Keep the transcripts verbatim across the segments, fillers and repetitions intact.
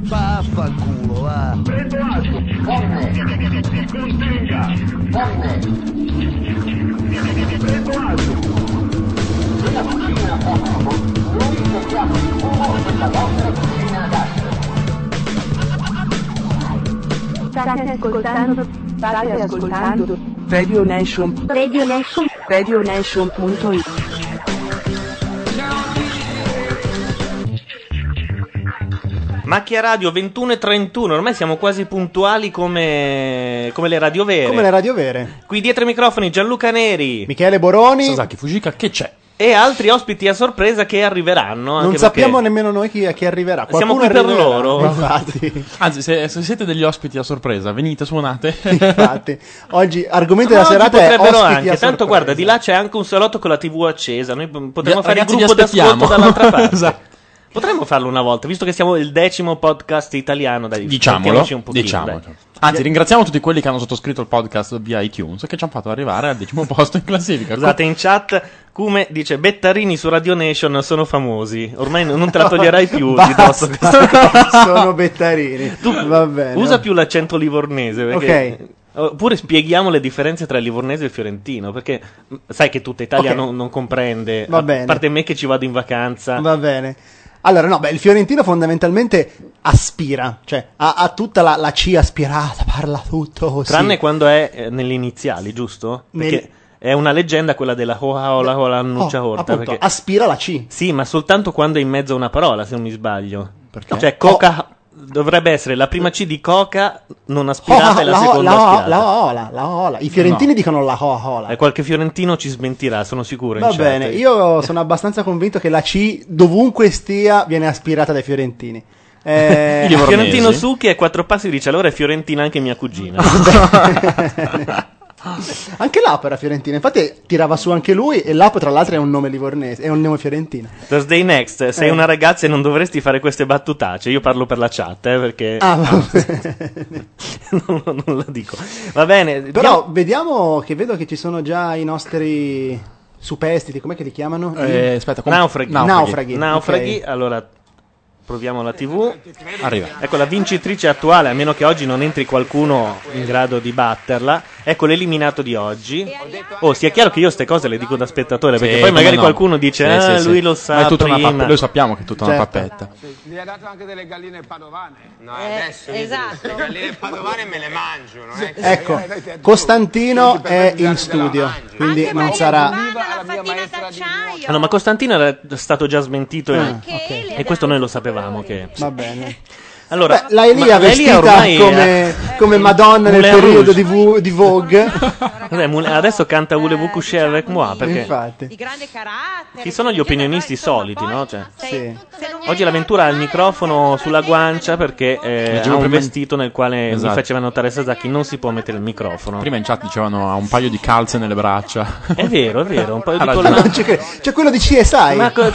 Vaffanculo, va. Prendo atto. Forte. Contenga. Forte. Prendo atto. Nella cucina Kosovo, noi cerchiamo il fumo della vostra cucina a gas. State ascoltando, state ascoltando Radio Nation, Radio Nation, Radio Nation punto it. Macchia Radio ventuno e trentuno, ormai siamo quasi puntuali come, come le radio vere. Come le radio vere. Qui dietro i microfoni Gianluca Neri, Michele Boroni, Sasaki Fujika, che c'è? e altri ospiti a sorpresa che arriveranno. Anche non sappiamo perché nemmeno noi chi, chi arriverà. siamo Qualcuno qui per arriverà. loro. Infatti. Anzi, se, se siete degli ospiti a sorpresa, venite, suonate. Infatti. Oggi argomento Ma della oggi serata è potrebbero ospiti anche, a tanto sorpresa. guarda, di là c'è anche un salotto con la tivù accesa. Noi p- potremmo Vi- fare il ragazzi, vi gruppo d'ascolto aspettiamo. dall'altra parte. Esatto. Potremmo farlo una volta, visto che siamo il decimo podcast italiano. Dai, Diciamolo, mettiamoci un pochino, diciamolo. dai. Anzi, ringraziamo tutti quelli che hanno sottoscritto il podcast via iTunes e che ci hanno fatto arrivare al decimo posto in classifica. Scusate, in chat Cume dice Bettarini su Radio Nation sono famosi. Ormai non te la toglierai più di dosso questa cosa. Sono Bettarini. Tu Va bene. usa più l'accento livornese perché... Ok. Oppure spieghiamo le differenze tra il livornese e il fiorentino, perché mh, sai che tutta Italia Ok. non, non comprende, Va a bene. parte me che ci vado in vacanza. Va bene. Allora, no, beh, il fiorentino fondamentalmente aspira, cioè ha, ha tutta la, la C aspirata, parla tutto così. Tranne quando è eh, nelle iniziali, giusto? Nel- Perché è una leggenda quella della Hoa Ola Ola Nuccia Oh, Horta. appunto, Perché... aspira la C. Sì, ma soltanto quando è in mezzo a una parola, se non mi sbaglio. Perché? Cioè, coca dovrebbe essere la prima C di coca non aspirata Oh, e la, la, seconda la, aspirata. la ola, la ola. I fiorentini No. dicono la hoa ola. E qualche fiorentino ci smentirà, sono sicuro. in Va chat. bene, io sono abbastanza convinto che la C, dovunque stia, viene aspirata dai fiorentini. Eh, I livornesi. Fiorentino Succhi e quattro passi dice allora è fiorentina anche mia cugina. anche Lapo era fiorentina, infatti tirava su anche lui, e Lapo tra l'altro è un nome livornese, è un nome fiorentino. Thursday Next, sei Eh. una ragazza e non dovresti fare queste battutacce. Io parlo per la chat, eh, perché Ah, va bene. non, non la dico. Va bene, Però diamo- vediamo che vedo che ci sono già i nostri superstiti, com'è che li chiamano? Eh, aspetta, com- naufraghi. Naufraghi. Naufraghi, ok. allora proviamo la tivù. Arriva. Ecco la vincitrice attuale, a meno che oggi non entri qualcuno in grado di batterla. Ecco l'eliminato di oggi. Oh, sia chiaro che io ste cose le dico da spettatore, perché Sì, poi come magari no. qualcuno dice Sì, ah, sì, sì. lui lo sa Ma è tutta una prima. papp- Noi sappiamo che è tutta Certo. una pappetta. Gli ha dato anche delle galline padovane. No, adesso esatto. le galline padovane me le mangio, non è che... Ecco, Costantino è in studio, quindi Anche non Maria sarà... Giovanna, la fatina d'acciaio. Ah, no, ma Costantino era stato già smentito e- Anche ok. Ele e questo dà noi lo un sapevamo che... Va bene. Allora, Beh, la Elia ma vestita ormai come, è- come Madonna nel Moulin periodo Rouge. di, Vo- di Vogue. Cos'è, Moulin- adesso canta Voulez-vous coucher avec moi, perché Infatti. di grande carattere. chi sono gli opinionisti soliti, no? Cioè, Sì. oggi l'avventura ha il microfono sulla guancia perché eh, ha Leggevo un prima- vestito nel quale Esatto. mi faceva notare Sasaki non si può mettere il microfono. Prima in chat dicevano ha un paio di calze nelle braccia. È vero, è vero, un paio Ha di ragione. collane. C'è, que- c'è quello di C S I. Ma, co-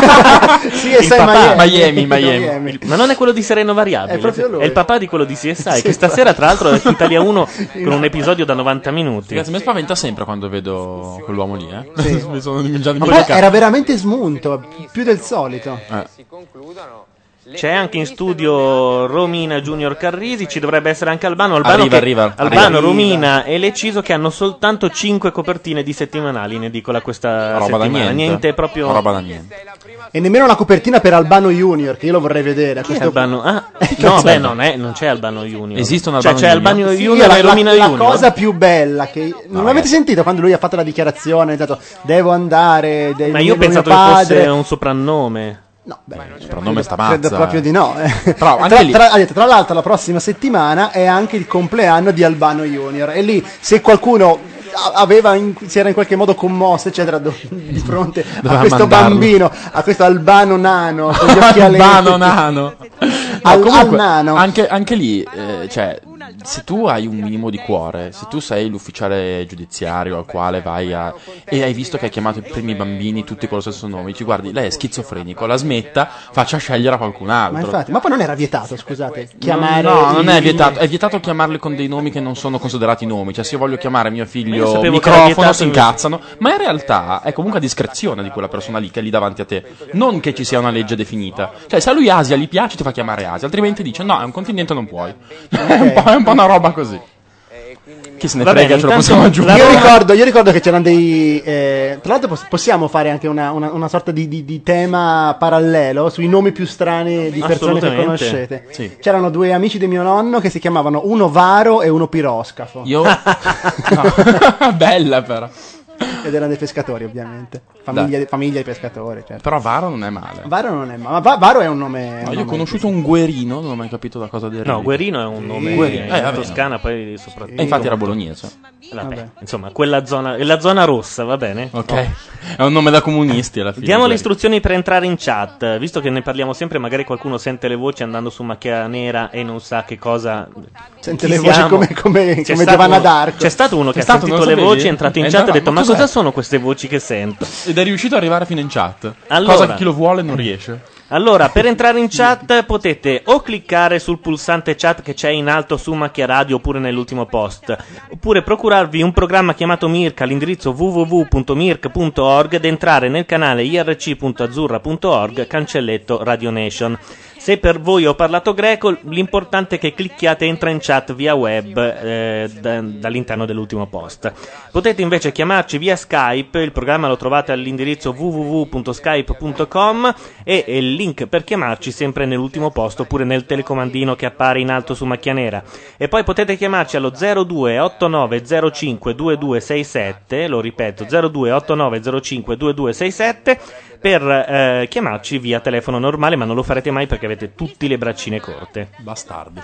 C S I papà. Miami. Miami, Miami. ma non è quello di Sereno Variabile, È proprio lui. il papà di quello di C S I, Sì, che stasera tra l'altro è su Italia uno con un episodio da novanta minuti. Ragazzi, mi spaventa sempre quando vedo quell'uomo lì, eh. Sì. Mi sono già Ma poi dimenticato. era veramente smunto, più del solito. Eh. Si concludono... C'è anche in studio Romina Junior Carrisi, ci dovrebbe essere anche Albano. Albano, Arriva, che- arriva, Albano arriva. Romina e Leciso che hanno soltanto cinque copertine di settimanali in edicola questa Roba da settimana. niente. proprio. Roba da niente. E nemmeno una copertina per Albano Junior, che io lo vorrei vedere. a Chi è questo Albano? Ah, cazzo no, è? beh, non, è, non c'è Albano Junior. Esiste un Cioè, Albano c'è Junior? Albano Sì, Junior la, e la- Romina la Junior. cosa più bella che non l'avete ragazzi. sentito quando lui ha fatto la dichiarazione, ha detto devo andare del Ma io ho mio pensato padre. che fosse un soprannome. No, beh, Il pronome sta credo mazza. proprio di no. eh. Però anche tra, lì- tra- ha detto, tra l'altro la prossima settimana è anche il compleanno di Albano Junior e lì se qualcuno a- aveva in- si era in qualche modo commosso eccetera do- di fronte a Doveva questo mandarlo. bambino, a questo Albano nano con gli occhialetti. Albano nano. Al- Ma comunque, al nano. Anche, anche lì, eh, cioè, se tu hai un minimo di cuore, se tu sei l'ufficiale giudiziario al quale vai a e hai visto che hai chiamato i primi bambini tutti con lo stesso nome, dici guardi, lei è schizofrenico, la smetta, faccia scegliere a qualcun altro. Ma infatti, ma poi non era vietato, scusate, chiamare No, non è i- vietato, è vietato chiamarli con dei nomi che non sono considerati nomi, cioè se io voglio chiamare mio Ma io figlio sapevo che era microfono vietato si invece. incazzano, ma in realtà è comunque a discrezione di quella persona lì che è lì davanti a te, non che ci sia una legge definita. Cioè se a lui Asia gli piace ti fa chiamare Asia, altrimenti dice no, è un continente, non puoi. È un po', è un po' una roba così. Chi se ne Va frega, bene, ce lo intanto possiamo aggiungere. Io ricordo, io ricordo che c'erano dei. Eh, tra l'altro, poss- possiamo fare anche una, una, una sorta di, di, di tema parallelo sui nomi più strani di persone che Assolutamente. conoscete. Sì. C'erano due amici di mio nonno che si chiamavano uno Varo e uno Piroscafo. Io. Bella però. Ed erano dei pescatori, ovviamente. Famiglia, famiglia di pescatori, certo. Però Varo non è male. Varo non è male. Ma Va- Varo è un nome. No, un io ho nome- conosciuto un Guerino, non ho mai capito da cosa deriva. No, Guerino è un nome Guerino. in Eh, vabbè, Toscana, poi soprattutto. E infatti era bolognese. Vabbè, Vabbè. insomma, quella zona, è la zona rossa, va bene? Ok. Oh. È un nome da comunisti alla fine. Diamo le Guerino. istruzioni per entrare in chat, visto che ne parliamo sempre, magari qualcuno sente le voci andando su Macchia Nera e non sa che cosa. Sente chi le voci siamo. come, come, C'è come stato Giovanna uno- d'Arco. C'è stato uno che C'è ha stato, sentito non le lo voci, sapevi? è entrato in Eh, chat no, e ha detto: ma Ma cos'è?" cosa sono queste voci che sento? Ed è riuscito ad arrivare fino in chat. Allora. Cosa che chi lo vuole non riesce. Allora, per entrare in chat potete o cliccare sul pulsante chat che c'è in alto su Macchia Radio oppure nell'ultimo post, oppure procurarvi un programma chiamato Mirk all'indirizzo w w w punto mirk punto org ed entrare nel canale i r c punto azzurra punto org cancelletto Radio Nation. Se per voi ho parlato greco, l'importante è che clicchiate entra in chat via web eh, da- dall'interno dell'ultimo post. Potete invece chiamarci via Skype, il programma lo trovate all'indirizzo w w w punto skype punto com e, e il link per chiamarci sempre nell'ultimo post oppure nel telecomandino che appare in alto su Macchia Nera. E poi potete chiamarci allo zero due otto nove zero cinque due due sei sette, lo ripeto zero due otto nove zero cinque due due sei sette, per eh, chiamarci via telefono normale, ma non lo farete mai perché avete tutti le braccine corte. Bastardi.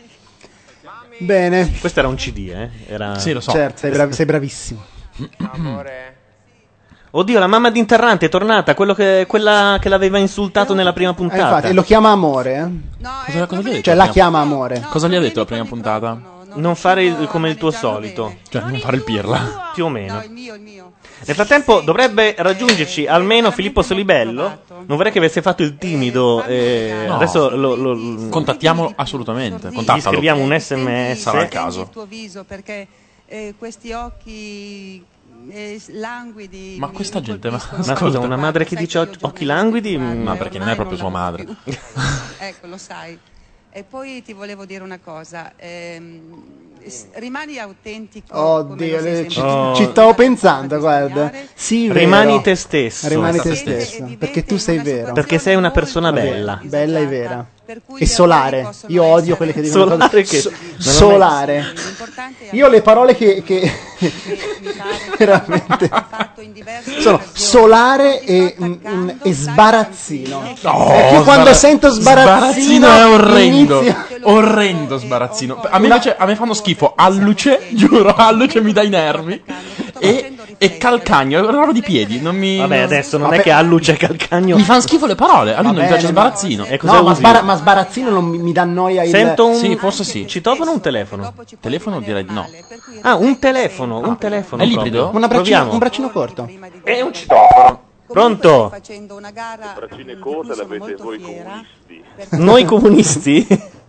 Bene. Questo era un C D, eh? Era... Sì, lo so. Certo, sei, brav- sei bravissimo. Amore. Oddio, la mamma di Interrante è tornata, quello che, quella che l'aveva insultato nella prima Eh, puntata. infatti, e lo chiama amore. eh? Cosa, cosa gli ha detto? Cioè, la chiama amore. Cosa gli ha detto la prima puntata? Non fare il- come il tuo solito. Cioè, non fare il pirla. Più o meno. Nel frattempo dovrebbe raggiungerci almeno Filippo Solibello. Non vorrei che avesse fatto il timido. eh, No. Adesso lo, lo- Contattiamolo assolutamente. gli Contattalo. scriviamo un sms. Sarà il caso. il tuo viso perché eh, questi occhi eh, languidi Ma mi- questa mi gente, ma- colpiscono. Ma scusa, una Guarda, madre che sai dice io occhi giornalista languidi? guarda, Ma perché non è ormai proprio sua la madre. più. Ecco, lo sai. E poi ti volevo dire una cosa. ehm, s- rimani autentico. come Oddio, lo sei le- sempre ci, stato. ci stavo pensando, guarda. Sì, vero. Rimani te stesso. Rimani te Vivete- stesso. vivete Perché tu in sei una vero. situazione Perché sei una persona molto bella. Bella e esatta, vera. per cui E gli solare. auguri possono Io odio essere- quelle che dicono Solare cose- che- so- non ho mai- solare. L'importante è Io le parole che, che mi pare che veramente ha fatto in diverse sono occasioni. solare Ti e, sto mm, attaccando, e sai, sbarazzino. Oh, Perché quando sbara- sento sbarazzino, è orrendo. inizia- Orrendo sbarazzino. A me invece a me fanno schifo alluce, giuro, alluce mi dà i nervi. E, e calcagno, è una roba di piedi. Non mi. Vabbè, adesso non Vabbè. è che Alluce e Calcagno. Mi fanno schifo le parole. A lui Va non mi bene, piace ma- sbarazzino. E cosa No, ma, usi? sbara- ma sbarazzino non mi, mi dà noia il... Sento un. Sì, forse sì. Citofono o un telefono? Telefono direi di no. Ah, un telefono, un telefono. È librido? proprio. Una braccina- Proviamo. un braccino corto. È un citofono. Pronto? Facendo una gara Braccine di corte cui sono l'avete molto voi fiera, comunisti. perché- Noi comunisti?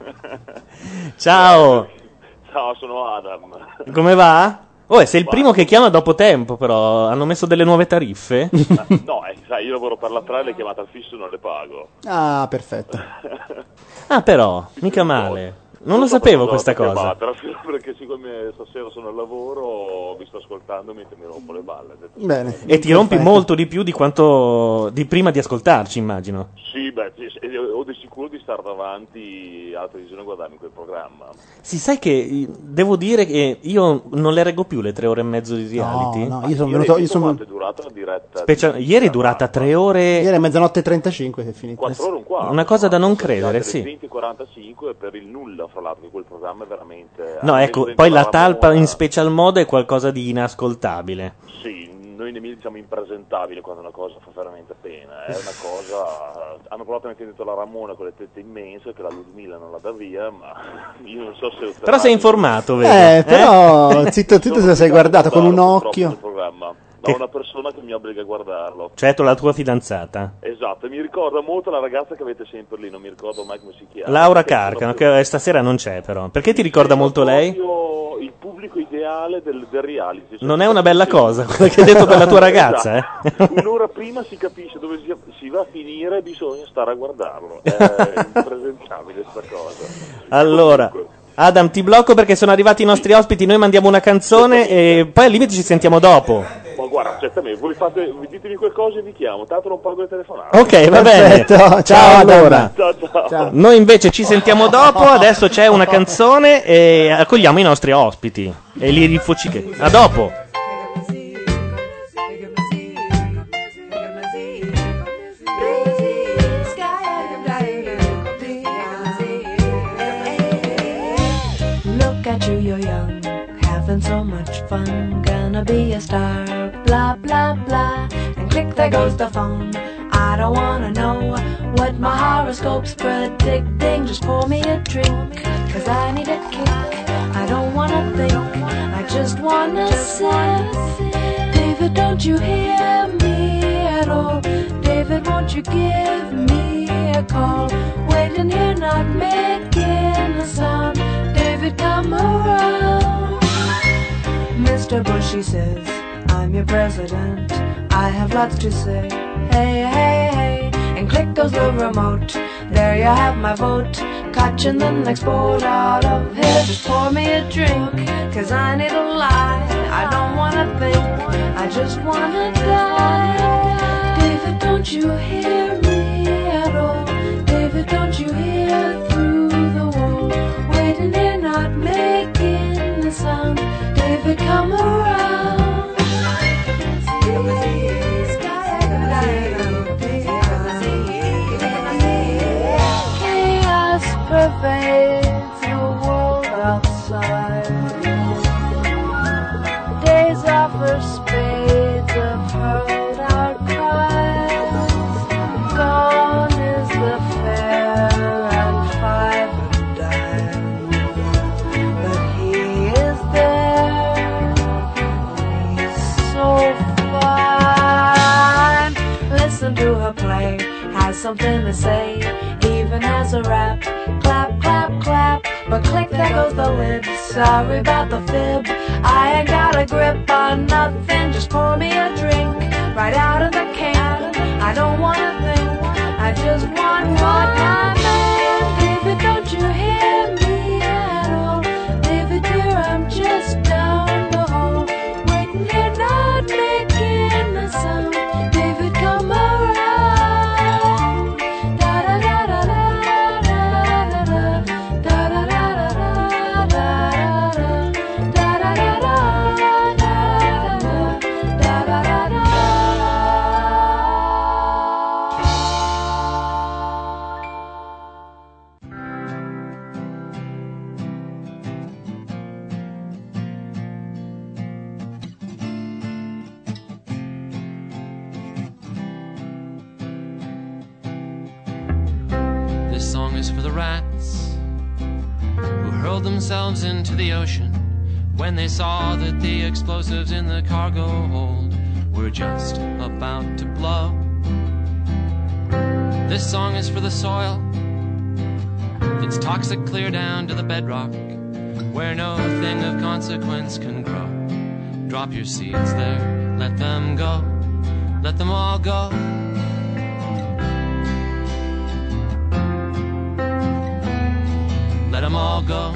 Ciao, Ciao, sono Adam. come va? Oh, sei il primo che chiama dopo tempo, però. Hanno messo delle nuove tariffe? No, eh, sai, io lavoro per la Tra e le chiamate al fisso non le pago. Ah, perfetto. Ah, però, mica male. Non lo sapevo questa cosa. Perché siccome stasera sono al lavoro, vi sto ascoltando mentre mi rompo le balle. Detto Bene. E ti rompi Perfetto. molto di più di quanto. Di prima di ascoltarci, immagino. Sì, beh, sì, sì, ho di sicuro di stare davanti alla televisione a guardarmi quel programma. Sì, sai che eh, devo dire che io non le reggo più le tre ore e mezzo di reality. No, no, io sono Ieri venuto... Io hai visto sono... quanto è durata la diretta? Specia- Ieri è durata tre ore. Ieri è mezzanotte e trentacinque che è finita. quattro ore e un quarto. Una cosa da non Sono credere, state le sì. venti e quarantacinque per il nulla, fra l'altro, di quel programma è veramente... No, hanno ecco, messo poi dentro la la talpa Ramona. in special mode è qualcosa di inascoltabile. Sì, noi noi nemici diciamo impresentabile quando una cosa fa veramente pena, è una cosa, hanno provato anche dentro la Ramona con le tette immense che la Ludmilla non la dà via, ma io non so se... Però sei informato, vedo. Eh, però zitto zitto se sei guardato con un occhio. Il programma, da una persona che mi obbliga a guardarlo. Certo, la tua fidanzata. Esatto, e mi ricorda molto la ragazza che avete sempre lì, non mi ricordo mai come si chiama. Laura Carcano, che stasera non c'è però. Perché ti ricorda molto lei? Proprio il pubblico ideale del, del reality. Cioè, Non è una bella cosa, quella che hai detto per la tua ragazza, eh? Esatto. Un'ora prima si capisce dove si, si va a finire e bisogna stare a guardarlo. È impresentabile sta cosa. Allora, Adam, ti blocco perché sono arrivati i nostri ospiti, noi mandiamo una canzone e poi al limite ci sentiamo dopo. Ma guarda, certamente, voi fate, ditemi qualcosa e vi chiamo, tanto non pago le telefonate. Ok, va bene. Ciao, ciao allora. Ciao, ciao. Ciao. Noi invece ci sentiamo dopo, adesso c'è una canzone e accogliamo i nostri ospiti. E li rifociche. A dopo. Look at you, you're young, having so much fun, gonna be a star, blah blah blah, and click there goes the phone. I don't wanna know what my horoscope's predicting, just pour me a drink, cause I need a kick. I don't wanna think, I just wanna sip. David, don't you hear me at all? David, won't you give me a call? Waiting here, not making a sound. David, come around. Mister Bush, he says, I'm your president, I have lots to say. Hey, hey, hey, and click goes the remote. There you have my vote. Catching the next boat out of here. Just pour me a drink, cause I need a lie. I don't wanna think, I just wanna die. David, don't you hear me at all? David, don't you hear through the wall? Waiting here, not making a sound. David, come around. Chaos pervades the world outside. Days offer spades of hurled out cries. Gone is the fair and five and dime. But he is there, he's so fine. Listen to her play, has something to say, even has a rap. Clap, clap, clap, but click, there goes the lid. Sorry about the fib, I ain't got a grip on nothing. Just pour me a drink, right out of the can. I don't wanna think, I just want what my man. David, don't you hear me at all? David, dear, I'm just down the hall, waiting here, not making a sound. David, come around. Da da da da da da da da da da da da da This song is for the rats who hurled themselves into the ocean when they saw that the explosives in the cargo hold were just about to blow. This song is for the soil. It's toxic clear down to the bedrock, where no thing of consequence can grow. Drop your seeds there, let them go, let them all go. Let them all go.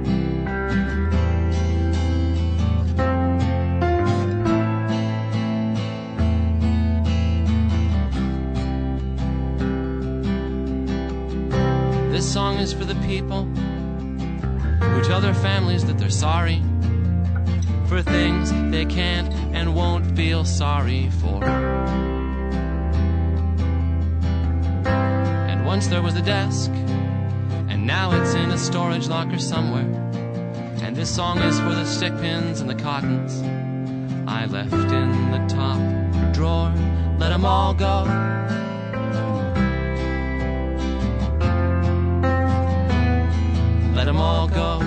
This song is for the people who tell their families that they're sorry for things they can't and won't feel sorry for. And once there was a desk, and now it's in a storage locker somewhere. And this song is for the stick pins and the cottons I left in the top drawer. Let 'em all go. Let 'em all go.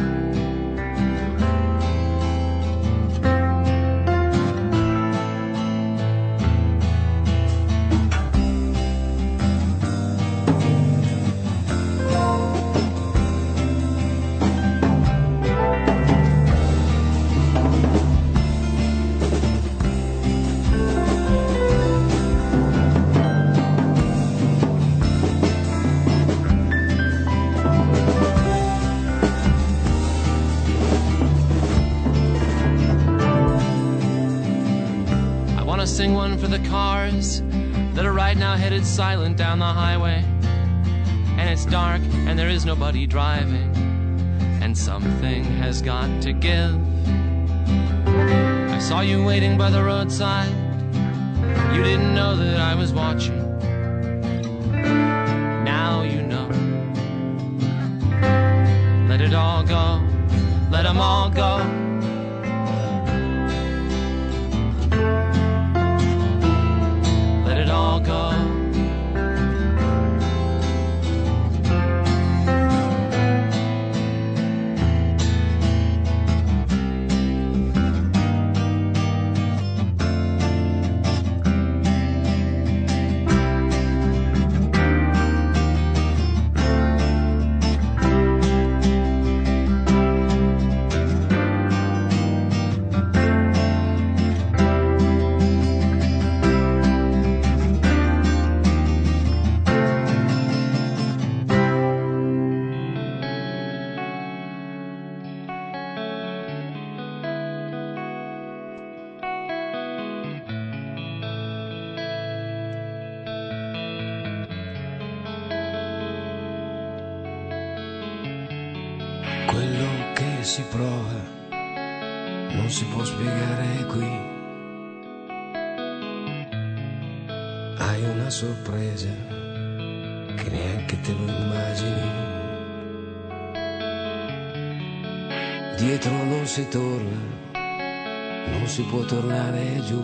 Sing one for the cars that are right now headed silent down the highway, and it's dark and there is nobody driving, and something has got to give. I saw you waiting by the roadside. You didn't know that I was watching. Now you know. Let it all go. Let 'em all go. Let it all go. Quello che si prova non si può spiegare qui. Hai una sorpresa che neanche te lo immagini. Dietro non si torna, non si può tornare giù.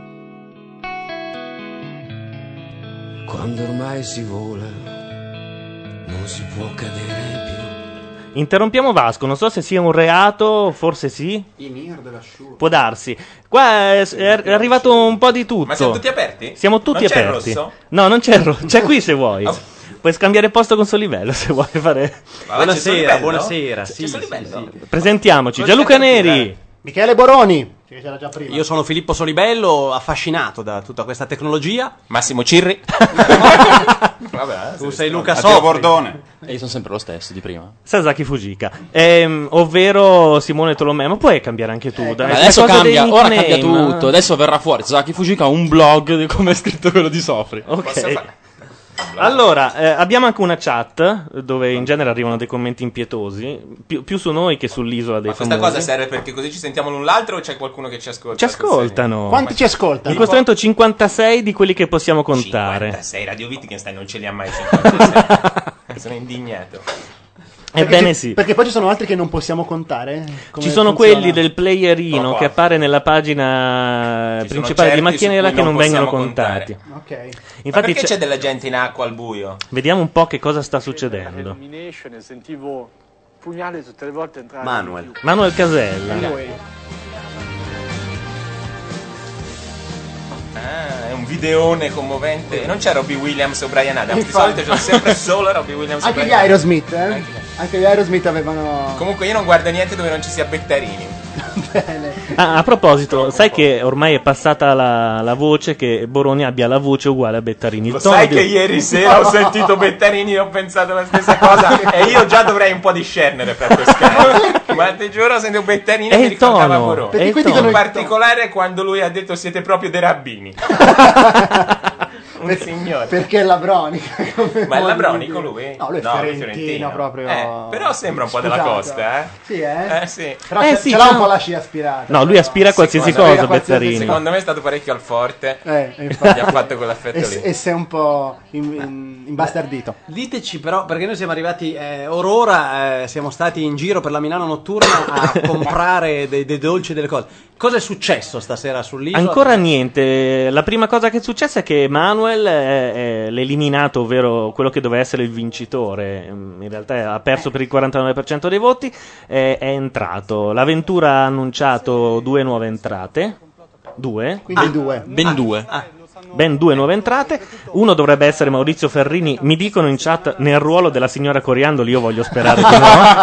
Quando ormai si vola, non si può cadere più. Interrompiamo Vasco, non so se sia un reato, forse sì. I Mir della Shure. Può darsi. Qua è, è arrivato un po' di tutto. Ma siamo tutti aperti? Siamo tutti non c'è aperti. Il rosso? No, non c'è il rosso. C'è qui se vuoi. Oh. Puoi scambiare posto con Solivello se vuoi fare. Ma buonasera, buonasera. C'è Sì, sì, Solivello? sì. Presentiamoci. Gianluca Neri. Michele Boroni. Che c'era già prima. Io sono Filippo Solibello, affascinato da tutta questa tecnologia. Massimo Cirri. Vabbè, tu sei Luca Matteo Sofri. Bordone. E io sono sempre lo stesso di prima. Sasaki Fujika. Ehm, ovvero Simone Tolomeo. Ma puoi cambiare anche tu. Dai. Ma adesso Queste cose cambia, dei ora nickname. cambia tutto. Adesso verrà fuori. Sasaki Fujika ha un blog di come è scritto quello di Sofri. Ok. Allora, eh, abbiamo anche una chat dove in genere arrivano dei commenti impietosi, più, più su noi che sull'isola dei Ma questa famosi. cosa serve perché così ci sentiamo l'un l'altro o c'è qualcuno che ci ascolta? Ci ascoltano. Quanti ci ascoltano? In questo momento cinquantasei di quelli che possiamo contare. cinquantasei Radio Wittgenstein non ce li ha mai cinquantasei. Sono indignato. Ebbene ci- sì. Perché poi ci sono altri che non possiamo contare? Come Ci sono funziona? quelli del playerino Sono qua. che appare nella pagina Ci sono principale di certi macchine su nera cui che non non vengono possiamo contati. Ok. Ma Infatti perché c'è- c'è della gente in acqua al buio? vediamo un po' che cosa sta succedendo. Illumination e sentivo pugnale tutte le volte entrare. Manuel. Manuel Casella. Ah, è un videone commovente. Non c'è Robbie Williams o Brian Adams. Di solito c'è sempre solo Robbie Williams o Anche gli Brian Adams. Aerosmith, eh? Anche gli Aerosmith avevano. Comunque io non guardo niente dove non ci sia Bettarini. Ah, a proposito, sai che ormai è passata la, la voce che Boroni abbia la voce uguale a Bettarini. Il Lo tono sai di- che ieri sera ho sentito Bettarini e ho pensato la stessa cosa e io già dovrei un po' discernere per questo. Ma ti giuro ho sentito Bettarini È e mi il ricordava tono, Boroni. è il In tono. particolare quando lui ha detto siete proprio dei rabbini. un signore. Perché è labronica. come Ma è modo di labronico dire. lui? No, lui è fiorentino, proprio. Eh, però sembra un po' della Scusato. costa, eh? Sì, eh? Eh sì. Però Eh, ce, sì, ce l'ha no. un po' la scia aspirata. No, lui aspira a qualsiasi Secondo me- cosa, qualsiasi- Bezzarino. Secondo me è stato parecchio al forte. Eh, Gli infatti. ha fatto quell'affetto E, lì. s- e sei un po' in- in- imbastardito. Diteci però, perché noi siamo arrivati, eh, or ora eh, siamo stati in giro per la Milano notturna a comprare dei, dei dolci e delle cose. Cosa è successo stasera sull'isola? Ancora niente. La prima cosa che è successa è che Manuel è, è l'eliminato, ovvero quello che doveva essere il vincitore. In realtà ha perso per il quarantanove per cento dei voti. È, è entrato. L'avventura ha annunciato due nuove entrate. Due? Quindi due. Ben due. Ben due nuove entrate. Uno dovrebbe essere Maurizio Ferrini. Mi dicono in chat nel ruolo della signora Coriandoli. Io voglio sperare di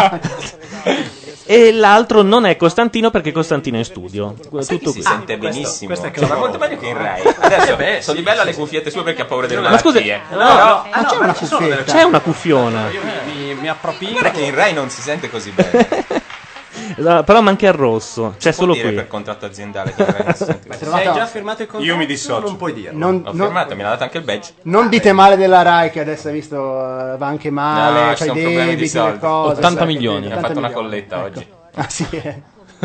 no. E l'altro non è Costantino perché Costantino è in studio. Sai chi Tutto si qui. sente benissimo. questo è Insomma, molto meglio che in Rai. Adesso beh, sono di bello alle cuffiette sue perché ha paura delle Ma scusi, malattie. no, Però Ah, no, ma ci sono delle C'è una cuffiona. Io mi, mi, mi approprio. guarda che in Rai non si sente così bene. No, però manca il rosso. C'è Può solo dire qui. per contratto aziendale che in Rai non si sente così Se hai già firmato il contratto, Io mi dissocio. non puoi dirlo. Non, Ho non- firmato, mi ha dato anche il badge. non dite male della Rai che adesso hai visto eh, va anche male, No, c'hai ci sono problemi di debiti, le soldi. cose. ottanta sai, milioni. Mi ha ottanta fatto una milioni. colletta oggi. Ah sì, eh.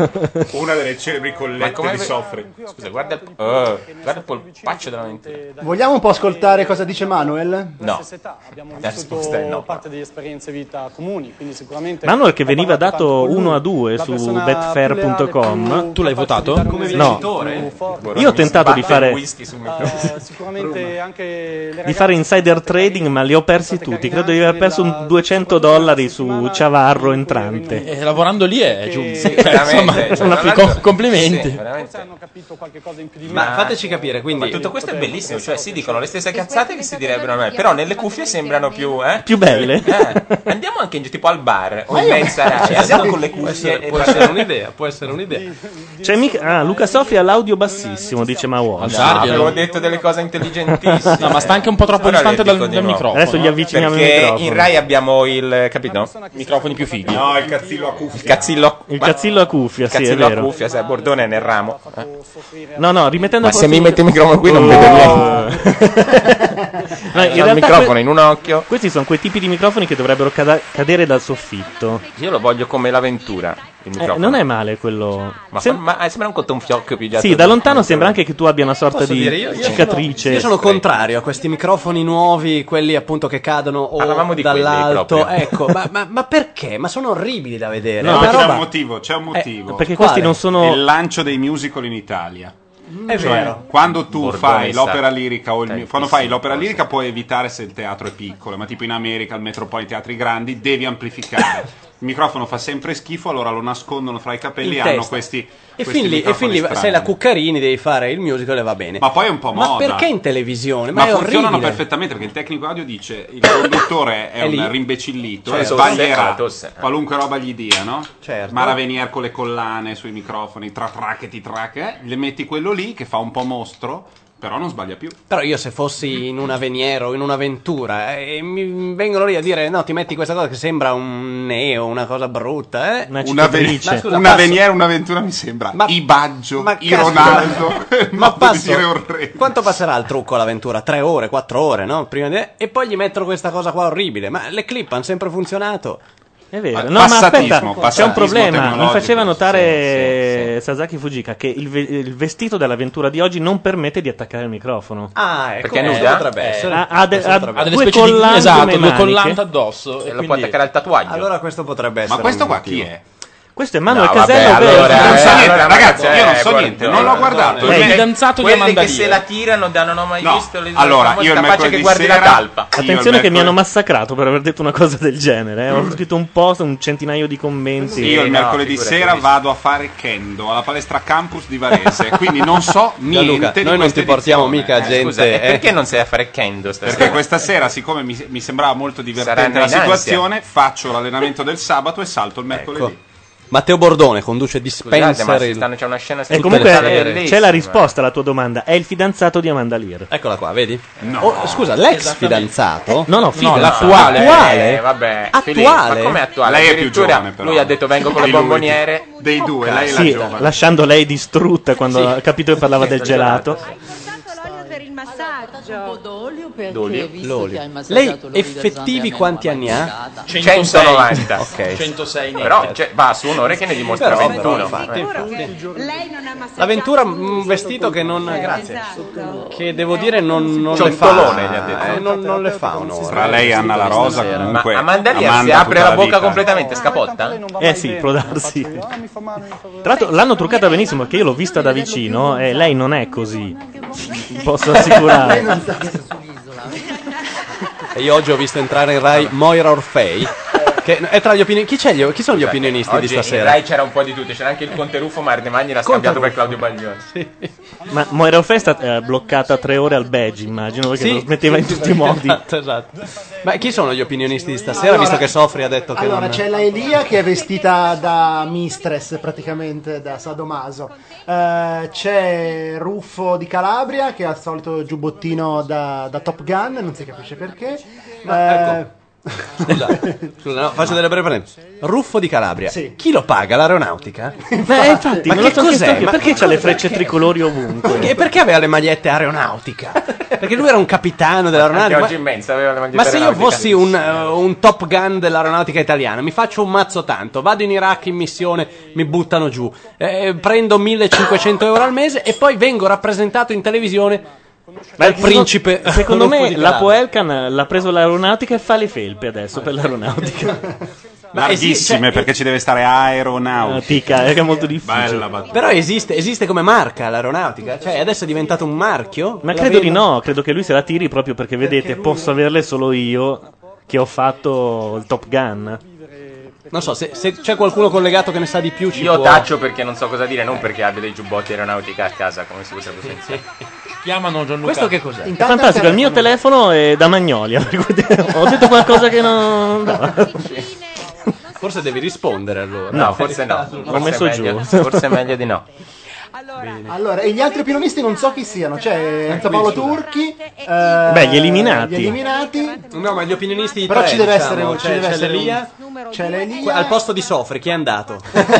Una delle celebri Ma collette come di ve- Soffri. Scusa, guarda il, oh, guarda il polpaccio della ventura. Vogliamo un po' ascoltare cosa dice Manuel? No. Necessità. Abbiamo La risposta è vissuto no. parte degli esperienze vita comuni, quindi sicuramente Manuel che ho veniva parlato dato tanto con uno lui. a due La su persona betfair più leale, punto com. più Tu l'hai capace votato? di dare un Come messaggio vincitore? più forte. Io ho tentato di Sbatte fare il whisky sul microfono. Eh, sicuramente anche le di ragazze fare insider sono state trading, carine, ma li ho persi sono state tutti. carine Credo di aver perso nella- un duecento dollari su Ciavarro entrante. E lavorando lì è giù. Sì, veramente, Insomma, cioè, una tra fico- l'altro- complimenti. Sì, veramente. Forse hanno capito qualche cosa in più di me. Ma fateci capire, quindi Ma tutto questo è bellissimo, cioè si dicono le stesse cazzate che si direbbero a me, però nelle cuffie sembrano più, eh? Più belle. Eh, andiamo anche in, tipo al bar o in io- mensa Rai, andiamo con le può cuffie essere, e può essere un'idea, può essere un'idea. C'è mica... Ah, Luca Sofri ha l'audio bassissimo, dice Mawon. Alzarglielo. avevo detto delle cose intelligentissime. No, ma sta anche un po' troppo Ora distante le dal, dico di dal nuovo. microfono. Adesso gli avviciniamo il Perché microfono. in Rai abbiamo il, capito? Microfoni più fighi. No, il cazzillo a cuffia. Il cazzillo, Il ma- cazzillo a cuffia, il sì, è cazzillo a vero. cuffia, sai, Bordone è nel ramo. Eh. No, no, rimettendo Ma a se mi posto- metti il microfono qui non Oh. vedo niente. No, in C'ho il realtà microfono que- in un occhio. Questi sono quei tipi di microfoni che dovrebbero cada- cadere dal soffitto. Io lo voglio come l'avventura, il Eh, microfono. non è male quello. Ma, Sem- ma eh, sembra un cottonfiocco pigiato. sì, da lontano sembra anche che tu abbia una sorta Posso di dire, io, io cicatrice. Sono, io sono contrario a questi microfoni nuovi, quelli appunto che cadono o Parlavamo di quelli dall'alto. proprio. Ecco, ma, ma- ma perché? Ma sono orribili da vedere. No, È una c'è roba- un motivo, c'è un motivo. perché Quale? questi non sono. Il lancio dei musical in Italia. È Cioè, vero. quando tu Bordone fai sa l'opera lirica o il, tantissime quando fai l'opera cose. lirica puoi evitare se il teatro è piccolo, ma tipo in America, al Metropolitan, teatri grandi, devi amplificare. Il microfono fa sempre schifo, allora lo nascondono fra i capelli e In hanno testa. questi E questi fin lì, e microfoni fin lì strani. sei la Cuccarini, devi fare il musical e va bene. Ma poi è un po' Ma moda. perché in televisione? Ma, Ma è funzionano orribile. perfettamente perché il tecnico audio dice il conduttore è, È lì? un rimbecillito Cioè, e tosse, sbaglierà la tosse. qualunque roba gli dia, no? Certo. Maravenier con le collane sui microfoni, tra tracchetti track, eh? Le metti quello lì che fa un po' mostro, però non sbaglia più. Però io se fossi in una Veniero o in un'avventura e mi vengono lì a dire no, ti metti questa cosa che sembra un neo, una cosa brutta, eh? Una Una, ve- cicatrice. Ma scusa, una passo- Venier, un'avventura mi sembra. Ma- I Baggio, ma i caspita. Ronaldo, il Ma modo di passo, dire orrendo. quanto passerà il trucco all'avventura? Tre ore, quattro ore, no? Prima di... E poi gli mettono questa cosa qua orribile. Ma le clip hanno sempre funzionato. È vero. Ma- No, ma aspetta, passatismo, c'è un passatismo problema. Mi tecnologico. faceva notare Sì, sì, Sasaki Fujika che il, ve- il vestito dell'avventura di oggi non permette di attaccare il microfono. Ah, ecco. Perché è questo nuda? potrebbe Eh, essere. ha- ha de- Questo ha- potrebbe Ha delle Due specie di collanti esatto, come due maniche. collanti addosso. E E lo può quindi... attaccare al tatuaggio. Allora questo potrebbe essere. Ma questo un qua motivo. chi è? Questo è Manuel No, Casello. vabbè, vero? allora, non so eh, niente, allora, ragazzi, io non eh, so Bordone. niente, non l'ho guardato. È il Me- fidanzato di Quelle Amanda che se Lear. la tirano non hanno mai No, visto le allora, siamo io il capace che mercoledì guardi la sera- talpa. Io Attenzione il che mi mercoledì- hanno massacrato per aver detto una cosa del genere. eh. Ho scritto un post, un centinaio di commenti. Io il no, mercoledì figurati, sera ho visto. vado a fare kendo alla palestra campus di Varese, quindi non so niente Gianluca, di noi non questa ti portiamo edizione. mica gente. Scusa, e eh. perché non sei a fare kendo stasera? Perché questa sera, siccome mi, mi sembrava molto divertente Saranno la in ansia. situazione, faccio l'allenamento del sabato e salto il mercoledì. Ecco. Matteo Bordone conduce Scusate, ma Dispenser. si il- stanno, c'è una scena E tutte comunque le sale eh, bellissime. c'è la risposta alla tua domanda. È il fidanzato di Amanda Lear. Eccola qua, vedi? No. Oh, scusa, l'ex fidanzato? No, no, figlio. l'attuale. Attuale? Eh, vabbè. Attuale? Filippo, ma come attuale? Lei è più Addirittura giovane, però. Lui ha detto vengo con le Di lui. bomboniere. Dei due, lei è la Sì, giovane. lasciando lei distrutta quando Sì. ha capito che parlava del Del gelato. Hai portato l'olio per il massaggio. po' d'olio perché D'olio. visto L'olio. che hai Lei massaggiato l'olio effettivi del zampe, a me quanti non anni va ha? mancata. centonovanta. Ok. centosei Però netti. cioè, va su un'ora che ne dimostra Però, ventuno. però, infatti. Lei non ha massaggiato L'avventura, un vestito che non. Grazie. Che devo dire non, non C'ho le il fa. tolone, gli ha detto. eh, non, non le fa onore. Tra lei e Anna La Rosa, Ma comunque. Amanda Lia Amanda si apre tutta la bocca vita. completamente, scapotta? Eh sì, può darsi. Tra l'altro l'hanno truccata benissimo perché io l'ho vista da vicino e lei non è così. Posso assicurare. E io oggi ho visto entrare in Rai Moira Orfei. Che è tra gli opinioni. Chi, c'è gli, chi sono gli opinionisti Oggi di in stasera? Rai c'era un po' di tutti, c'era anche il Conte Ruffo, ma Ardemagni l'ha scambiato per Claudio Baglioni. Ma Moira Orfei è stata eh, bloccata tre ore al badge, immagino, perché Sì. lo smetteva in tutti i modi. Esatto, esatto. Ma chi sono gli opinionisti di stasera? Allora- visto che Sofri ha detto che Allora, non. c'è la Elia che è vestita da mistress, praticamente, da sadomaso. Eh, c'è Ruffo di Calabria che ha il solito giubbottino da, da Top Gun, non si capisce perché. Ma, Eh, Scusa, scusa, no, faccio delle breve parentesi. Ruffo di Calabria. Sì. Chi lo paga? L'aeronautica? Beh, infatti, Ma me che lo sono chiesto cos'è? anche, Ma perché che c'ha le cos'è? frecce Che- tricolori ovunque? E perché aveva le magliette aeronautica? Perché lui era un capitano dell'aeronautica. Anche oggi in mensa aveva le magliette Ma se io aeronautica. fossi un, eh, un Top Gun dell'aeronautica italiana, mi faccio un mazzo tanto, vado in Iraq in missione, mi buttano giù, eh, prendo millecinquecento euro al mese e poi vengo rappresentato in televisione dal principe. Secondo Ruffo me di la Calabria. Poelcan l'ha preso l'aeronautica e fa le felpe adesso per l'aeronautica. Larghissime, cioè, perché ci deve stare aeronautica. Tica, è molto difficile. Bella battuta. Però esiste, esiste come marca l'aeronautica? Cioè adesso è diventato un marchio? Ma La credo di vendono- no, credo che lui se la tiri proprio perché, vedete, posso averle solo io che ho fatto il Top Gun. Non so, se, se c'è qualcuno collegato che ne sa di più ci Io può... taccio perché non so cosa dire, non perché abbia dei giubbotti aeronautica a casa, come si potrebbe pensare. Chiamano Gianluca. Questo che cos'è? È fantastico, il mio telefono è da Magnolia. per cui ho detto qualcosa che non. no. Forse devi rispondere allora. No, forse no. L'ho Forse messo è meglio- giù. Forse è meglio di no. allora, e gli altri opinionisti non so chi siano. C'è Enzo Paolo Turchi. eh, Beh, gli eliminati. Gli eliminati. No, ma gli opinionisti di Però tre, ci deve diciamo, essere, c'è, ci deve c'è essere l'Elia. C'è l'Elia. Al posto di Sofri, chi è andato?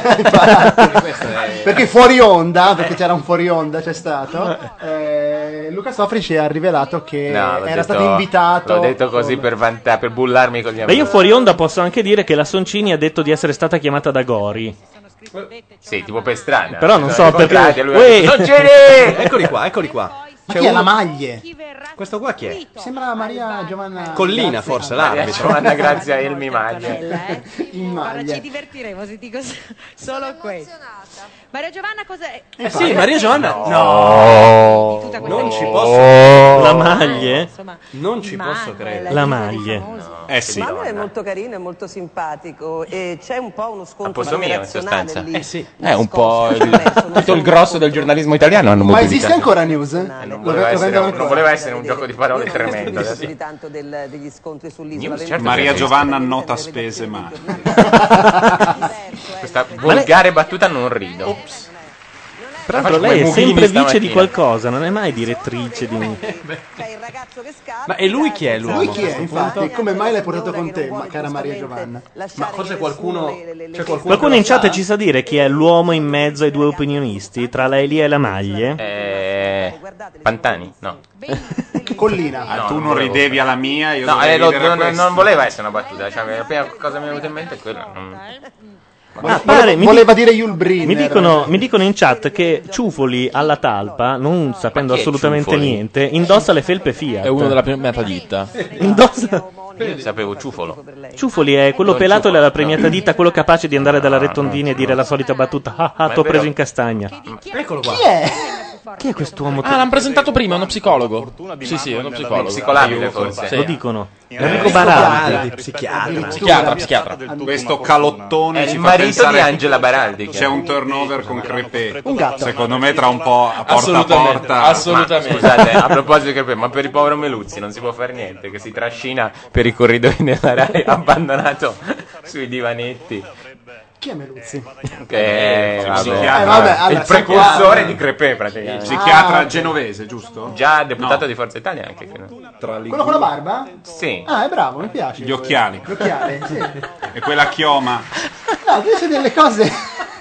Perché fuori onda, perché c'era un fuori onda, c'è stato. eh, Luca Sofri ci ha rivelato che No, l'ho era detto- stato invitato. L'ho detto così per, vanta- per bullarmi con gli Beh, amici. io fuori onda posso anche dire che la Soncini ha detto di essere stata chiamata da Gori. Sì, tipo per strada. Però non Ci so sono perché- incontrati e lui ha Uè. detto, "Non c'eri!" Eccoli qua, eccoli qua. Ma C'è chi è uno- la maglie? Questo qua chi è? Sembra Maria Giovanna Collina, Grazia. forse, Maria l'arbitro. Giovanna Grazia Elmi Maglia. In Guarda, maglia. ci divertiremo se dico s- solo questo. Maria Giovanna cosa è? Eh sì, Maria Giovanna. No. Tutta questa Non ci gente. posso. La maglia? Insomma, Non ci posso credere. La maglia. Eh sì. Manuel è molto carino e molto simpatico e c'è un po' uno scontro posto mio, in generazionale sostanza. lì. Eh sì. È un po' il- tutto il grosso del giornalismo italiano hanno Ma mobilitato. esiste ancora News? Non Lo voleva, lo essere, vendono non ancora. voleva essere un gioco di parole Io non tremendo. capisco adesso. più di tanto del- degli scontri sull'isola. News, Venite certo Maria che Giovanna nota spese mai. Questa volgare battuta non rido. Tra l'altro Faccio lei è come sempre Mughini vice di stamattina. qualcosa, non è mai direttrice di un... C'è il ragazzo che scappa. Ma e lui chi è l'uomo? Lui chi è, a questo infatti? punto? Come mai l'hai portato con te, ma cara Maria Giovanna? Ma forse qualcuno. C'è qualcuno, Qualcuno che in lo chat sa? ci sa dire chi è l'uomo in mezzo ai due opinionisti, tra la Elia e la maglie? Eh, Pantani? No. Collina. Ah, No, tu non non volevo. ridevi alla mia, io No, dovevo eh, lo- ridere a non, questa. non voleva essere una battuta. Cioè, la prima cosa che mi è venuta in mente è quella. non- Ah, pare, mi, Voleva di- dire Yul Brynner. mi dicono, mi dicono in chat che Ciufoli alla talpa, non sapendo Ma chi è assolutamente Ciufoli? niente, indossa le felpe Fiat. È uno della premiata ditta. Indossa... Io sapevo ciufolo. Ciufoli è quello Non pelato Ciufolo, della no. premiata ditta, quello capace di andare dalla Rettondini e dire la solita battuta: ah ah, Ma è t'ho vero. preso in castagna. Eccolo qua. Chi è? Chi è quest'uomo? Ah, l'hanno presentato prima, è uno psicologo. Sì, sì, è uno psicologo. Psicolabile, forse. Sì. Lo dicono. Eh, Enrico Baraldi. Baraldi, psichiatra. Psichiatra, psichiatra. Questo calottone È ci il fa marito pensare di Angela Baraldi. C'è un turnover con Crepè. Un gatto. Secondo me tra un po' a porta a Assolutamente, porta. assolutamente. Ma, scusate, a proposito di Crepè, ma per il povero Meluzzi non si può fare niente, che si trascina per i corridoi della Rai abbandonato sui divanetti. Chi è Meluzzi? Che, Eh, vabbè. psichiatra. Eh, vabbè, allora, il precursore di Crepè, praticamente. Psichiatra Ah, genovese, giusto? Già deputato No. di Forza Italia anche. credo. Quello con la barba? Sì. Ah, è bravo, mi piace. Gli occhiali. Gli occhiali, sì. E quella chioma. No, tu dici delle cose.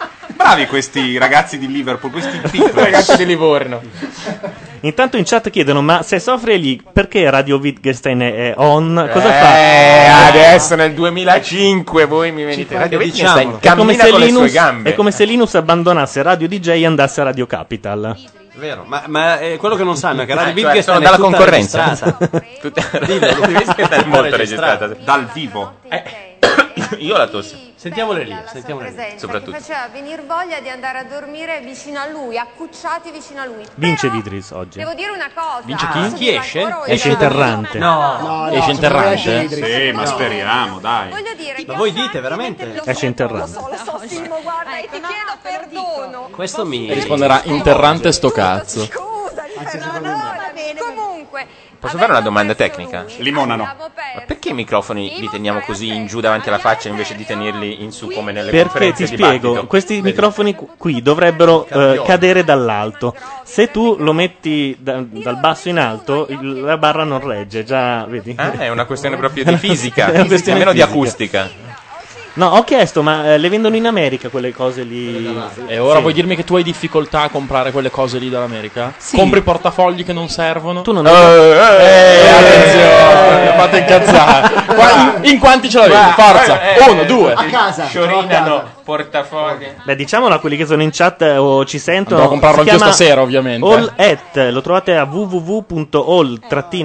bravi questi ragazzi di Liverpool, questi piccoli ragazzi di Livorno. Intanto in chat chiedono: ma se soffre lì, perché Radio Wittgenstein è on? Cosa Eh, fa? adesso nel duemilacinque voi mi venite Radio Wittgenstein È come, cammina se con le sue Linus, gambe. è come se Linus abbandonasse Radio D J e andasse a Radio Capital. Vero, ma, ma eh, quello che non sanno è che Radio Ah, cioè, Wittgenstein sono è dalla tutta concorrenza. registrata. Tutta- Dillo, Radio Wittgenstein è molto registrata. dal vivo. Io ho la tosse. Sentiamole lì, sentiamole lì. Presenza Soprattutto. che faceva venire voglia di andare a dormire vicino a lui, accucciati vicino a lui. Vince Però, Vidris oggi. devo dire una cosa. Vince chi? posso Chi dirla esce? ancora o Esce io- Interrante. No, No, Esce no, Interrante? secondo me esce Sì, Idris. ma No. speriamo, dai. Voglio dire, Ma voi dite veramente? Esce Interrante. lo so, Simo, guarda, e ti chiedo perdono. Questo mi Risponderà interrante sto cazzo. Scusami, però no, va bene. Comunque, Posso fare una domanda tecnica? Limonano. Ma perché i microfoni li teniamo così in giù davanti alla faccia invece di tenerli in su come nelle Perché conferenze ti di spiego, dibattito? questi microfoni qu- qui dovrebbero eh, cadere dall'alto. Se tu lo metti da- dal basso in alto, il- la barra non regge, già vedi? Ah, è una questione proprio di fisica, È una questione nemmeno di fisica. acustica. No, ho chiesto, ma eh, le vendono in America quelle cose lì? E ora Sì. vuoi dirmi che tu hai difficoltà a comprare quelle cose lì dall'America? Sì. Compri portafogli che non servono? Tu non Eh, eh, attenzione, mi fate incazzare. Qua- in, in quanti ce l'avevi? Forza, uno, due. A casa. Sciorinano, portafogli. Beh, diciamolo a quelli che sono in chat eh, o ci sentono. Andrò a comprarlo si anch'io chiama stasera, ovviamente. All at, lo trovate a w w w punto all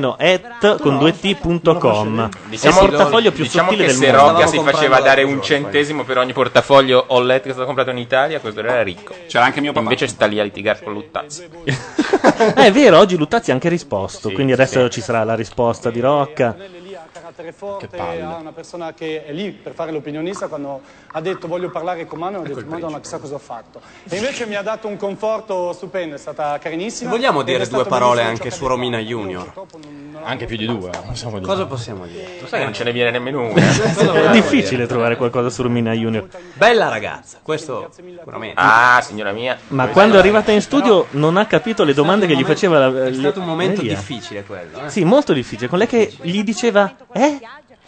at con due t punto com. Diciamo, è il portafoglio più diciamo sottile che del se mondo. Rocca si faceva dare un centesimo per ogni portafoglio Ollet che è stato comprato in Italia, questo era ricco. C'era anche mio papà. Invece sta lì a litigare con Luttazzi. Eh, è vero, oggi Luttazzi ha anche risposto, quindi adesso ci sarà la risposta di Rocca. Carattere forte, ha una persona che è lì per fare l'opinionista. Quando ha detto voglio parlare con Mano, ho detto Madonna, chissà cosa ho fatto. E invece mi ha dato un conforto stupendo, è stata carinissima. Vogliamo ed dire è due stato parole benissimo anche ciò su che Romina Junior? Anche più di due, possiamo dire. Cosa possiamo dire? Lo sai che non ce ne viene nemmeno una. È difficile trovare qualcosa su Romina Junior. Bella ragazza, questo sicuramente. Ah, signora mia. Ma quando è arrivata in studio non ha capito le domande che gli faceva la. È stato un momento Elia. difficile quello. Eh? Sì, molto difficile. Con lei che gli diceva, eh?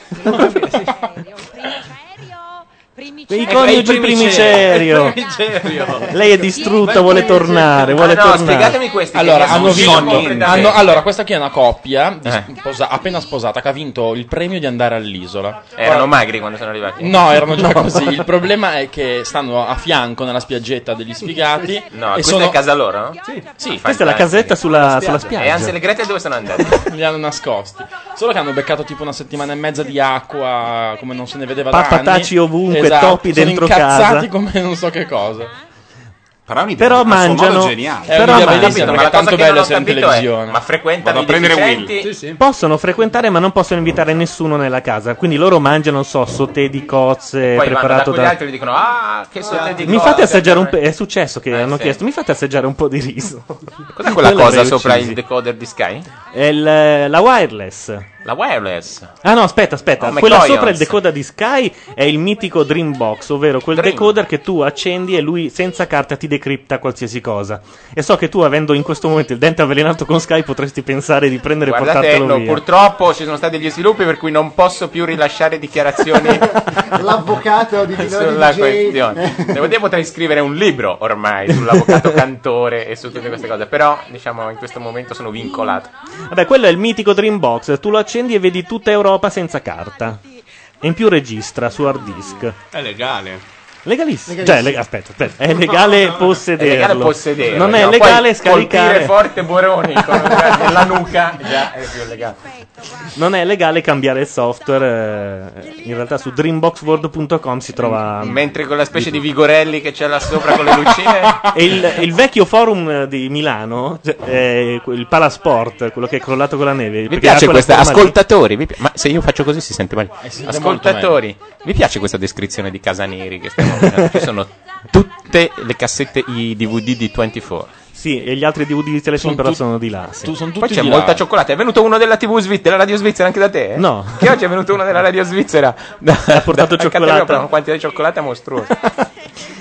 I coniugi primicerio. Lei è distrutta, vuole tornare, vuole Ah, no, tornare. spiegatemi questi. Allora, che hanno sono vinto. sonni. hanno- allora, questa qui è una coppia di Eh. sposa- appena sposata che ha vinto il premio di andare all'isola. Erano Ora- magri quando sono arrivati? No, erano già così. Il problema è che stanno a fianco nella spiaggetta degli sfigati. No, e questa sono... è casa loro, no? Sì, Sì, Questa è la casetta sulla, sulla spiaggia. E Ansel e Gretel dove sono andati? li hanno nascosti. Solo che hanno beccato tipo una settimana e mezza di acqua, come non se ne vedeva da anni. Pappatacci ovunque, Esatto, topi sono dentro incazzati casa. come non so che cosa. Però, è un'idea, Però a suo modo mangiano. geniale. È Però un'idea mangiano. bellissima, Ma perché la è tanto cosa che bello non ho essere in capito è, televisione. ma frequentano Vado a i prendere deficienti? Possono frequentare, ma non possono invitare nessuno nella casa. Quindi loro mangiano, non so, sauté di cozze Poi vanno da preparato quegli da. altri e gli dicono ah, che sono di Mi cose. fate assaggiare un po'. È successo che Eh, hanno sì. chiesto, mi fate assaggiare un po' di riso. Cos'è quella Quello cosa avrei sopra uccisi. il decoder di Sky? È il- la wireless. La wireless. Ah no, aspetta, aspetta. Oh, Quella McCoyons. sopra il decoder di Sky è il mitico Dreambox, ovvero quel Dream. decoder che tu accendi e lui senza carta ti decripta qualsiasi cosa. E so che tu, avendo in questo momento il dente avvelenato con Sky, potresti pensare di prendere e Guardate, portartelo no, via. purtroppo ci sono stati degli sviluppi per cui non posso più rilasciare dichiarazioni L'avvocato di Milano sulla D J. questione. Devo dire, potrei scrivere un libro ormai sull'avvocato cantore e su tutte queste cose, però diciamo in questo momento sono vincolato. Vabbè, quello è il mitico Dreambox. Tu lo accendi e vedi tutta Europa senza carta. E in più registra su hard disk. È legale. Legalissimo. Cioè, le- aspetta, aspetta. È legale possederlo. È legale possederlo. Non è no? legale Poi scaricare. colpire forte Boroni con la nuca già è più legale. Non è legale cambiare il software. eh, In realtà su dreambox world punto com si trova. Mentre con la specie di Vigorelli che c'è là sopra con le lucine. E il, il vecchio forum di Milano, cioè, eh, il Palasport, quello che è crollato con la neve. Vi perché piace ha quella questa? forma lì. Ascoltatori, vi pi- ma se io faccio così si sente male. Eh, si sente Ascoltatori, vi piace questa descrizione di Casa Neri che stiamo facendo? Ci sono tutte le cassette, i D V D di ventiquattro. Sì, e gli altri D V D di Telefilm Sono però tu- sono di là. Sì. Tu, sono Poi tutti c'è di molta là. cioccolata. È venuto uno della T V Svizzera, della radio svizzera anche da te? eh? No. Che oggi è venuto uno della radio svizzera. Da, Ha portato da- cioccolata. da- una quantità di cioccolata mostruosa.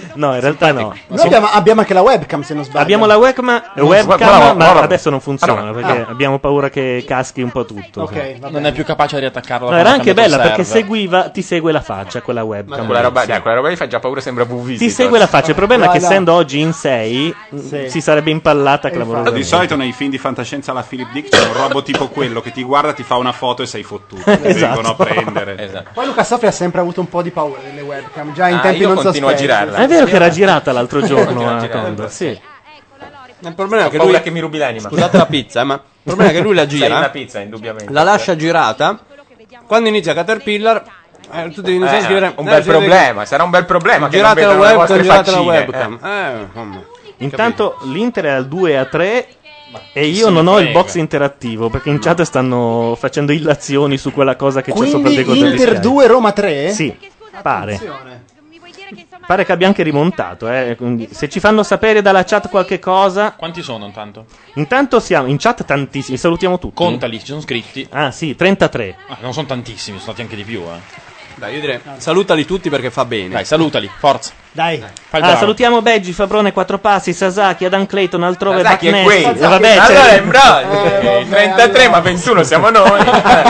No, in realtà no. Noi abbiamo, abbiamo anche la webcam, se non sbaglio. Abbiamo la webcam, Non- webcam guarda, ma guarda. adesso non funziona Allora, perché ah. abbiamo paura che caschi un po' tutto. Ok, va Non è più capace di riattaccarlo. No, era anche bella perché seguiva, ti segue la faccia quella webcam. Quella roba, Sì. dai, quella roba lì fa già paura, sembra V-Visit. Ti segue la faccia. Il problema è No, che no. essendo oggi in sei Sì. si sarebbe impallata clamorosamente. Di solito nei film di fantascienza alla Philip Dick c'è un robot tipo quello che ti guarda, ti fa una foto e sei fottuto. Ti Esatto. vengono a prendere. Esatto. Poi Luca Sofri ha sempre avuto un po' di paura delle webcam, già in Ah, tempi io non continuo a sospetti. girarla. È vero che era girata l'altro giorno Continua a a girare. Condor, sì. Il problema Ho è che paura lui. che mi rubi l'anima. Scusate la pizza, eh, ma il problema è che lui la Sei gira. una pizza, indubbiamente. La lascia girata. Quando inizia Caterpillar, eh, tutti iniziano a Eh, scrivere. un eh, bel sì, problema, sarà un bel problema che non Girate la vedono le webcam, vostre girate la faccine, webcam. Eh, insomma. Intanto l'Inter è al due a tre e io se non ne ho il frega. box interattivo perché in chat stanno facendo illazioni su quella cosa che c'è sopra il Quindi decodere di Inter Sky. due, Roma tre? Sì, pare. Attenzione. Pare che abbia anche rimontato, eh. Quindi, se ci fanno sapere dalla chat qualche cosa. Quanti sono intanto? Intanto siamo in chat tantissimi, salutiamo tutti. Contali, ci sono scritti. Ah sì, trentatré. Ah, non sono tantissimi, sono stati anche di più, eh. Dai, io direi salutali tutti perché fa bene. Dai, salutali, forza. Dai. Fai il Ah, bravo. salutiamo Beggi, Fabrone, Quattro Passi, Sasaki, Adam Clayton, altrove Sasaki è Backnest. quello. Eh, vabbè, Allora c'è- è bravo. trentatré, ma ventuno siamo noi.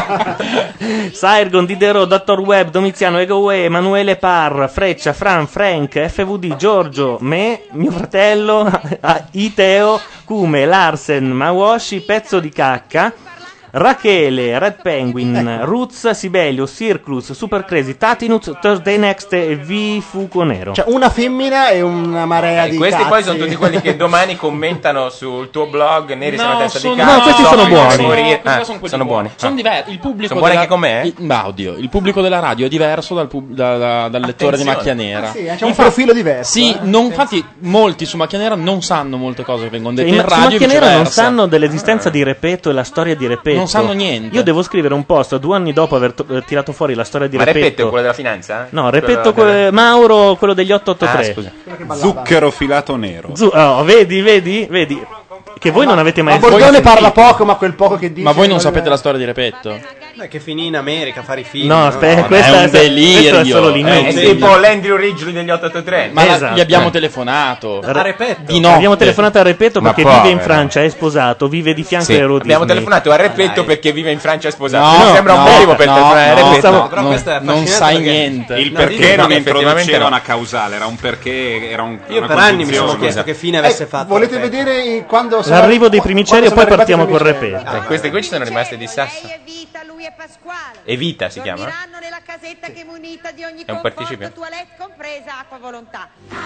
Sairgon, Diderot, Dottor Web, Domiziano, Egowe, Emanuele Par, Freccia, Fran, Frank, F V D, Giorgio, me, mio fratello, Iteo, Kume, Larsen, Mawashi, Pezzo di Cacca, Rachele, Red Penguin, Ruz, Sibelio, Circlus, Super Crazy, Tatinuz, Thursday Next e V Fuco Nero. Cioè una femmina e una marea E di questi poi cazzi. sono tutti quelli che domani commentano sul tuo blog Neri No, siamo testa sono- di cazzo. no, questi sono vogliono buoni. morire. No, questi Ah, sono quelli sono buoni. buoni. Sono Ah. diver- il pubblico Sono buoni della- anche con me? Il, ma oddio, il pubblico della radio è diverso dal, pub- da- da- dal lettore di Attenzione. Macchia Nera. Ah, sì, c'è un profilo diverso. Sì, eh. non, infatti molti su Macchia Nera non sanno molte cose che vengono dette In, in su radio e Macchia Nera non viceversa. sanno dell'esistenza di Repetto e la storia di Repetto. Non sanno niente. Io devo scrivere un post due anni dopo aver to- eh, tirato fuori la storia di Ma Repetto. Repetto è quello della finanza? No, Repetto Quello que- della- Mauro, quello degli otto otto tre. Ah, scusa. Zucchero filato nero. Zu- oh, vedi, vedi, vedi. Che voi non avete mai Ma Bordone sentito. parla poco, ma quel poco che dice. Ma voi non sapete la storia di Repetto? Beh, che finì in America a fare i film. No, aspetta, no, questa è un delirio. questo è solo È È l'inizio. tipo l'Andrew Ridgely degli otto otto tre. Ma la- Esatto. gli abbiamo telefonato. A Repetto. Di notte. Abbiamo telefonato a Repetto Ma perché povero. vive in Francia, è sposato, vive di fianco Sì, ai Euro abbiamo Disney. telefonato a Repetto perché vive in Francia e sposato. No, Mi sembra un no, motivo per no, telefonare a no, Repetto. stavo- Però no, questa è non affascinante sai perché- niente. Il No, perché sì, non no, effettivamente introduceva no. una causale, era un perché, era un, Io una per anni mi sono congiunzione. chiesto che fine avesse Eh, fatto. volete Repetto. vedere i- quando sono- L'arrivo dei primiceri e quando poi sono partiamo arrivati con i primiceri? Repetto. Eh, queste qui ci sono rimaste di sasso. Lei è Vita, lui è Pasquale. Evita si chiama? Dormiranno nella casetta che è munita di ogni È un conforto, participio? toilette compresa, acqua a volontà.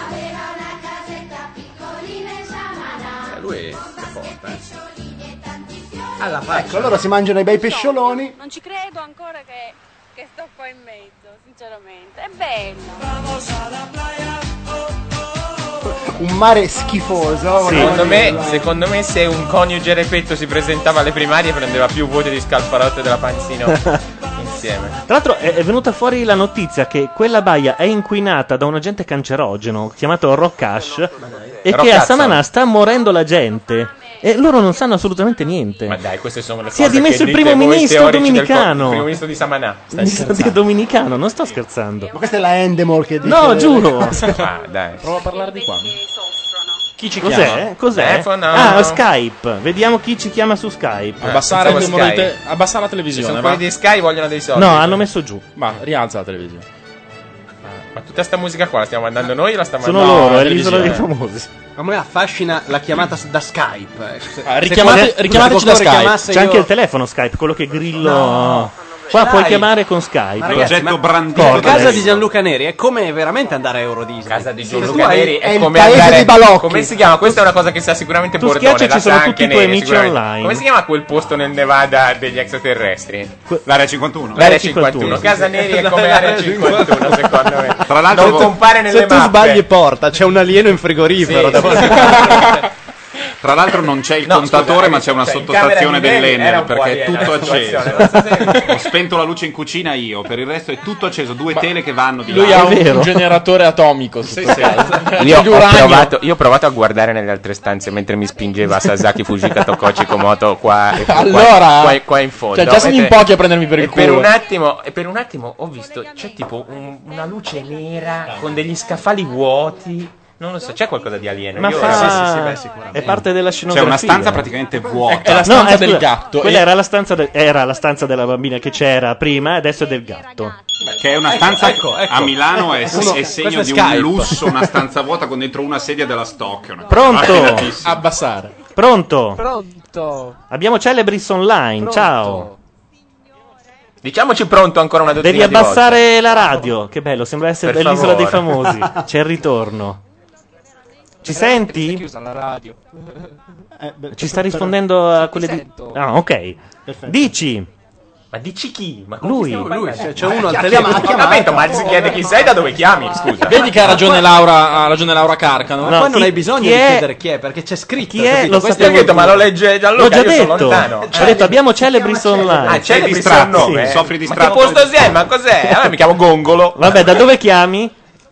Eh, Lui è forte. eh. Alla faccia. Ecco, allora si mangiano i bei pescioloni. Non ci credo ancora che, che sto qua in mezzo, sinceramente. È bello. Un mare schifoso. Secondo me, secondo me se un coniuge Repetto si presentava alle primarie prendeva più voti di Scalfarotto e della Panzino insieme. Tra l'altro è, è venuta fuori la notizia che quella baia è inquinata da un agente cancerogeno chiamato Rock Ash e che a Roccazzo. Samanà sta morendo la gente e loro non sanno assolutamente niente. Ma dai, queste sono le Si è cose dimesso che il dite primo voi ministro teorici del co- dominicano. Il primo ministro di Samanà. Stai Ministro di scherzando? dominicano, non sto scherzando. Ma questa è la Endemol che dice. No, delle giuro. cose. Ah, dai. Prova a parlare di qua. Chi ci Cos'è? chiama? Cos'è? Telefono. Ah, Skype. Vediamo chi ci chiama su Skype. Abbassare, il pensavo numero di Sky. te- abbassare la Ci televisione. sono va? quelli di Sky vogliono dei soldi. No, hanno messo giù. Va, rialza la televisione. Ma tutta sta musica qua la stiamo mandando noi o la stiamo Sono mandando? loro, no, è l'isola dei televisione. famosi. A me affascina la chiamata da Skype. eh. Se- Ah, se richiamate- qualcuno- richiamateci se da qualcuno Skype. richiamasse C'è io- anche il telefono Skype, quello che grillo. No. Qua Ce puoi l'hai? chiamare con Ma Skype. ragazzi, Progetto ma- brandito a da casa Disney. di Gianluca Neri è come veramente andare a Euro Disney. Casa di tu Gianluca hai- Neri è è il come paese andare di Balocchi. Come si chiama? Questa è una cosa che sa sicuramente Tu Bordone. schiaccia, la ci sono sa tutti anche i tuoi Neri, amici sicuramente. online. Come si chiama quel posto nel Nevada degli extraterrestri? L'area cinquantuno. L'area cinquantuno. Casa Neri è come l'area cinquantuno, secondo me. Tra l'altro, Non compare nelle Se tu mappe. sbagli porta, c'è un alieno in frigorifero. Sì, davanti. sì. Tra l'altro non c'è il No, contatore, scusa, ma c'è una cioè, in sottostazione camera di Nelly dell'Enel era un po' perché è aliena tutto la acceso. situazione, Ho spento la luce in cucina io, per il resto è tutto acceso, due tele che vanno di Lui là. ha un, un generatore atomico sotto casa. Io ho, L'uranio. provato, io ho provato a guardare nelle altre stanze mentre mi spingeva Sasaki Fujika Tokochi Komoto qua, qua, Allora, qua, qua in fondo. cioè, già sono in Mentre- pochi a prendermi per il e per culo. un attimo E per un attimo ho visto, c'è tipo un- una luce nera con degli scaffali vuoti. Non lo so, c'è qualcosa di alieno. Ma Io- fa... Sì, sì, sì, beh, sicuramente. è parte della C'è scenografia. una stanza praticamente vuota. È la stanza No, eh, del scusa, gatto. Quella e- era la stanza, de- era la stanza della bambina che c'era prima, adesso è del gatto. Che è una stanza ecco, ecco. a Milano è, Uno- è segno questo è di un Skype. lusso, una stanza vuota con dentro una sedia della Stock. È una cosa Pronto? raffinatissima. Abbassare. Pronto? Pronto. Abbiamo Celebris online, Pronto. ciao. Diciamoci pronto ancora una dozzina Devi di volte. abbassare la radio, che bello, sembra essere Per dell'isola dei favore. famosi. C'è il ritorno. Ci È senti? chiusa la radio. Eh, beh, Ci sta rispondendo a quelle di... sento. Ah, ok. Perfetto. Dici. Ma dici chi? Ma Lui. Lui, c'è, c'è uno al Ha telefono. chiamato, Ho capito, ma si chiede chi sei, da dove chiami, scusa. Vedi che ha ragione Laura, ha ragione Laura Carcano. Ma No, poi non chi- hai bisogno chi di è- chiedere chi è, perché c'è scritto. Chi è? capito? Lo Questo Ti ho è detto, il ma lo punto. legge L'ho Gianluca, già io sono detto. lontano. Ho detto abbiamo Celebris online. Ah, c'è Sei il distratto, nome, eh? soffri Ma distratto. che posto sei? Ma cos'è? Allora mi chiamo Gongolo. Vabbè, da dove chiami?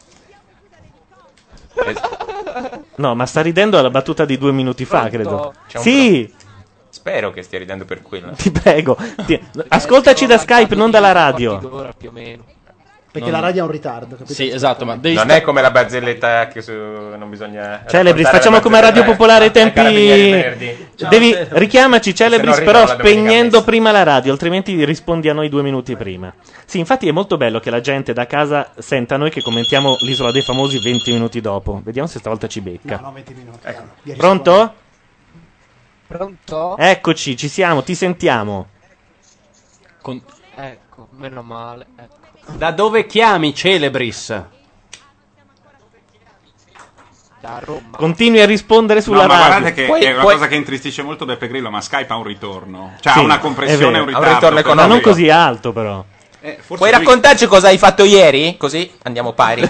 No, ma sta ridendo alla battuta di due minuti fa, credo. C'è un Sì, Spero che stia ridendo per quello. ti prego. Ti- Ascoltaci da Skype, non dalla radio. Ora più o meno. Perché la radio ha un ritardo, capito? Sì, esatto, ma devi Non sta- è come la barzelletta che su... non bisogna... Celebris, raccontare facciamo la come a Radio barzelletta Popolare ai ai carabinieri tempi. verdi. Devi richiamaci Celebris, Se no però arrivano la domenica spegnendo messa. prima la radio, altrimenti rispondi a noi due minuti prima. Sì, infatti è molto bello che la gente da casa senta noi che commentiamo l'Isola dei Famosi venti minuti dopo. Vediamo se stavolta ci becca. No, no, venti minuti. Ecco. Vi Pronto? Pronto? Eccoci, ci siamo, ti sentiamo. con- Ecco, meno male. Ecco. Da dove chiami Celebris? Da Roma. Continui a rispondere sulla No, ma radio. guardate che Poi- è una poi- cosa che intristisce molto Beppe Grillo, ma Skype ha un ritorno. Cioè Sì, ha una è compressione e vero. un Ha un ritardo. ritorno per- Ma non economico. così alto, però. Eh, forse Puoi lui- raccontarci cosa hai fatto ieri? Così andiamo pari.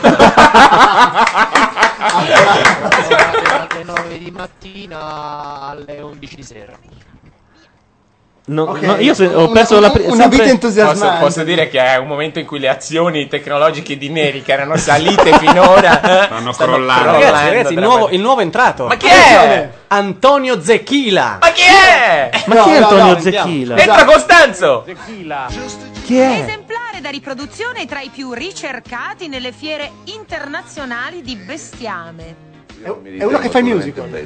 Dalle nove di mattina alle undici di sera. No, Ok. no, io se- ho Una- perso la una- pri- una sempre- vita Posso, entusiasmante. posso dire che è un momento in cui le azioni tecnologiche di Neri, che erano salite finora, eh, Stanno stanno crollando. Ragazzi, crollando ragazzi, il drammaticamente. nuovo, il nuovo entrato. Ma chi è? Antonio Zecchila. Ma chi è? Ma No, chi è no, Antonio no, Zecchila? Entra Costanzo! Chi è? Esemplare da riproduzione tra i più ricercati nelle fiere internazionali di bestiame. È, è uno che fa i musical. Eh,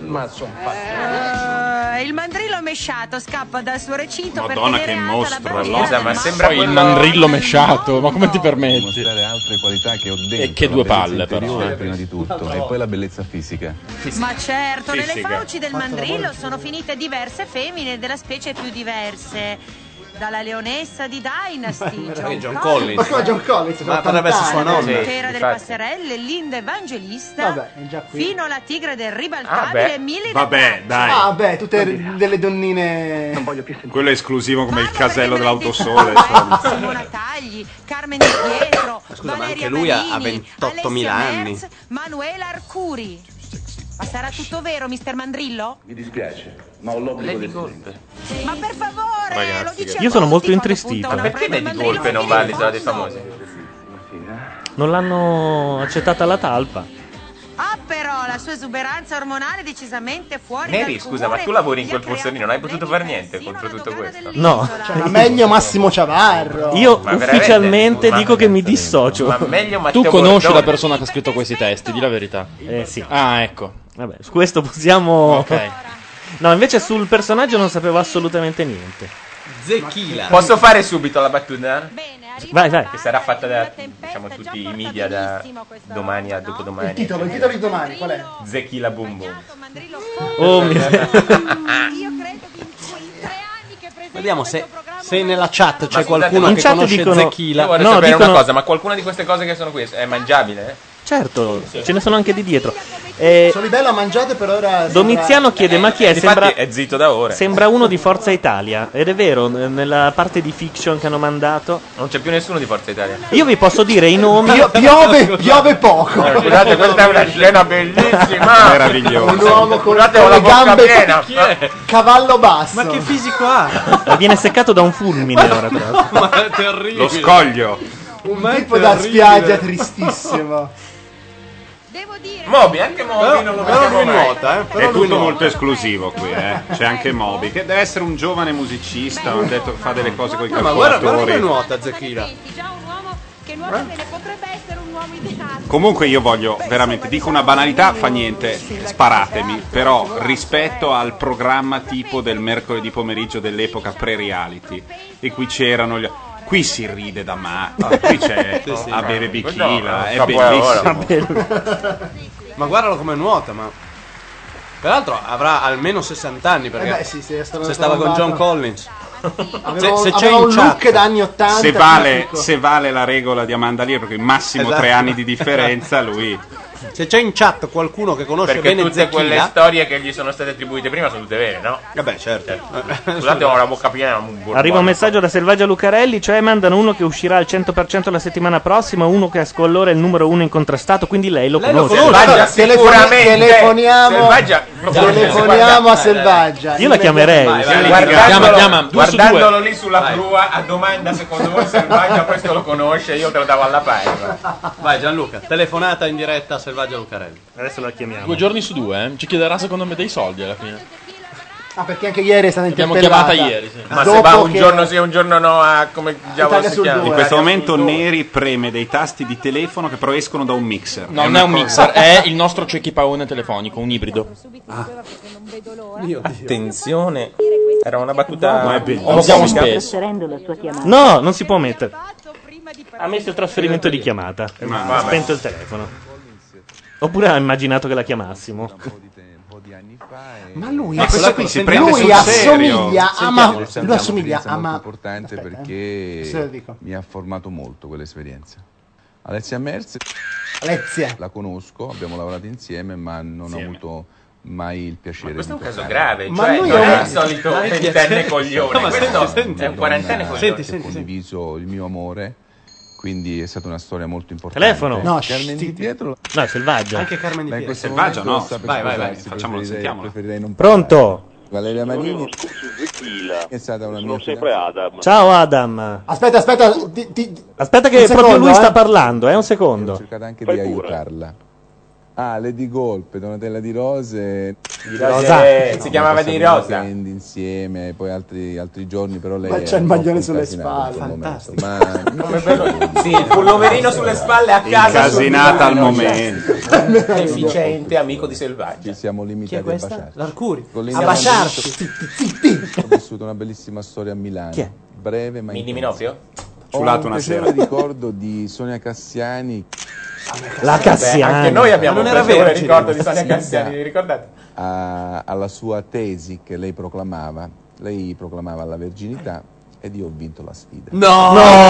il mandrillo mesciato scappa dal suo recinto Madonna, per che tenere alta mostro, la bandiera Scusa, del ma maschio. sembra Poi il quello... mandrillo mesciato, ma come ti permetti? Mostrare altre qualità che ho dentro. E che due palle, però, eh. Prima di tutto, e poi la bellezza fisica. Ma certo, nelle Fisica. fauci del mandrillo sono finite diverse femmine della specie più diverse. Dalla leonessa di Dynasty, John, John Collins, Collins. Ma come John Collins? Ma potrebbe essere sua nonna. Sì, Pera delle infatti. passerelle, Linda Evangelista, Vabbè, è già qui. fino alla tigre del Ah, ribaltabile beh. Millie Vabbè, dai. Ah, beh, tutte delle donnine. Quello è esclusivo come il casello dell'autosole. Sole, insomma. Simona Tagli, Carmen Di Pietro, scusa, ma Valeria anche lui ha- ha Manini, ventottomila Alessia anni. Merz, Manuela Arcuri. Ma sarà tutto vero, mister Mandrillo? Mi dispiace, ma ho l'obbligo del silenzio. Ma per favore, Ragazzi, lo dice Io sono molto quando intristito. punta una Perché preda al Lady mandrillo Volpe non va all'Isola dei fondo? Famosi? Non l'hanno accettata alla talpa. Ah, però la sua esuberanza ormonale è decisamente fuori Neri, dal scusa, ma comune. tu lavori in Gli quel ha creato postino, non hai problemi potuto fare niente persino contro alla tutto dogana questo? No. Cioè, ma meglio Massimo Ciavarro. Io Ma ufficialmente veramente? dico che mi dissocio. Ma meglio Matteo Tu conosci Bordone. la persona che ha scritto questi testi, di la verità. Eh sì. Ah, ecco. Vabbè, su questo possiamo. Ok. No, invece sul personaggio non sapevo assolutamente niente. Zecchila. Posso fare subito la battuta? Vai, vai. Che sarà fatta da, diciamo, tutti i media da domani a dopodomani. Il titolo, il titolo di domani, qual è? Zecchila Boom Boom. Oh mio Vediamo se, se nella chat c'è scusate, qualcuno in che chat conosce dicono- Zecchila. Io vorrei No, sapere dicono- una cosa, ma qualcuna di queste cose che sono qui è mangiabile? Certo, ce ne sono anche di dietro. Eh, Solibello ha mangiato e per ora. Domiziano sembra- chiede: ma chi è? Difatti Sembra, è zitto da ore. sembra uno di Forza Italia. Ed è vero, n- nella parte di fiction che hanno mandato. Non c'è più nessuno di Forza Italia. Io vi posso dire i nomi. Pio- piove, piove poco. Eh, scusate, questa è una scena bellissima. Meravigliosa. Un uomo con, Scusate, con ho la le bocca gambe piena. Chi è? Cavallo basso. Ma che fisico ha? Viene seccato da un fulmine ora, tra l'altro. Ma è terribile. Lo scoglio. Un Ma è tipo da terribile. spiaggia tristissimo. Moby, anche Moby Però- non lo però vediamo lui mai. nuota, eh. Però È lui tutto nuota. molto esclusivo qui, eh. C'è anche Moby, che deve essere un giovane musicista. Hanno detto che fa delle cose con i No, ma guarda, guarda calcolatori. come nuota Zecchina. Che nuova bene, potrebbe essere un uomo ideale. Comunque io voglio veramente, dico una banalità, fa niente, sparatemi, però rispetto al programma tipo del mercoledì pomeriggio dell'epoca pre-reality, e qui c'erano gli... Qui si ride da matti, qui c'è Sì, sì. a bere bicchila, è Capolavoro. bellissimo. Ma guardalo come nuota, ma. Peraltro avrà almeno sessanta anni perché Eh beh, sì, sì, è stato se stava con John trombato. Collins. Aveva, Se- se c'è aveva in un chat- look da anni ottanta. Se vale, classico. se vale la regola di Amanda Lear, perché massimo Esatto. tre anni di differenza, lui... Se c'è in chat qualcuno che conosce Perché bene tutte quelle Zecchina. storie che gli sono state attribuite prima sono tutte vere, no? Vabbè, certo. Scusate, ho la bocca piena. un bourbon. Arriva un messaggio da Selvaggia Lucarelli, cioè mandano uno che uscirà al cento per cento la settimana prossima, uno che a scuola è il numero uno incontrastato, quindi lei lo Lei lo conosce. conosce. Selvaggia Telefoni- sicuramente. telefoniamo- Selvaggia, Telefoniamo a Selvaggia. Io la chiamerei. Vai, vai, vai. Guardandolo, Chiama, chiama, due su guardandolo lì sulla prua, a domanda secondo voi Selvaggia questo lo conosce, io te lo davo alla pari. Vai Gianluca, telefonata in diretta a Selvaggia Lucarelli. Adesso la chiamiamo. Due giorni su due, eh? Ci chiederà secondo me dei soldi alla fine. Ah, perché anche ieri è stata L'abbiamo interpellata. chiamata ieri, sì. Ma se Dopo va un che- giorno sì e un giorno no, a come diavolo Italia si sul chiama? due. In questo Eh, momento sul due. Neri preme dei tasti di telefono che però escono da un mixer. No, non una è un cosa- mixer, è il nostro cecchipaone telefonico, un ibrido. Attenzione, era una battuta. No, è bellissimo. Lo usiamo spesso. No, non si può mettere. Ha messo il trasferimento di chiamata. Ma- Ha spento il telefono. Oppure ha immaginato che la chiamassimo. Ma lui, Ma questo questo qui qui si prende lui sul assomiglia serio. a ma, È stata lui assomiglia un'esperienza a ma molto importante Aspetta, perché eh. Se lo dico. mi ha formato molto quell'esperienza. Alessia Merz Alessia. la conosco, abbiamo lavorato insieme, ma non ho avuto mai il piacere Questo è un di caso toccare. grave, Ma cioè lui non è è un- il solito Ma è ventenne piacere. coglione, No, ma questo senti, senti. è un quarantenne Donna coglione. Senti, che ha senti, condiviso il mio amore, quindi è stata una storia molto importante. Telefono? No, Carmen Di Pietro. No, è Selvaggia. Anche Carmen Di Beh, in Pietro. questo Selvaggia, momento no. sta per Vai, vai, vai. sposarsi, Facciamolo, preferirei- sentiamolo. preferirei non Pronto? Valeria Manini Su Zecchila. è stata una Sono mia sempre Adam. Ciao Adam. Aspetta, aspetta, ti- ti- Aspetta che Un proprio secondo, lui sta eh. parlando, eh, un ho secondo. cercato anche Fai di pure. aiutarla. Ah, Lady Golpe, Donatella Di Rose. Di Rosa. Eh, si chiamava Di Abbiamo Rosa. passato un weekend insieme, poi altri, altri giorni, però lei Ma è c'è il un po' maglione sulle incasinata in spalle. quel momento. Fantastico. Ma Come bello. Sì, il pulloverino sulle spalle a casa. Incasinata al sul divano, momento. cioè, Efficiente, amico di ci Selvaggia. siamo Chi è limitati a questa? baciarci. L'Arcuri. Con a Linda baciarsi. Lamberto Zitti, zitti. ho vissuto una bellissima storia a Milano. Chi è? Breve ma Mini intensa. Minofio? Ho Ciulato un una piacevole sera. ricordo di Sonia Cassiani La Beh, Cassiani. anche noi abbiamo Ma un non era piacevole vergine. ricordo di Sonia Sì, Cassiani, sì. vi ricordate? a- alla sua tesi che lei proclamava. Lei proclamava la verginità ed io ho vinto la sfida. No!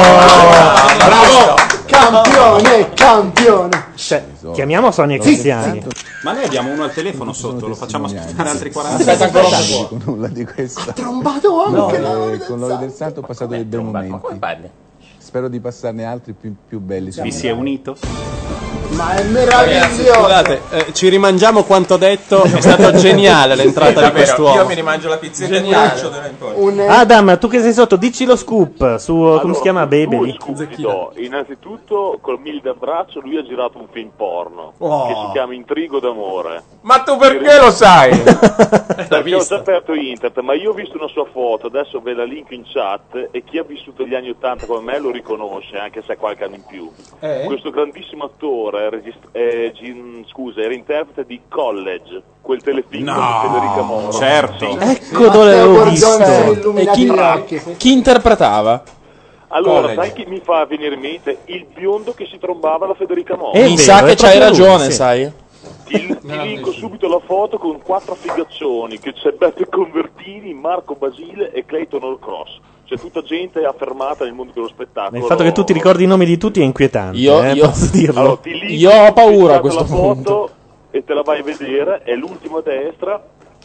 Bravo! Campione, campione. Cioè, chiamiamo Sonia Sì. Cassiani. Ma noi abbiamo uno al telefono sotto, lo facciamo aspettare altri quaranta Aspetta secondi. ancora non dico nulla di questo. Trombato anche la Eh, con l'olio del santo ho passato dei bei Ma come momenti. parli? Spero di passarne altri più, più belli. Vi si è unito? Ma è Ragazzi, meraviglioso. scusate, eh, ci rimangiamo quanto detto. È stato geniale l'entrata di Davvero, quest'uomo. io mi rimangio la pizzetta e mi Geniale. lascio dove importa. Un Adam, tu che sei sotto, dici lo scoop su come si chiama Baby. Due scoop ti do. Innanzitutto, col mille d'abbraccio, lui ha girato un film porno Oh. che si chiama Intrigo d'amore. Ma tu perché lo sai? Perché ho già aperto internet, ma io ho visto una sua foto, adesso ve la link in chat e chi ha vissuto gli anni ottanta come me lo riconosce, anche se ha qualche anno in più. Eh? Questo grandissimo attore, regist- eh, gin- scusa, era interprete di College, quel telefilm No, di Federica Moro. certo. Sì. Ecco dove Matteo l'avevo Bordone visto. si è E illuminati chi, gli occhi. chi interpretava? Allora, College. sai chi mi fa venire in mente? Il biondo che si trombava alla Federica Moro. È Mi vero, sa è che c'hai proprio lui, ragione, sì. sai. Ti, ti linko subito la foto con quattro figaccioni, che c'è Beppe Convertini, Marco Basile e Clayton Norcross. c'è tutta gente affermata nel mondo dello spettacolo. Il fatto che tu ti ricordi i nomi di tutti è inquietante. Io- eh, io- posso dirlo. Allora, ti linki, Io ho paura a clicca questo la foto punto. e te la vai a vedere, è l'ultimo a destra.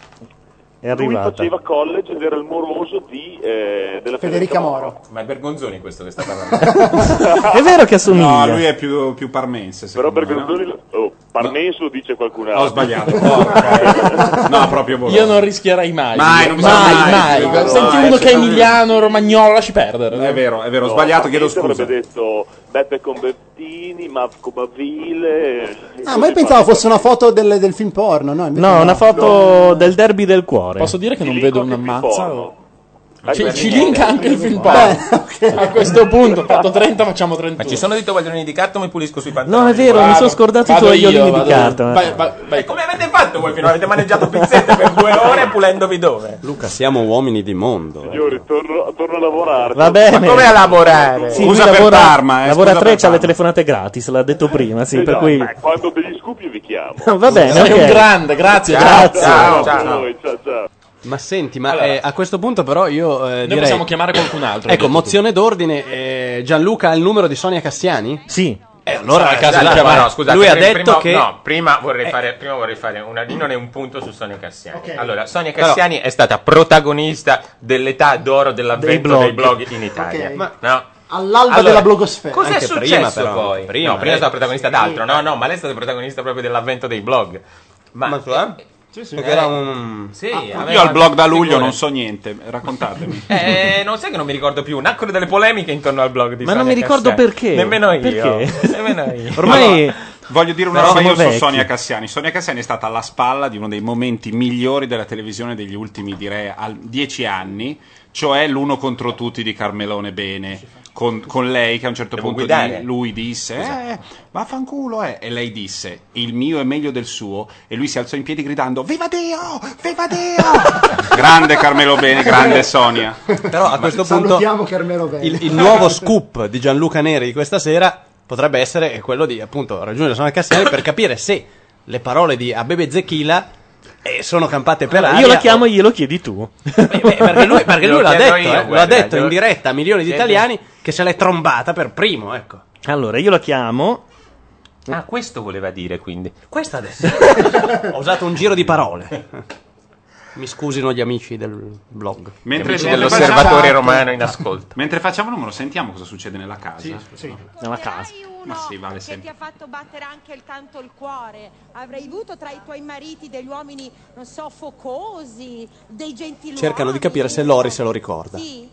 È Lui arrivata. faceva college ed era il moroso di, eh, della Federica Moro. Ma è Bergonzoni questo che sta parlando. È vero che assomiglia. No, lui è più, più parmense. Però secondo me, Bergonzoni, no? oh, Parmenso lo dice qualcun altro. Ho sbagliato. Porca. No, proprio Bologna. Io non rischierei mai. Mai, non mai, bisogna mai. mai. Senti No, uno eh, che è secondo me- emiliano, romagnolo, lasci perdere. È vero, è vero, ho No, sbagliato, chiedo Parmense scusa. avrebbe detto Beppe Convertini, Marco Bavile. Ah, ma io pensavo fosse una foto del, del film porno, no? Invece No, no. una foto del derby del cuore. Posso dire che non vedo una mazza? o- Ah, Ci, beh, ci niente. linka anche il film porno. A questo punto, ho fatto trenta, facciamo trentuno. Ma ci sono dei tovagliolini di carta o mi pulisco sui pantaloni? No, è vero, mi Vado, sono scordato i vado tovagliolini io, di vado- carta. vai- vai- vai. E come avete fatto voi finora? Avete maneggiato pizzette per due ore pulendovi dove? Luca, siamo uomini di mondo. Signori, torno, torno a lavorare. Va bene. Ma come a lavorare? Sì, Scusa lui per lavora, Parma, eh, lavora scusa a tre, per c'ha le Parma. telefonate gratis, l'ha detto prima, sì, per Esatto, cui... beh, quando ho degli scoop io vi chiamo. Va bene, Sei ok. un grande, grazie. Grazie. Ciao, Ciao, ciao. a voi, ciao, ciao. Ma senti, ma Allora. eh, a questo punto però io eh, Noi direi... possiamo chiamare qualcun altro. hai Ecco, detto mozione d'ordine. eh, Gianluca ha il numero di Sonia Cassiani? Sì. Eh, allora a casa Dai, di no, chiamare. no, scusate, Lui ha prima- detto prima- che... No, prima vorrei, Eh. fare, prima vorrei fare una non è un punto su Sonia Cassiani. Ok. Allora, Sonia Però- Cassiani è stata protagonista dell'età d'oro dell'avvento Dei dei blog. blog, in Italia. Ok. Ma- no? All'alba Allora, della blogosfera. Cos'è Anche successo prima, però, poi? prima, no, prima eh. è stata protagonista d'altro. No, no, ma lei è stata protagonista proprio dell'avvento dei blog. Ma, Ma cioè? Sì, sì. Perché era un... Sì, Io aveva- al blog da luglio figurati. non so niente, raccontatemi. Eh, non sai che non mi ricordo più. Nacquero delle polemiche intorno al blog di Ma non Sonia mi ricordo Cassiani. perché. Nemmeno io. Perché? Nemmeno io. Ormai... Allora, voglio dire una Però roba io siamo su vecchi. Sonia Cassiani. Sonia Cassiani è stata alla spalla di uno dei momenti migliori della televisione degli ultimi, direi, al- dieci anni, cioè l'uno contro tutti di Carmelone Bene. Con, con lei che a un certo Devo punto guidare? di- lui disse eh, vaffanculo eh. E lei disse il mio è meglio del suo e lui si alzò in piedi gridando viva Dio, viva Dio. Grande Carmelo Bene, grande Sonia. Però a questo punto Salutiamo Carmelo Bene. il, il nuovo scoop di Gianluca Neri di questa sera potrebbe essere quello di appunto raggiungere Sonia Cassiani per capire se le parole di Abebe Zechila eh, sono campate per aria. Io la chiamo e glielo chiedi tu. Beh, perché lui, perché lui Glielo l'ha chiedo detto, io, eh, lo ha guarda, detto in glielo- diretta a milioni di Chiedo- italiani che se l'è trombata per primo, ecco. Allora, io la chiamo. Ah, questo voleva dire quindi. Questa adesso. Ho usato un giro di parole. Mi scusino gli amici del blog. Mentre, Amici mentre dell'osservatore facciamo- romano in ascolto. mentre facciamo il numero sentiamo cosa succede nella casa. Nella casa. Ma sì, vale che sempre. ti ha fatto battere anche il tanto il cuore. Avrei avuto tra i tuoi mariti degli uomini, non so, focosi, dei gentiluomini. Cercano di capire se Lori se lo ricorda. Sì.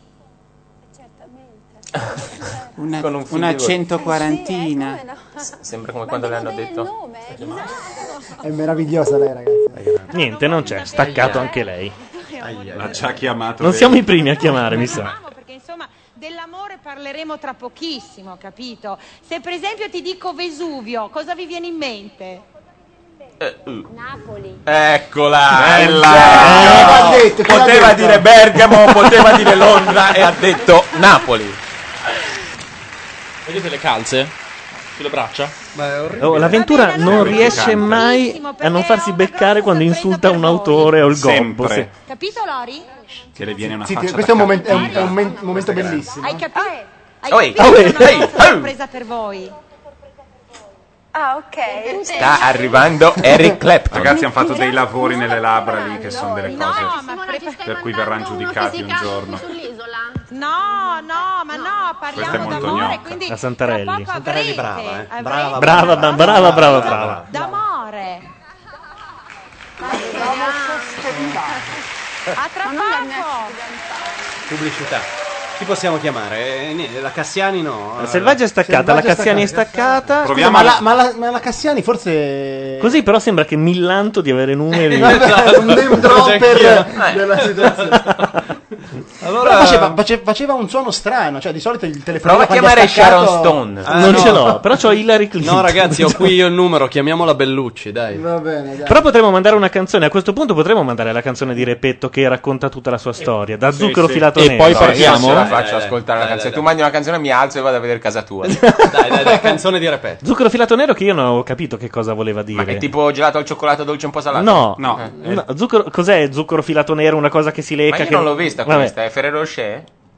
Una, Con un figlio una di- centoquarantina. Sembra come quando le hanno detto. È meravigliosa lei, ragazzi. Niente, non c'è. Staccato anche lei. L'ha già chiamato. Non vedi? siamo i primi a chiamare, mi sa. Perché insomma dell'amore parleremo tra pochissimo, capito? Se per esempio ti dico Vesuvio, cosa vi viene in mente? Napoli. Eccola! Bella! Eh, l'ha detto, chi l'ha poteva detto? dire Bergamo, poteva dire Londra e ha detto Napoli. Vedete le calze? Sulle braccia? Oh, l'avventura non riesce mai a non farsi beccare quando insulta un autore o il gobbo. Sempre. sì. Capito Lori? Che le viene una Sì, faccia questo è un da momento, è un, cattiva. è un men- momento bellissimo. Hai capito? Hai Oi, capito oi, che è ehi, una ehi. sorpresa per voi? Ah, ok. Sta arrivando Eric Clapton. Ragazzi hanno fatto dei lavori nelle labbra lì che sono delle cose No, ma pre- per cui verranno giudicati un giorno. no, no, ma no, Questa è parliamo molto d'amore, gnocca. quindi La Santarelli. tra poco Santarelli avrete, brava, eh. avrete Brava, Brava, brava, brava, brava, brava. d'amore. A tra poco. Pubblicità. Chi possiamo chiamare? Eh, niente, la Cassiani no. La Selvaggia è staccata, la Selvaggia è Cassiani è staccata. Proviamo ma, a- la, ma, la, ma la Cassiani forse... Così però sembra che millanto di avere numeri. un name dropper Eh. della situazione. Allora Però faceva, face- faceva un suono strano, cioè di solito il telefono Prova a chiamare Sharon Stone. Ah, non no. ce l'ho, però c'ho Hillary Clinton. No, ragazzi, ho qui io il numero, chiamiamola Bellucci, dai. Va bene, dai. Però potremmo mandare una canzone. A questo punto potremmo mandare la canzone di Repetto che racconta tutta la sua storia. Da Zucchero sì. Filato E Nero. poi No, partiamo? io ce la Dai, faccio dai, ascoltare dai, la dai, canzone. dai. Tu mandi una canzone, mi alzo e vado a vedere casa tua. Dai, dai, dai, canzone di Repetto. Zucchero Filato Nero che io non ho capito che cosa voleva dire. Ma è tipo gelato al cioccolato dolce un po' salato? No, No. no, zucchero- cos'è zucchero filato nero? Una cosa che si lecca? Ma io che... non l'ho vista Vabbè. questa, è Ferrero Rocher?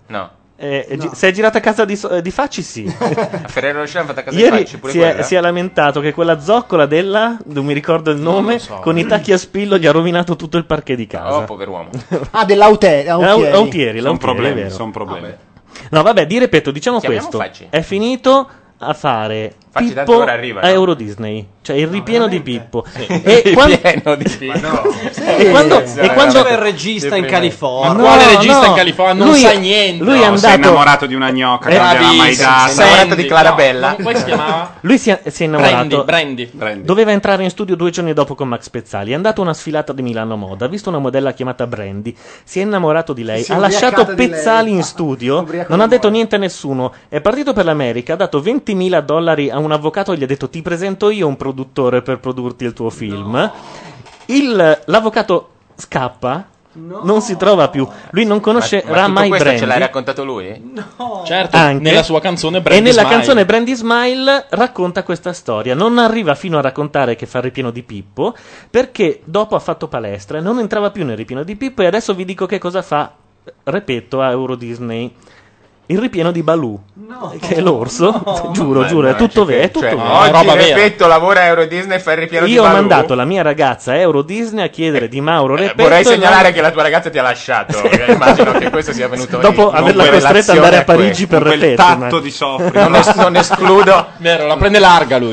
No. Eh, gi- Se è girata a casa di, so- di Facci, sì. A Ferrero Rocher hanno fatto a casa Ieri di Facci pure si è, quella? si è lamentato che quella zoccola della, non mi ricordo il nome, so. con i tacchi a spillo gli ha rovinato tutto il parquet di casa. Oh, pover'uomo. Ah, dell'Autieri. Au- Autieri, Sono l'Autieri, problemi, è vero. sono problemi. No, vabbè, di ripeto, diciamo Chiamiamo questo. Facci. È finito a fare Facci tanto Pippo ora arriva, a no? Euro Disney. Cioè il ripieno di Pippo. E E quando, pieno di Pippo. e quando, e quando C'è il regista in California. No, Quale regista no. in California? Non Lui- sa niente. lui è No, andato sei innamorato di una gnocca che non gliel'ha mai Bravissimo, data. sei innamorato di Clarabella. Come si chiamava? Lui si è, si è innamorato. Brandy, Brandy. Doveva entrare in studio due giorni dopo con Max Pezzali. È andato a una sfilata di Milano Moda. Ha visto una modella chiamata Brandy. Si è innamorato di lei. Si è ha lasciato ubriacato di lei. Pezzali in studio. Ubriaco Non ha di detto amore. niente a nessuno. È partito per l'America. Ha dato ventimila dollari a un avvocato e gli ha detto: ti presento io un produttore per produrti il tuo film. Il, l'avvocato scappa. Non si trova più. Lui non conoscerà Ma, ma tutto mai questo Brandy. ce l'hai raccontato lui? Certo, Anche. nella sua canzone Brandy E nella Smile. canzone Brandy Smile racconta questa storia. Non arriva fino a raccontare che fa il ripieno di Pippo, perché dopo ha fatto palestra e non entrava più nel ripieno di Pippo. E adesso vi dico che cosa fa, ripeto, a Euro Disney. Il ripieno di Baloo, che è l'orso, giuro, Beh, giuro, è no, tutto cioè, vero. È tutto cioè, vero. oggi Repetto lavora a Euro Disney e fa il ripieno di Io ho Baloo. mandato la mia ragazza a Euro Disney a chiedere di Mauro Eh, Repetto. vorrei e segnalare non- che la tua ragazza ti ha lasciato. perché Immagino che questo sia venuto Dopo in- averla in costretta ad andare a relazione Parigi questo. per Con quel Repetto. tatto ma- di soffri. Non, es- non escludo. Vero, la prende larga lui.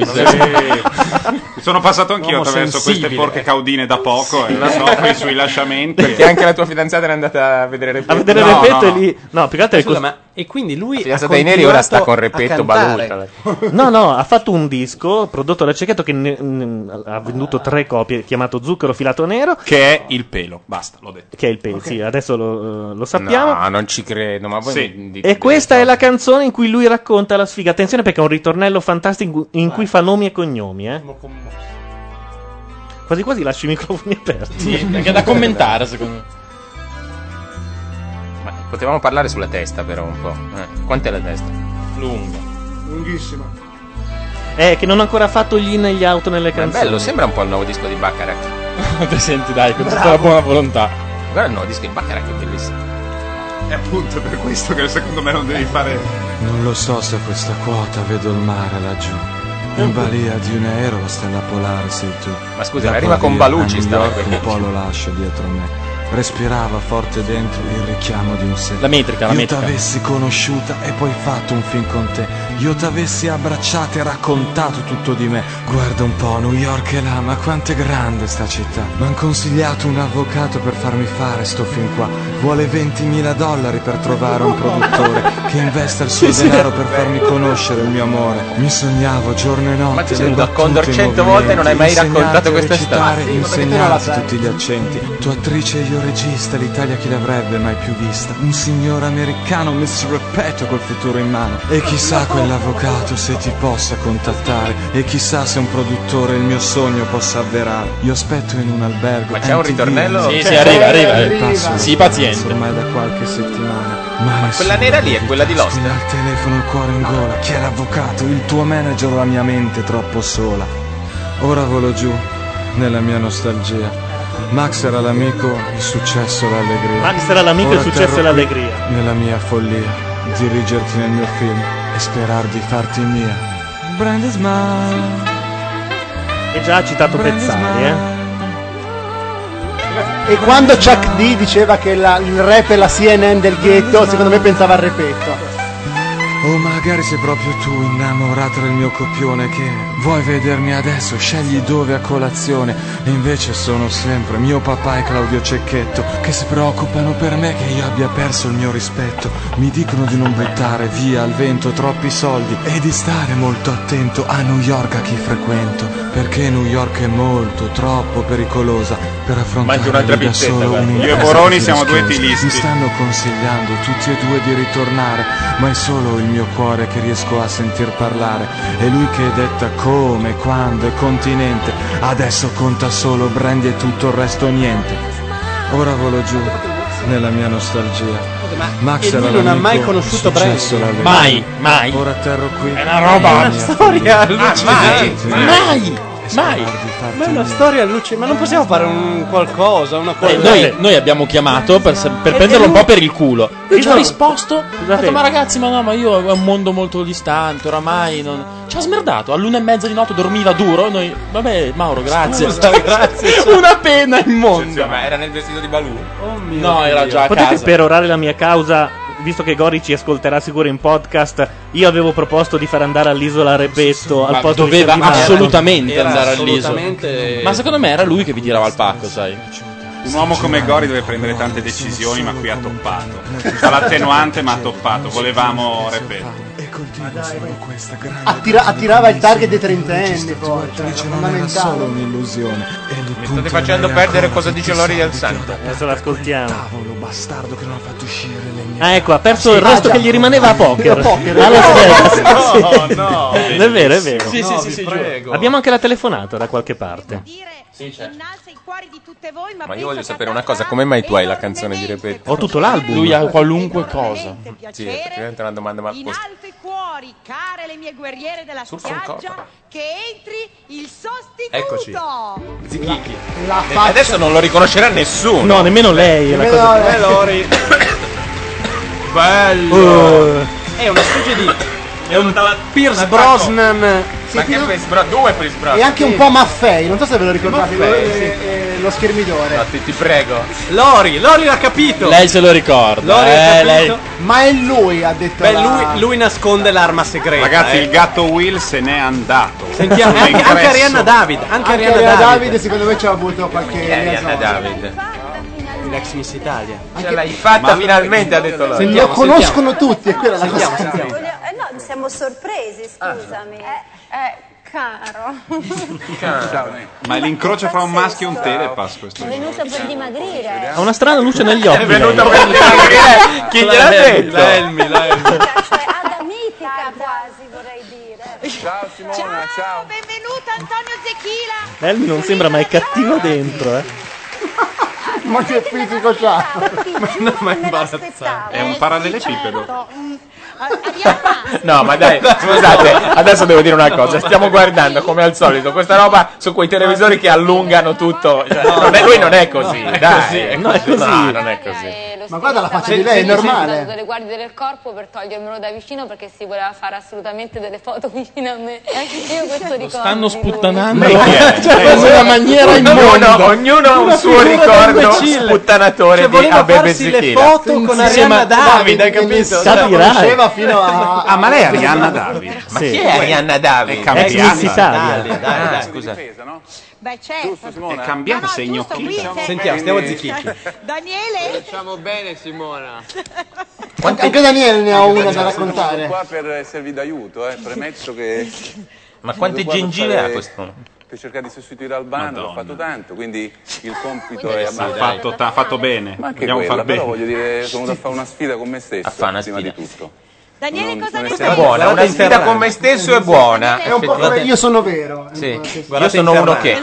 Sono passato anch'io Uomo attraverso sensibile. queste porche caudine da poco e soffri sui lasciamenti. Perché anche la tua fidanzata era andata a vedere Repetto. A vedere No, Repetto no. e lì. No, più che altro è Scusa, cos- ma e quindi lui La ha fidanzata dei neri ora sta con continuato a Repetto cantare. Baloo. No, no, ha fatto un disco prodotto da Cecchetto che ne- ne- ha venduto tre copie, chiamato Zucchero Filato Nero, Che è il pelo, basta, l'ho detto. che è il pezzo, sì, adesso lo, lo sappiamo. No, non ci credo. Ma voi Sì. mi dite E questa è la canzone in cui lui racconta la sfiga. Attenzione perché è un ritornello fantastico in cui fa nomi e cognomi, eh. Quasi quasi lascio i microfoni aperti. Sì, perché è da commentare secondo me. Ma potevamo parlare sulla testa però un po'. Eh, quant'è la testa? Lunga. Lunghissima. Eh, che non ha ancora fatto gli in e gli out nelle Ma è canzoni. bello, sembra un po' il nuovo disco di Bacharach. Te senti dai, con tutta la buona volontà. Guarda il nuovo disco di Bacharach, è bellissimo. È appunto per questo che secondo me non devi fare. Non lo so se questa quota vedo il mare laggiù. In balia di un aereo la stella polare sei tu. Ma scusa, Da ma arriva con Pavia a Balucci New stava York, quella. un po' lo lascio dietro me. Respirava forte dentro il richiamo di un sé. La metrica, la Io metrica. t'avessi conosciuta e poi fatto un film con te. Io t'avessi abbracciata e raccontato tutto di me. Guarda un po', New York è là, ma quanto è grande sta città. M'han consigliato un avvocato per farmi fare sto film qua. Vuole ventimila dollari per trovare un produttore che investa il suo Sì, sì. denaro per farmi conoscere il mio amore. Mi sognavo giorno e notte. Ma tu sei le venuto a battute, Condor i cento movimenti, volte e non hai mai insegnanti raccontato a questa recitare, storia. insegnanti tutti gli accenti. Tu attrice e io regista, l'Italia chi l'avrebbe mai più vista? Un signore americano, mister Repetto col futuro in mano. E chissà quell'avvocato se ti possa contattare. E chissà se un produttore il mio sogno possa avverare. Io aspetto in un albergo. Ma c'è un M T V, ritornello? Sì, sì, arriva, arriva. e arriva. passo Sii il paziente. pezzo Ormai da qualche settimana. Ma nessuno Quella nera lì è quella di Lost. squilla al telefono, il cuore in gola. Chi è l'avvocato? Il tuo manager o la mia mente troppo sola? Ora volo giù nella mia nostalgia. Max era l'amico, il successo, l'allegria. Max era l'amico, il Ora successo terrò e qui, l'allegria. Nella mia follia, dirigerti nel mio film e sperar di farti mia. Brandy Smile. E già ha citato Brandy Pezzali, Smile. eh. E quando Chuck D diceva che la- il rap è la C N N del ghetto, secondo me pensava al Repetto. O magari sei proprio tu innamorato del mio copione che vuoi vedermi adesso, scegli dove a colazione. E invece sono sempre mio papà e Claudio Cecchetto che si preoccupano per me che io abbia perso il mio rispetto. Mi dicono di non buttare via al vento troppi soldi e di stare molto attento a New York, a chi frequento, perché New York è molto, troppo pericolosa per affrontare Mangi un'altra da pizzetta, solo guarda. un'impresa Io e Boroni siamo rischiosa. due tilisti. Mi stanno consigliando tutti e due di ritornare, ma è solo il mio cuore che riesco a sentir parlare. È lui che detta come, quando e continente. Adesso conta solo Brandy e tutto il resto niente. Ora volo giù nella mia nostalgia. Max e lui era non ha l'amico, mai conosciuto il successo, Brandy. l'allegria. Mai, mai. Ora atterro qui. È una roba- nella una mia storia follia. allucinante. Sì. Mai. Mai. Ma è una storia allucinante. Ma non possiamo fare un qualcosa, una cosa. Eh, noi, noi abbiamo chiamato per, se- per prenderlo un po' per il culo. Lui ci ha risposto. Ha detto, ma ragazzi, ma no, ma io è un mondo molto distante, oramai non. Ci ha smerdato. All'una e mezza di notte dormiva duro. Noi, vabbè, Mauro, grazie. Scusa, grazie. Una pena immonda. Ma era nel vestito di Balù. Oh mio No, era Dio. già a Potete casa. perorare la mia causa, visto che Gori ci ascolterà sicuro in podcast. Io avevo proposto di far andare all'isola Repetto al Ma posto doveva di Serrimano. assolutamente Era andare assolutamente- all'isola. Ma secondo me era lui che vi tirava il pacco, sai. Un uomo come Gori deve prendere tante decisioni, ma qui ha toppato. C'ha l'attenuante, ma ha toppato. Volevamo Repetto. Attira- attirava il target dei trentenni, poi, cioè, era fondamentale. Solo un'illusione. Mi state facendo perdere cosa dice Lori del Santo. Adesso l'ascoltiamo. Cavolo, bastardo che non ha fatto uscire le mie. Ah, ecco, ha perso il resto già. che gli rimaneva a poker. A poker. A Las Vegas. No, Sì. no. È vero, è vero. Sì, No, sì, vi sì, sì, prego. Abbiamo anche la telefonata da qualche parte. Sì, c'è. Innalza i cuori di tutte voi, ma Ma io penso voglio che sapere a una cosa, Tarzan come mai tu hai la canzone di Repetto? Ho tutto l'album. Lui ha qualunque cosa. Sì, praticamente è una domanda mal in posta. alto i cuori, care le mie guerriere della Surfa un spiaggia, corpo. che entri il sostituto. Eccoci. Zichichi. La E faccia. adesso non lo riconoscerà nessuno. No, nemmeno lei. è la Nemmeno cosa- lei. Eh, Lori. Bello. Uh, È una specie di È un Pierce un Brosnan. Ma che Pierce Brosnan? Due Pierce Brosnan. E anche un po' Maffei, non so se ve lo ricordate, lo, Maffei, eh, eh, lo schermidore. No, ti, ti prego. Lori, Lori l'ha capito. Lei se lo ricorda. Lori eh, ha lei. capito. Ma è lui, ha detto. Beh, la- lui, lui nasconde l'arma segreta. Ragazzi, eh. il gatto Will se n'è andato. Sentiamo, È anche, anche ingresso. Arianna David. Anche, Anche Arianna Arianna David. Davide, secondo me ci ha avuto qualche. Chi è Arianna liaison. David? L'ex Miss Italia. Ce l'hai fatta Ma- finalmente, ha detto Lori. Lo conoscono tutti, è quella la cosa. Voglio- eh no, siamo sorpresi, scusami. Eh, eh, caro. Ma è l'incrocio fra un maschio e un telepass questo. È venuto per dimagrire. ha una strana luce negli occhi. È venuto lei. per dire chi gliel'ha detto? La Elmi, la Elmi. Cioè, adamitica quasi, vorrei dire. Ciao Simona, ciao. Benvenuta Antonio Zecchila. Elmi non sembra mai cattivo dentro, eh. Ma che fisico c'ha? No, ma è imbarazzante. È un parallelepipedo. No, ma dai, scusate, adesso devo dire una cosa. Stiamo guardando come al solito questa roba su quei televisori che allungano tutto. Cioè, non è- lui non è così, è dai. così, è no, è così. No, non è così. Ma guarda la faccia di lei, è normale. delle guardie del corpo per togliermelo da vicino perché si voleva fare assolutamente delle foto vicino a me. Io questo ricordo. Stanno di lui. sputtanando. Lei chi è? Cioè, in una maniera Ognuno, immonda. ognuno ha un Una suo figura da ricordo imbecille. sputtanatore Cioè, di voleva Abebe farsi le Zecchila. foto con Arianna David, hai che capito? nessuno Capirai. conosceva fino a. Ah, ma lei è Arianna David. Ma Sì. chi è Arianna David? È cambiata. Ex Miss Italia. Dai, dai, dai. Scusa. Beh, certo. È cambiato No, no, segno giusto, qui chicca. c'è- Sentiamo, stiamo zichichi. Daniele? Facciamo bene, Simona. Anche Daniele ne ha una da raccontare. qua per esservi d'aiuto, eh. Premetto che Ma quante sono qua per gengive fare- ha questo? Per cercare di sostituire Albano, l'ho fatto tanto, quindi il compito Eh, è sì, Ha abbastanza. fatto, ha fatto bene. Ma anche Vogliamo quella, far però bene. voglio dire, sono venuto a fare una sfida con me stesso, A fare una prima sfida. di tutto. Daniele, Non- cosa non ne essere sai? Buona, una sfida con me stesso è buona. È un po' come io sono vero. Sì, io Guardate sono uno che.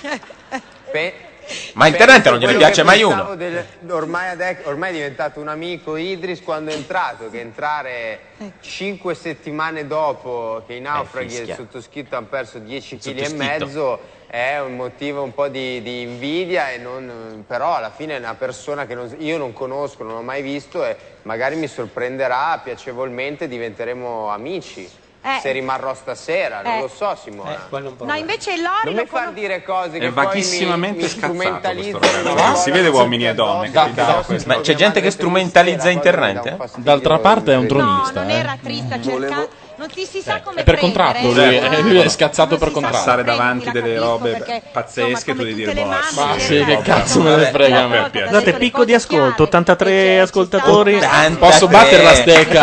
Pe- Ma internet non gliene quello piace che mai pensavo uno. del- ormai, adec- ormai è diventato un amico Idris quando è entrato, che entrare cinque settimane dopo che i naufraghi e il fischia. sottoscritto hanno perso dieci chili e sottoscritto. mezzo è un motivo un po' di, di invidia, e non, però alla fine è una persona che non- io non conosco, non ho mai visto e magari mi sorprenderà piacevolmente, diventeremo amici. Eh. Se rimarrò stasera, non Eh. lo so Simona. No, invece Lori Non lo mi far conosco. dire cose che È poi vachissimamente mi, mi scazzato questo strumentalizzano. ragazzo. Si vede uomini e donne che ti dà questo. Ma c'è gente che strumentalizza internet? eh? D'altra parte è un No, tronista. non eh. era triste, cerca... Non ti si sa come È per prendere. contratto, lui, eh, lui è scazzato per contratto. Passare davanti delle robe perché, pazzesche e tu devi dire boh, Ma sì, che cazzo me ne frega a me. Guardate, picco di ascolto, ottantatré ascoltatori. Posso battere la stecca?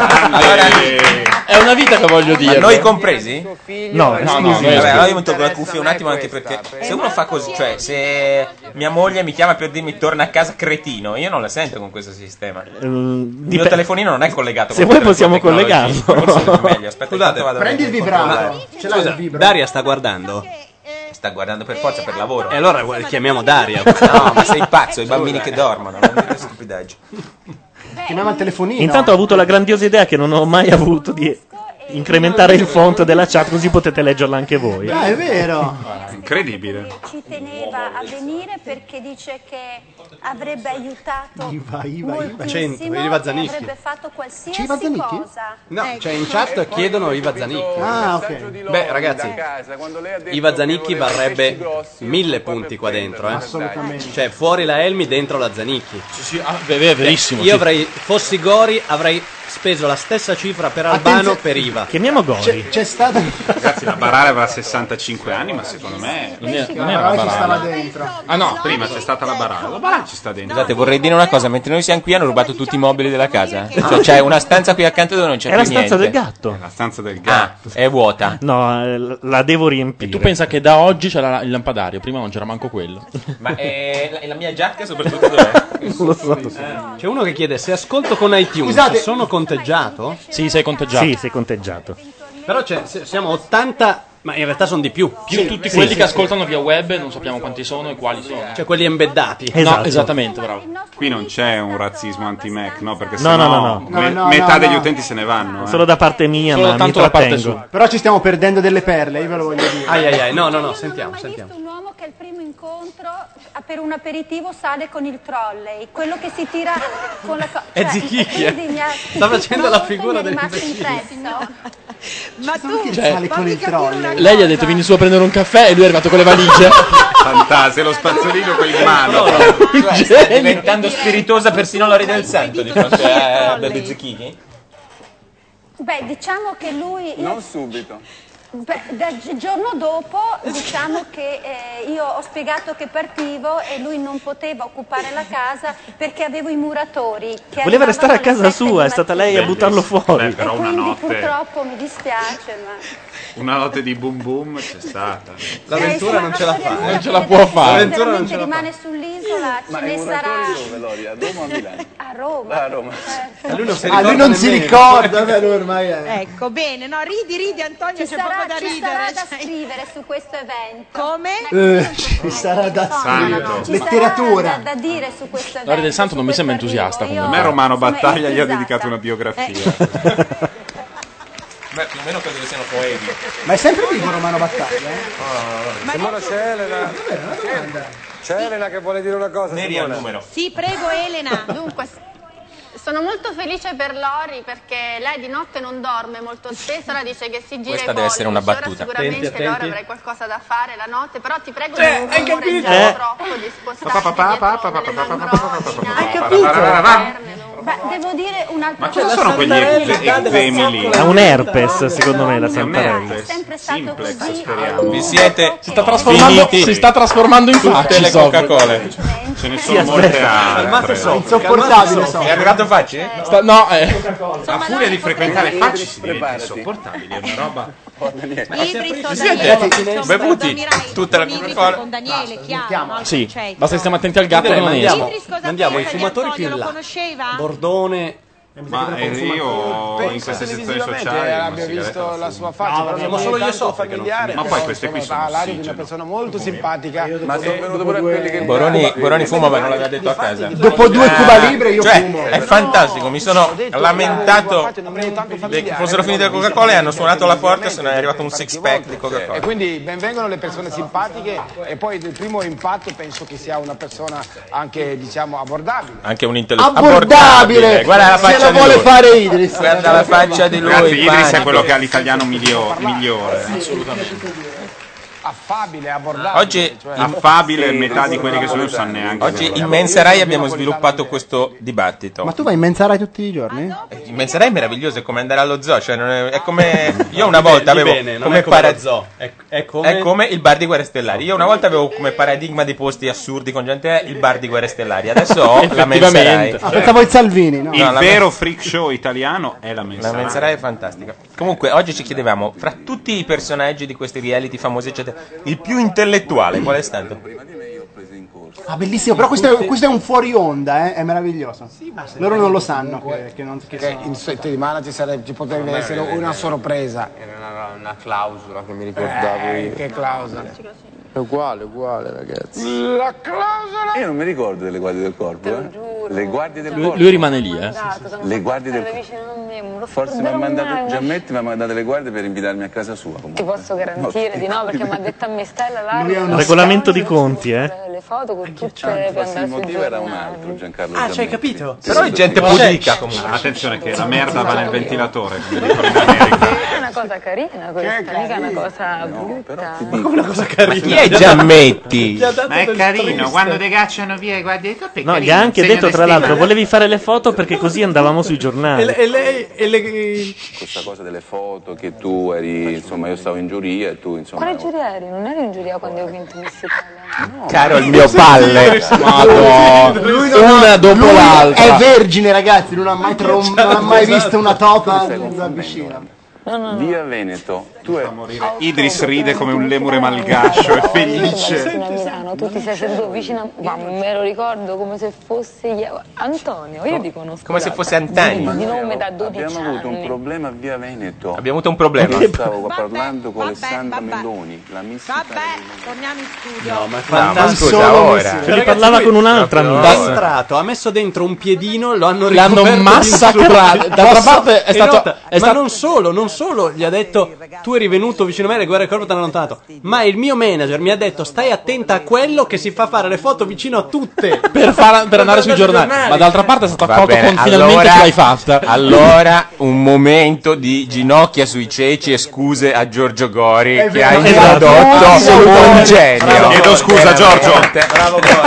È una vita che voglio dire. Ma noi compresi? No, no, no. Vabbè, allora io mi tolgo le cuffie un attimo anche perché se uno fa così, cioè se mia moglie mi chiama per dirmi torna a casa cretino, io non la sento con questo sistema. Il mio telefonino non è collegato Se con vuoi tutte le possiamo tue tecnologie. collegarlo. Forse è meglio, aspetta, Scusate, intanto vado a Prendi il vedere. vibrato. Ce l'hai Scusa, il vibro? Daria sta guardando? Sta guardando per forza per lavoro. E allora guarda, chiamiamo Daria. No, ma sei pazzo, i bambini che dormono, non dire stupidaggini. Chiamiamo il telefonino. Intanto ho avuto la grandiosa idea che non ho mai avuto di incrementare il font della chat così potete leggerla anche voi. Ah, è vero. Incredibile. Ci teneva a venire perché dice che avrebbe aiutato Iva, Iva, moltissimo Cento, Iva e Zanicchi. avrebbe fatto qualsiasi C'è Iva Zanicchi? cosa. No, cioè in chat chiedono Iva Zanicchi. Ah, ok. Beh, ragazzi, Iva Zanicchi varrebbe mille punti qua dentro, eh. Assolutamente. Cioè, fuori la Elmi, dentro la Zanicchi. Sì, sì, ah, beh, beh, verissimo. Io sì. avrei, fossi Gori, avrei speso la stessa cifra per Albano Attenzione- per Iva. Chiamiamo Gori. C'è, c'è stata. Ragazzi, la Barara avrà sessantacinque anni, ma secondo me Non è- non La era Barara la ci stava Barara. dentro. Ah no, prima c'è stata la Barara. La Barara ci sta dentro. Scusate, vorrei dire una cosa, mentre noi siamo qui hanno rubato tutti i mobili della casa. Cioè c'è una stanza qui accanto dove non c'è È la più stanza del niente. gatto. La stanza del Ah, gatto. è vuota. No, eh, la devo riempire. Tu pensa che da oggi c'è la- il lampadario, prima non c'era manco quello. Ma è la, è la mia giacca soprattutto dov'è? Non lo so. C'è uno che chiede se ascolto con iTunes Scusate. sono conteggiato? Sì, sei conteggiato. Sì, sei conteggiato. Però c'è, se- siamo ottanta, ma in realtà sono di più. Più tutti quelli che ascoltano via web, non sappiamo quanti sono e quali sono. Cioè quelli embeddati. Esatto. No, esattamente, bravo. Qui non c'è un razzismo anti-Mac, no? Perché No, sennò no, no, no. me- No, no, metà no, degli no. utenti se ne vanno. eh. Solo da parte mia, Solo ma mi tanto da parte trattengo. Però ci stiamo perdendo delle perle, io ve lo voglio dire. Ai ai ai, no, no, no, Io sentiamo, non ho mai sentiamo. visto un uomo che al primo incontro a- per un aperitivo sale con il trolley, quello che si tira con la co- È cioè, Zichichi, eh. quindi mi ha- Sta facendo la mi è figura rimasto dell'imbecille. impresso. Ma tu Che sale con fammi il capire una trolley. Lei gli ha detto vieni su a prendere un caffè e lui è arrivato con le valigie. Fantastico, lo spazzolino con in mano. Cioè, sta diventando spiritosa persino Lori del Santo di fronte a Bebe Zecchini. Beh, diciamo che lui... Non subito. Beh, dal gi- giorno dopo diciamo che eh, io ho spiegato che partivo e lui non poteva occupare la casa perché avevo i muratori che Voleva restare a arrivavano casa alle sette sua, di è stata mattina. lei a buttarlo fuori. Beh, però E una quindi notte, purtroppo mi dispiace, ma... una notte di boom boom c'è stata. L'avventura Eh, non ce la storia fa. lunga, Non ce la perché può se fare. L'avventura non veramente ce la fa. rimane sull'isola, Ma ce i ne sarà muratori dove, Lori? A Roma o a Milano? a Roma. A Roma. certo. E lui non si Ah, ricorda lui non si nemmeno. ricorda, beh, lui ormai è. Ecco, bene, no, ridi, ridi Antonio, Ci c'è sarà, poco da ci ridere. sarà da cioè. scrivere su questo evento. Come? Eh, ci sarà da scrivere. Ci Letteratura. sarà da, da dire su questo evento. Lori del Santo su non mi sembra questo entusiasta arrivo. comunque. A me Romano Io sono Battaglia gli ha entusiasta. dedicato una biografia. Beh, più o meno credo che siano poemi. Ma è sempre vivo Romano Battaglia? Eh? Simona, c'è Elena. C'è Elena che vuole dire una cosa. Neri al numero. Sì, prego Elena. Dunque, sono molto felice per Lori perché lei di notte non dorme molto spesso, ora dice che si gira Questa i deve essere una pollici. Ora battuta. sicuramente Attenti, Lori attenti. avrai qualcosa da fare la notte, però ti prego Eh, non hai capito? rumoreggiare Eh. troppo, di spostarti Pa, pa, pa, pa, pa, dietro pa, pa, nelle pa, pa, pa, pa, mangrovie, pa, pa, in pa, altre pa, pa, pa, pa. caverne, no? Beh, devo dire un'altra Ma cosa cosa. sono quegli ectemi lì? Ha un herpes, secondo me, la È un Santarelli. herpes. sempre stato Simplex, così. speriamo. Vi siete Si sta trasformando, finiti si sta trasformando in tutte facci, le Sofri. Coca-Cola. Ce ne Sì, sono molte aspetta. Calmate altre. Sofri, Insopportabile, calmate Sofri. È arrivato Facci? Sta- no, eh. A furia di frequentare facci si diventa Preparati. insopportabile, è una roba. Idris o Vi siete Daniele, insomma, bevuti dormirai tutta la con Idris Coca-Cola? o con Daniele, chiaro, no? Sì, Concetto. basta che stiamo attenti al gatto che Direi, non mandiamo, esce. Idris cosa mandiamo i pensa di fumatori Antonio? più in Lo là. conosceva? Bordone. Ma eh, io in queste sezioni sociali abbia una sigaretta visto la la fumo. sua faccia, però siamo non solo è io e tanto Sofri che non familiare. Ma però, poi queste qui insomma, sono ha l'aria di una ossigeno. persona molto simpatica. Ma sono venuto pure a quelli che Boroni, Boroni fuma ma non l'aveva detto a casa. Dopo due Cuba Libre io Cioè, fumo. è fantastico, mi sono lamentato che fossero finite le Coca-Cola e hanno suonato alla porta e se ne è arrivato un six pack di E Coca-Cola. quindi benvengono le persone simpatiche e poi il primo impatto penso che sia una persona anche diciamo abbordabile. Anche un intellettuale Abbordabile. Guarda la Se faccia lo di vuole lui. fare Idris. Guarda la faccia di lui. Ragazzi, Idris è panico. quello che ha l'italiano miglio- migliore. Affabile, abbordabile. Oggi, cioè- Affabile, metà di quelli che sono non sanno neanche. oggi in Mensa Rai abbiamo sviluppato questo dibattito. Ma tu vai in Mensa Rai tutti i giorni? In Mensa Rai è meraviglioso, è come andare allo zoo, cioè non è, è come io una volta Gli avevo bene, non come, è come para- lo zoo, è, è come... è come il bar di Guerre Stellari. Io una volta avevo come paradigma di posti assurdi con gente il bar di Guerre Stellari. Adesso ho la Mensa Rai. Effettivamente. Ah, pensavo il Salvini, no? Il No, la vero freak show italiano è la Mensa La Mensa Rai è fantastica. Comunque, oggi ci chiedevamo, fra tutti i personaggi di questi reality famosi, eccetera, il più intellettuale qual è stato? Ah, bellissimo, però questo è, questo è un fuori onda, eh? È meraviglioso. Loro non lo sanno che, che non che Che sono. in settimana ci, sarebbe, ci potrebbe essere una sorpresa. Era una, una clausola che mi ricordavo Eh, io. che clausola. È uguale, uguale, ragazzi. La clausola. Io non mi ricordo delle guardie del corpo, eh. Le guardie del Lui, corpo. lui rimane lì, eh. Le guardie del corpo. Forse mi ha mandato, Giammetti mi ha mandato le guardie per invitarmi a casa sua. Ti posso garantire di no, perché mi ha detto a me Stella Un regolamento di conti, eh. le foto con tutte Ah, per forse andare il sui motivo era un giornali. altro, Giancarlo Ah, ci hai Giammetti. capito? Però è gente pudica comunque. Attenzione che la merda va nel ventilatore. È una cosa carina questa, mica una cosa brutta. Ma come una cosa carina? Chi è Giammetti? Ma è carino, quando ti cacciano via i guardie del corpo è No, carino, gli ha anche un segno detto tra di l'altro stima. volevi fare le foto perché così andavamo sui E, giornali. le- e lei e le... Questa cosa delle foto, che tu eri, insomma, io stavo in giuria e tu, insomma. Quale giuria eri? Non eri in giuria quando ho vinto Miss Italia? No. Caro il mio palle. Madonna. Lui non Una ha- dopo lui l'altra. È vergine, ragazzi, non ha mai, trom- non ha mai Esatto. visto una topa Stai da confondendo. vicino. Via Veneto, tu è Idris ride come un lemure malgascio, è felice. Vicino a Milano, tu ti sei seduto vicino a... Ma me lo ricordo come se fosse ieri. Antonio, io ti conosco. Come se da- fosse Antonio. Di nome da dodici Abbiamo avuto un anni. problema a Via Veneto. Abbiamo avuto un problema. Io stavo parlando con Alessandra Meloni, la Miss Vabbè, Italia. torniamo in studio. No, ma è No, ma fantastico. scusa, ora. Cioè, Ragazzi, parlava lui- con un'altra Proprio È amica. strato, ha messo dentro un piedino, lo hanno L'hanno ricoperto di massacrato. insulti. D'altra Posso- parte è e stato- nota, è ma stato- non solo, non solo gli ha detto tu eri venuto vicino a me, le guerre del corpo ti hanno allontanato, ma il mio manager mi ha detto stai attenta a quello che si fa fare le foto vicino a tutte Per, far- per andare sui giornali. Ma d'altra parte è stato Va accolto bene, con finalmente allora- ce l'hai fatta. Allora, un momento di ginocchia sui ceci e scuse a Giorgio Gori È che ha vero. introdotto Esatto. un genio. Chiedo scusa, Giorgio. bravo Gori.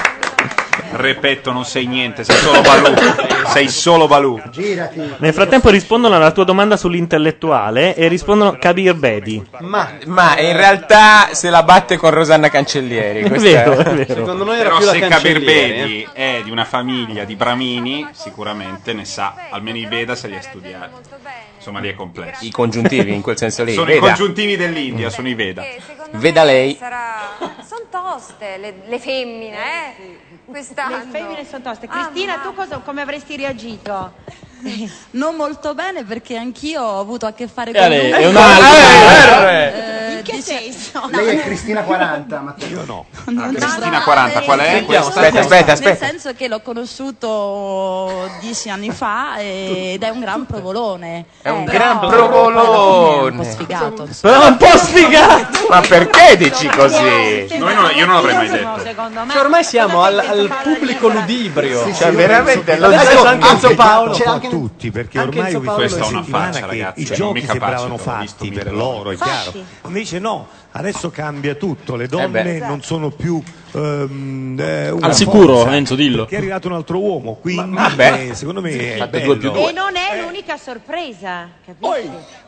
Repetto, non sei niente, sei solo Balù. Sei solo Balù. Girati. Nel frattempo rispondono alla tua domanda sull'intellettuale e rispondono Kabir Bedi. Ma Ma in realtà se la batte con Rosanna Cancellieri. È questa vero, è vero. secondo noi era Però più la se Cancellieri. Caberbedi è di una famiglia di bramini, sicuramente ne sa, almeno i Veda se li ha studiati. Insomma, lì è complesso. I congiuntivi in quel senso lì. Sono i Veda. congiuntivi dell'India, sono i Veda. Veda lei. Sono toste le, le femmine, eh? Quest'anno. Le femmine sono toste. Ah, Cristina, ma- tu cosa, come avresti reagito? Non molto bene perché anch'io ho avuto a che fare E con lei, lui. è un'altra. Eh, In che dice- senso? Lei è Cristina quaranta, Matteo. Io no. Cristina quaranta, qual è? Aspetta, Questa? aspetta, aspetta. Nel senso che l'ho conosciuto dieci anni fa ed è un gran provolone. È un Però gran È un po' provolone. sfigato. Però è un po' sfigato. Ma perché dici così? Noi non- io non l'avrei mai detto. Secondo me. Cioè, ormai siamo al, al pubblico ludibrio. Cioè, veramente lo Adesso dico- anche Enzo Paolo. C'è anche tutti, perché Anche ormai Enzo ho visto Paolo Questa è questa una settimana faccia, che ragazzi, i cioè, non giochi mi capace, sembravano l'ho visto fatti mille per volte. loro, è Fatti. chiaro. Invece no, adesso cambia tutto, le Eh donne beh. non sono più ehm, eh, una Al sicuro, forza, Enzo, dillo. Perché è arrivato un altro uomo, quindi vabbè. eh, secondo me è Fate bello. due più due. E non è l'unica sorpresa, capisci?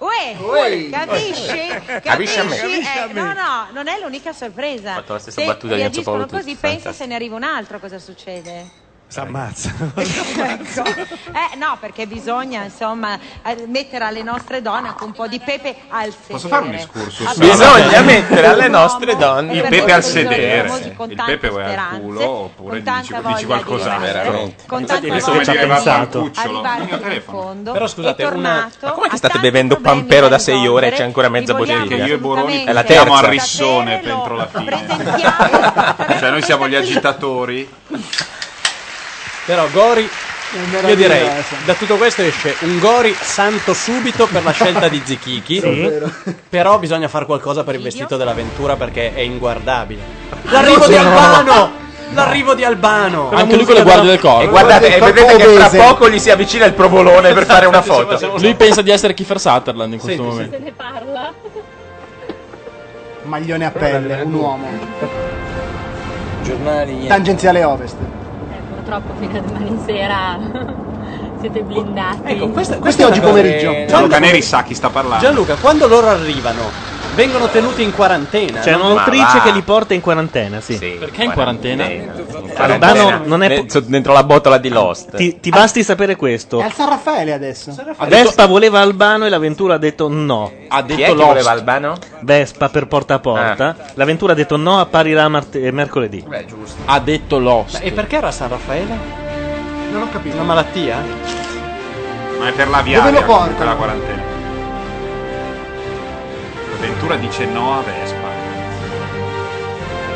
Uè, capisci? Capisci a me? Eh, no, no, non è l'unica sorpresa. Ho fatto la stessa Se battuta di Enzo reagiscono Paolo così, Tutti, pensa fantastico. se ne arriva un altro, cosa succede? S'ammazza. Ecco. Eh no, perché bisogna insomma eh, mettere alle nostre donne anche un po' di pepe al sedere. Posso fare un excursus? Allora, Bisogna mettere alle nostre donne Il per pepe questo al bisogna sedere. famosi con Il tante pepe vuoi al speranze, culo oppure con dici, tanta dici voglia di qualcos'altro. rimanere, con Infatti tanta adesso voglia che ci ha di pensato. Cucciolo, arrivare il mio fino in telefono. fondo. Però scusate, è una- tornato, Ma com'è che ha state tanti bevendo problemi Pampero da da sei ore e risolvere, c'è ancora mezza li vogliamo bottiglia? Io e Boroni assolutamente È la siamo terza. a rissone sapere, lo entro la fine. presentiamo. Cioè noi siamo gli agitatori. Però Gori, meraviglia, io direi, sì. da tutto questo esce un Gori santo subito per la scelta di Zichichi. Sì. Però bisogna fare qualcosa per il vestito dell'avventura perché è inguardabile. L'arrivo di Albano! L'arrivo di Albano! Anche lui con le guardie del corpo. E guardate, e Corpo vedete che fra obese. poco gli si avvicina il provolone per fare una foto. Lui pensa di essere Kiefer Sutherland in questo Senti, momento. Se ne parla. Maglione a pelle, un uomo. Giornali, niente. Tangenziale ovest. Eh, purtroppo fino a domani sera siete blindati. Ecco, questa, Questo questa è oggi una cosa- pomeriggio. Gianluca Neri sa chi sta parlando. Gianluca, quando loro arrivano, vengono tenuti in quarantena. C'è no? un'autrice va. che li porta in quarantena, sì. Sì, Perché in quarantena? Albano non è po- Dentro- dentro la botola di Lost. Ti, ti basti sapere questo. È al San Raffaele adesso. Vespa voleva Albano e l'avventura ha detto no. Ha Chi è detto che voleva Lost. Albano? Vespa per porta a porta. L'avventura ha detto no, apparirà marte- eh, mercoledì. Beh, giusto. Ha detto Lost. E perché era San Raffaele? Non ho capito. Una malattia? Ma è per la viaria Dove lo comunque portano? la quarantena. L'avventura dice no a Vespa.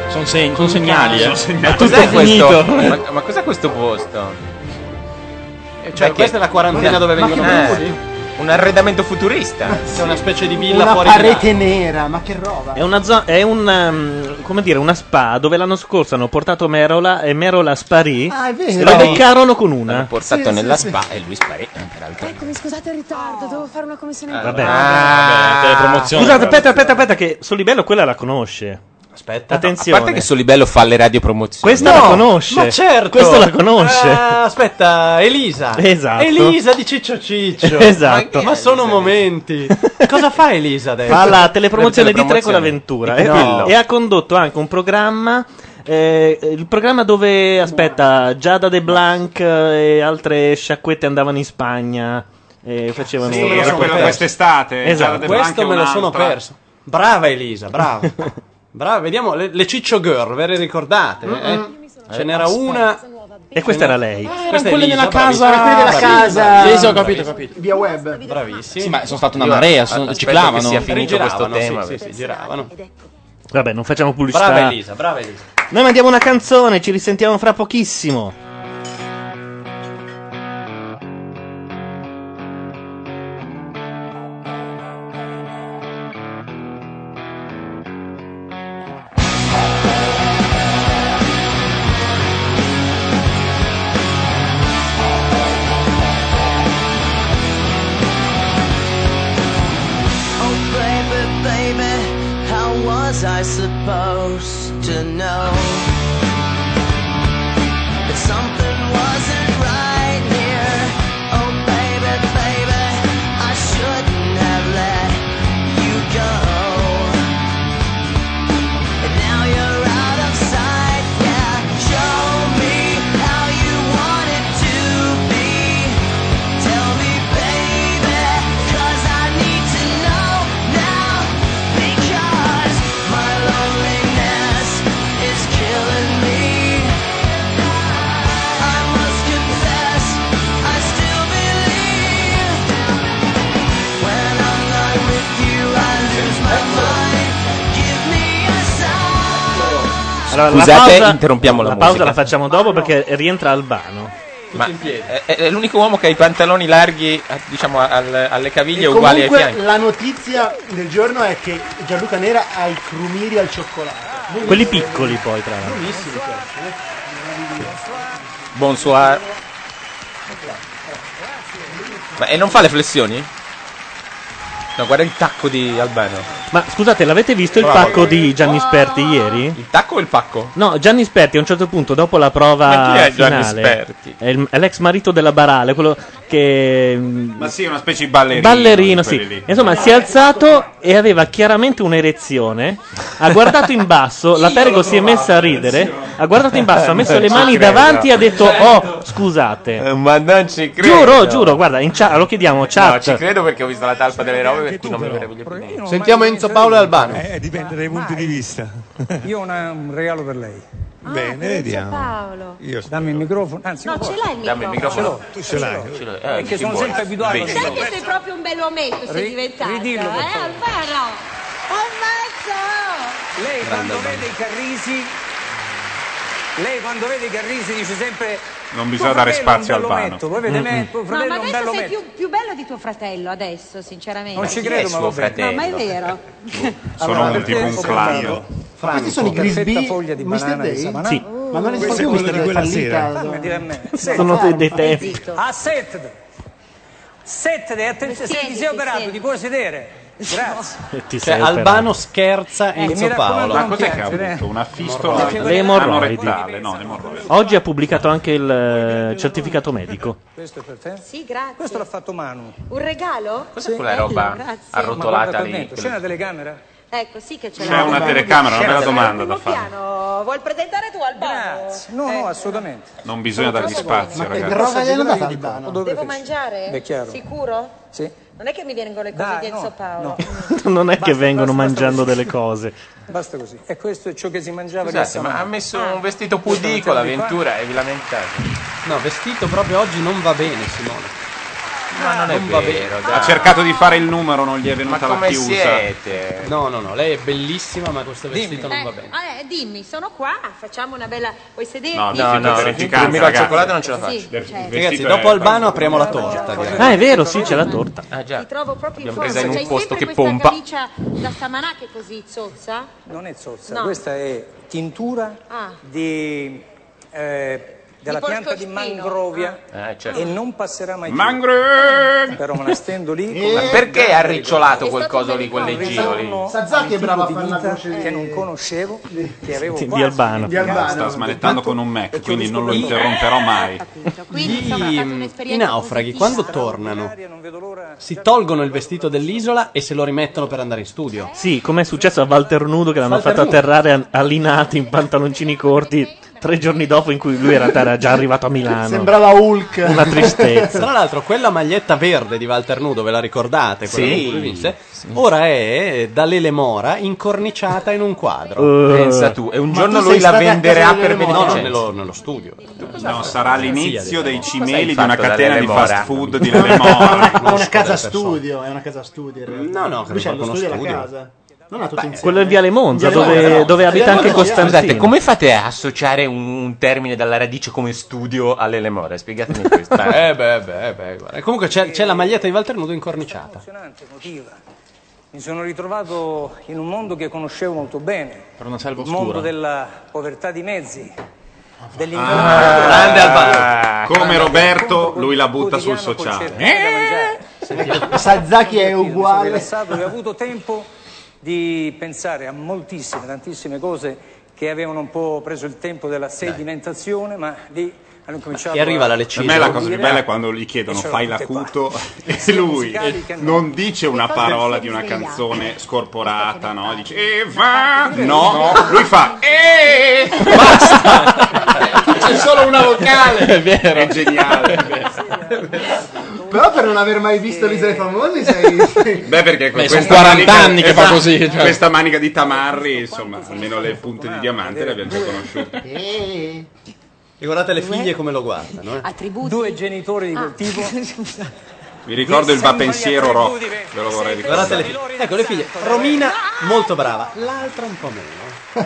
Sono segni, son segnali, eh. Sono segnali. È tutto Cos'è questo? finito. Ma, ma cos'è questo posto? Cioè, questa è la quarantena una- dove ma vengono che- tutti? eh, un arredamento futurista. C'è una specie di villa Una fuori parete nera, ma che roba. È una zo- è un um, come dire, una spa dove l'anno scorso hanno portato Merola e Merola sparì. Ah, è e vero. lo beccarono con una. L'hanno portato Sì, nella sì, spa e lui sparì, eh, peraltro. Eccomi, scusate il ritardo, devo fare una commissione in Vabbè. Ah, telepromozione. Scusate, aspetta, aspetta, aspetta, che Solibello quella la conosce. Aspetta. Attenzione. A parte che Solibello fa le radiopromozioni. Questa No, la conosce. ma certo. Questa la conosce. Eh, aspetta, Elisa. Esatto. Elisa di Ciccio Ciccio. Esatto. Ma, ma sono momenti. Cosa fa Elisa adesso? Fa la telepromozione Le di tre con telepromozioni. l'avventura. E E, no. e ha condotto anche un programma. eh, il programma dove, aspetta, Giada De Blanc e altre sciacquette andavano in Spagna e facevano. Sì, era quello quest'estate. Esatto. Giada De Blanc Questo è me lo sono un'altra. perso. Brava Elisa, brava. Brava, vediamo le, le Ciccio Girl, ve le ricordate? eh? Ce n'era una. E questa era lei. Questa Erano è quelle Elisa, della bravissima. casa. Quelle della Bravissima. casa. Sì, sì, ho capito, ho capito. Via web. Bravissimi. Sì, ma sono stata una Io marea, sono, aspetto ciclavano. che sia finito questo Giravano, tema. sì, sì, sì, giravano. Vabbè, non facciamo pubblicità. Brava Elisa, brava Elisa. Noi mandiamo una canzone, ci risentiamo fra pochissimo. Oh baby, baby, how was I supposed to know that something wasn't right here? Oh baby, baby, I shouldn't have let you go. And now you're out of sight, yeah. Show me how you want it to be. Tell me, baby, 'cause I need to know now. Because my loneliness is killing me. I must confess, I still believe. When I'm not with you, I lose my mind. Give me a sign. Allora, Scusate, la pausa, interrompiamo la la pausa musica. la facciamo dopo perché rientra Albano. Ma è, è l'unico uomo che ha i pantaloni larghi, a- diciamo, al- alle caviglie E uguali ai comunque fianchi. la notizia del giorno è che Gianluca Nera ha i crumiri al cioccolato. Quelli piccoli poi, tra l'altro. Buonissimi questi, eh. Bonsoir. Ma e non fa le flessioni? No, guarda il tacco di Albano. Ma scusate, l'avete visto il Bravo. pacco di Gianni Sperti ieri? Il tacco o il pacco? No, Gianni Sperti a un certo punto, dopo la prova Ma chi è Gianni finale, Sperti? È, il- è l'ex marito della Barale, quello che Ma sì, una specie di ballerino. ballerino, di quelli sì. lì. Insomma, si è alzato e aveva chiaramente un'erezione. Ha guardato in basso, la Pergo si è messa a ridere. Ha guardato in basso, ha messo le Non ci mani credo. davanti e ha detto: "Oh, scusate". Ma non ci credo. Giuro, giuro, guarda, in chat, lo chiediamo, No, chat. ci credo perché ho visto la talpa delle robe per cui non mi verrebbe più niente. Sentiamo Enzo Paolo e Albano. Eh, dipende dai punti di vista. Io ho una- un regalo per lei. Bene, vediamo. Paolo. Io Dammi il microfono. Anzi, No, non ce posso. l'hai il Dammi il microfono. Tu ce l'hai. Ce l'ho- eh, Perché chi sono vuole? sempre abituato a Vedi. questo. Sai che sei proprio un bel momento, sei Ri- diventato. ridillo, per eh, favore. Albano? Ammazza! Lei quando Albano. vede i Carrisi, lei quando vede i Carrisi dice sempre Non bisogna "Tuo dare fratello è un spazio al bello vano. metto, voi vedete me, tuo No, fratello ma è un adesso bello sei metto". più, più bello di tuo fratello, adesso, sinceramente. Non ci Chi è credo, ma suo va bene. fratello? No, ma è vero. Sono Allora, un perché tipo un ho clan. comprato Questi sono i perfetta Grisby foglia di mister banana di Day? Samanà. Sì. Ma non Questo esiste è più quello mister di Day, quella fallita. sera. Fammi dire a me. Sono dei, dei tempi. Zitto. A sette. Sette, attenzione, se ti Siediti, sei operato, siediti. ti puoi sedere. Grazie. E ti Cioè, sei Albano operato. scherza mi Enzo raccomando, Paolo. Ma non cos'è che ha piangere, avuto? eh. Una fistola Le emorroidi. anorettale? No, le emorroidi. Oggi ha pubblicato anche il eh, certificato medico. Questo è per te? Sì, grazie. Questo l'ha fatto Manu. Un regalo? Cos'è quella roba Bello, grazie. Ma arrotolata guarda lì? per dentro, c'è una telecamera? Ecco, sì che ce C'è l'ho. una telecamera, una bella C'è. domanda da Primo fare. piano, vuoi presentare tu Albano? Grazie. No, no, assolutamente. Non bisogna dargli spazio, Ma che ragazzi. droga gli hanno dato Io al dico, Albano? o dove Devo feci? mangiare? Beh, chiaro. Sicuro? Sì. Non è che mi vengono le cose Dai, di Enzo no, Paolo. no. Non è che Basta, vengono basta, basta mangiando così. delle cose. Basta così. E questo è ciò che si mangiava di Scusate, ma ha Samanà. messo un vestito pudico l'avventura e vi lamentate. No, vestito proprio oggi non va bene, Simone. Ma non è va vero, bene. dai. Ha cercato di fare il numero, non gli è venuta Ma la come chiusa. siete? No, no, no, lei è bellissima, ma questo vestito non va bene. Eh, dimmi, sono qua, facciamo una bella... Vuoi sederti? No, No, no, verificanza, il ragazzi. cioccolato non ce la faccio. Sì, certo. Ragazzi, dopo Albano apriamo la torta. direi. Ah, è vero, sì, c'è la torta. Ah, già. Ti trovo proprio in L'abbiamo forma. presa in un C'hai posto sempre che questa pompa. camicia da stamanà che è così zozza? Non è zozza, No. questa è tintura Ah. di, eh, della Di pianta di porcospino. manggrovia Eh, certo. e non passerà mai più. Mangrove! Però me la stendo lì. Eh, come- Ma perché ha ricciolato È quel stato coso un lì, quel bel leggino lì? Ritorno Sazaki è brava a di fare la vita voce di- che non conoscevo, che avevo Di quasi Albano. Di Albano. Sta smanettando con un Mac, quindi non lo interromperò mai. Quindi, insomma, è stata Gli, un'esperienza I naufraghi, positiva. quando tornano, si tolgono il vestito dell'isola e se lo rimettono per andare in studio. Sì, come è successo a Walter Nudo che l'hanno Walter fatto Nudo. atterrare a, a Linate in pantaloncini corti tre giorni dopo in cui lui era, era già arrivato a Milano. Sembrava Hulk. Una tristezza. Tra l'altro, quella maglietta verde di Walter Nudo, ve la ricordate? Quella Sì. con cui lui vinse? Ora è da Lele Mora incorniciata in un quadro. Uh, Pensa tu, e un Ma giorno tu lui sei la stata a venderà casa per delle Mora? No, no, beneficenza. nello, nello studio. No, sarà l'inizio dei Cos'hai cimeli di una fatto da catena di Lele fast Mora? food di Lele Mora. È una casa delle persone. studio, è una casa studio in realtà. No, no, Lui c'è credo lo proprio studio e uno la studio. casa. Non ha tutto insieme. quello è Viale Monza, Viale dove, Monza, no. dove abita Viale anche Monza, Costantino. Scusate, come fate a associare un, un termine dalla radice come studio alle more? Spiegatemi questo. Eh beh, beh, beh, guarda. Comunque c'è, c'è la maglietta di Walter Nudo incorniciata. Emozionante, emotiva. Mi sono ritrovato in un mondo che conoscevo molto bene. Per una selva Il mondo oscura. della povertà di mezzi, Ah, Grande Albano. Come Roberto, lui la butta sul sociale. Sazaki è Sono uguale. rilassato e ho avuto tempo di pensare a moltissime, tantissime cose che avevano un po' preso il tempo della sedimentazione, ma lì hanno incominciato E arriva a... la Per leccina. me la cosa più bella è quando gli chiedono fai l'acuto e lui non dice una parola di una canzone scorporata, no? Dice e va, no, lui fa e C'è solo una vocale. È vero. è geniale. è vero. Però per non aver mai visto l'Isola dei Famosi sei... sei- Beh, perché con Beh, sono questa quaranta manica- anni che fa esatto, così, cioè. questa manica di tamarri, insomma, almeno le punte di diamante le abbiamo già conosciute. Eh. E guardate le figlie come lo guardano. Eh. Attributi? Due genitori di quel Ah. tipo. Mi ricordo il va pensiero rock, ve lo vorrei Guardate ricordare. le figlie. Ecco le figlie. Romina molto brava, l'altra un po' meno.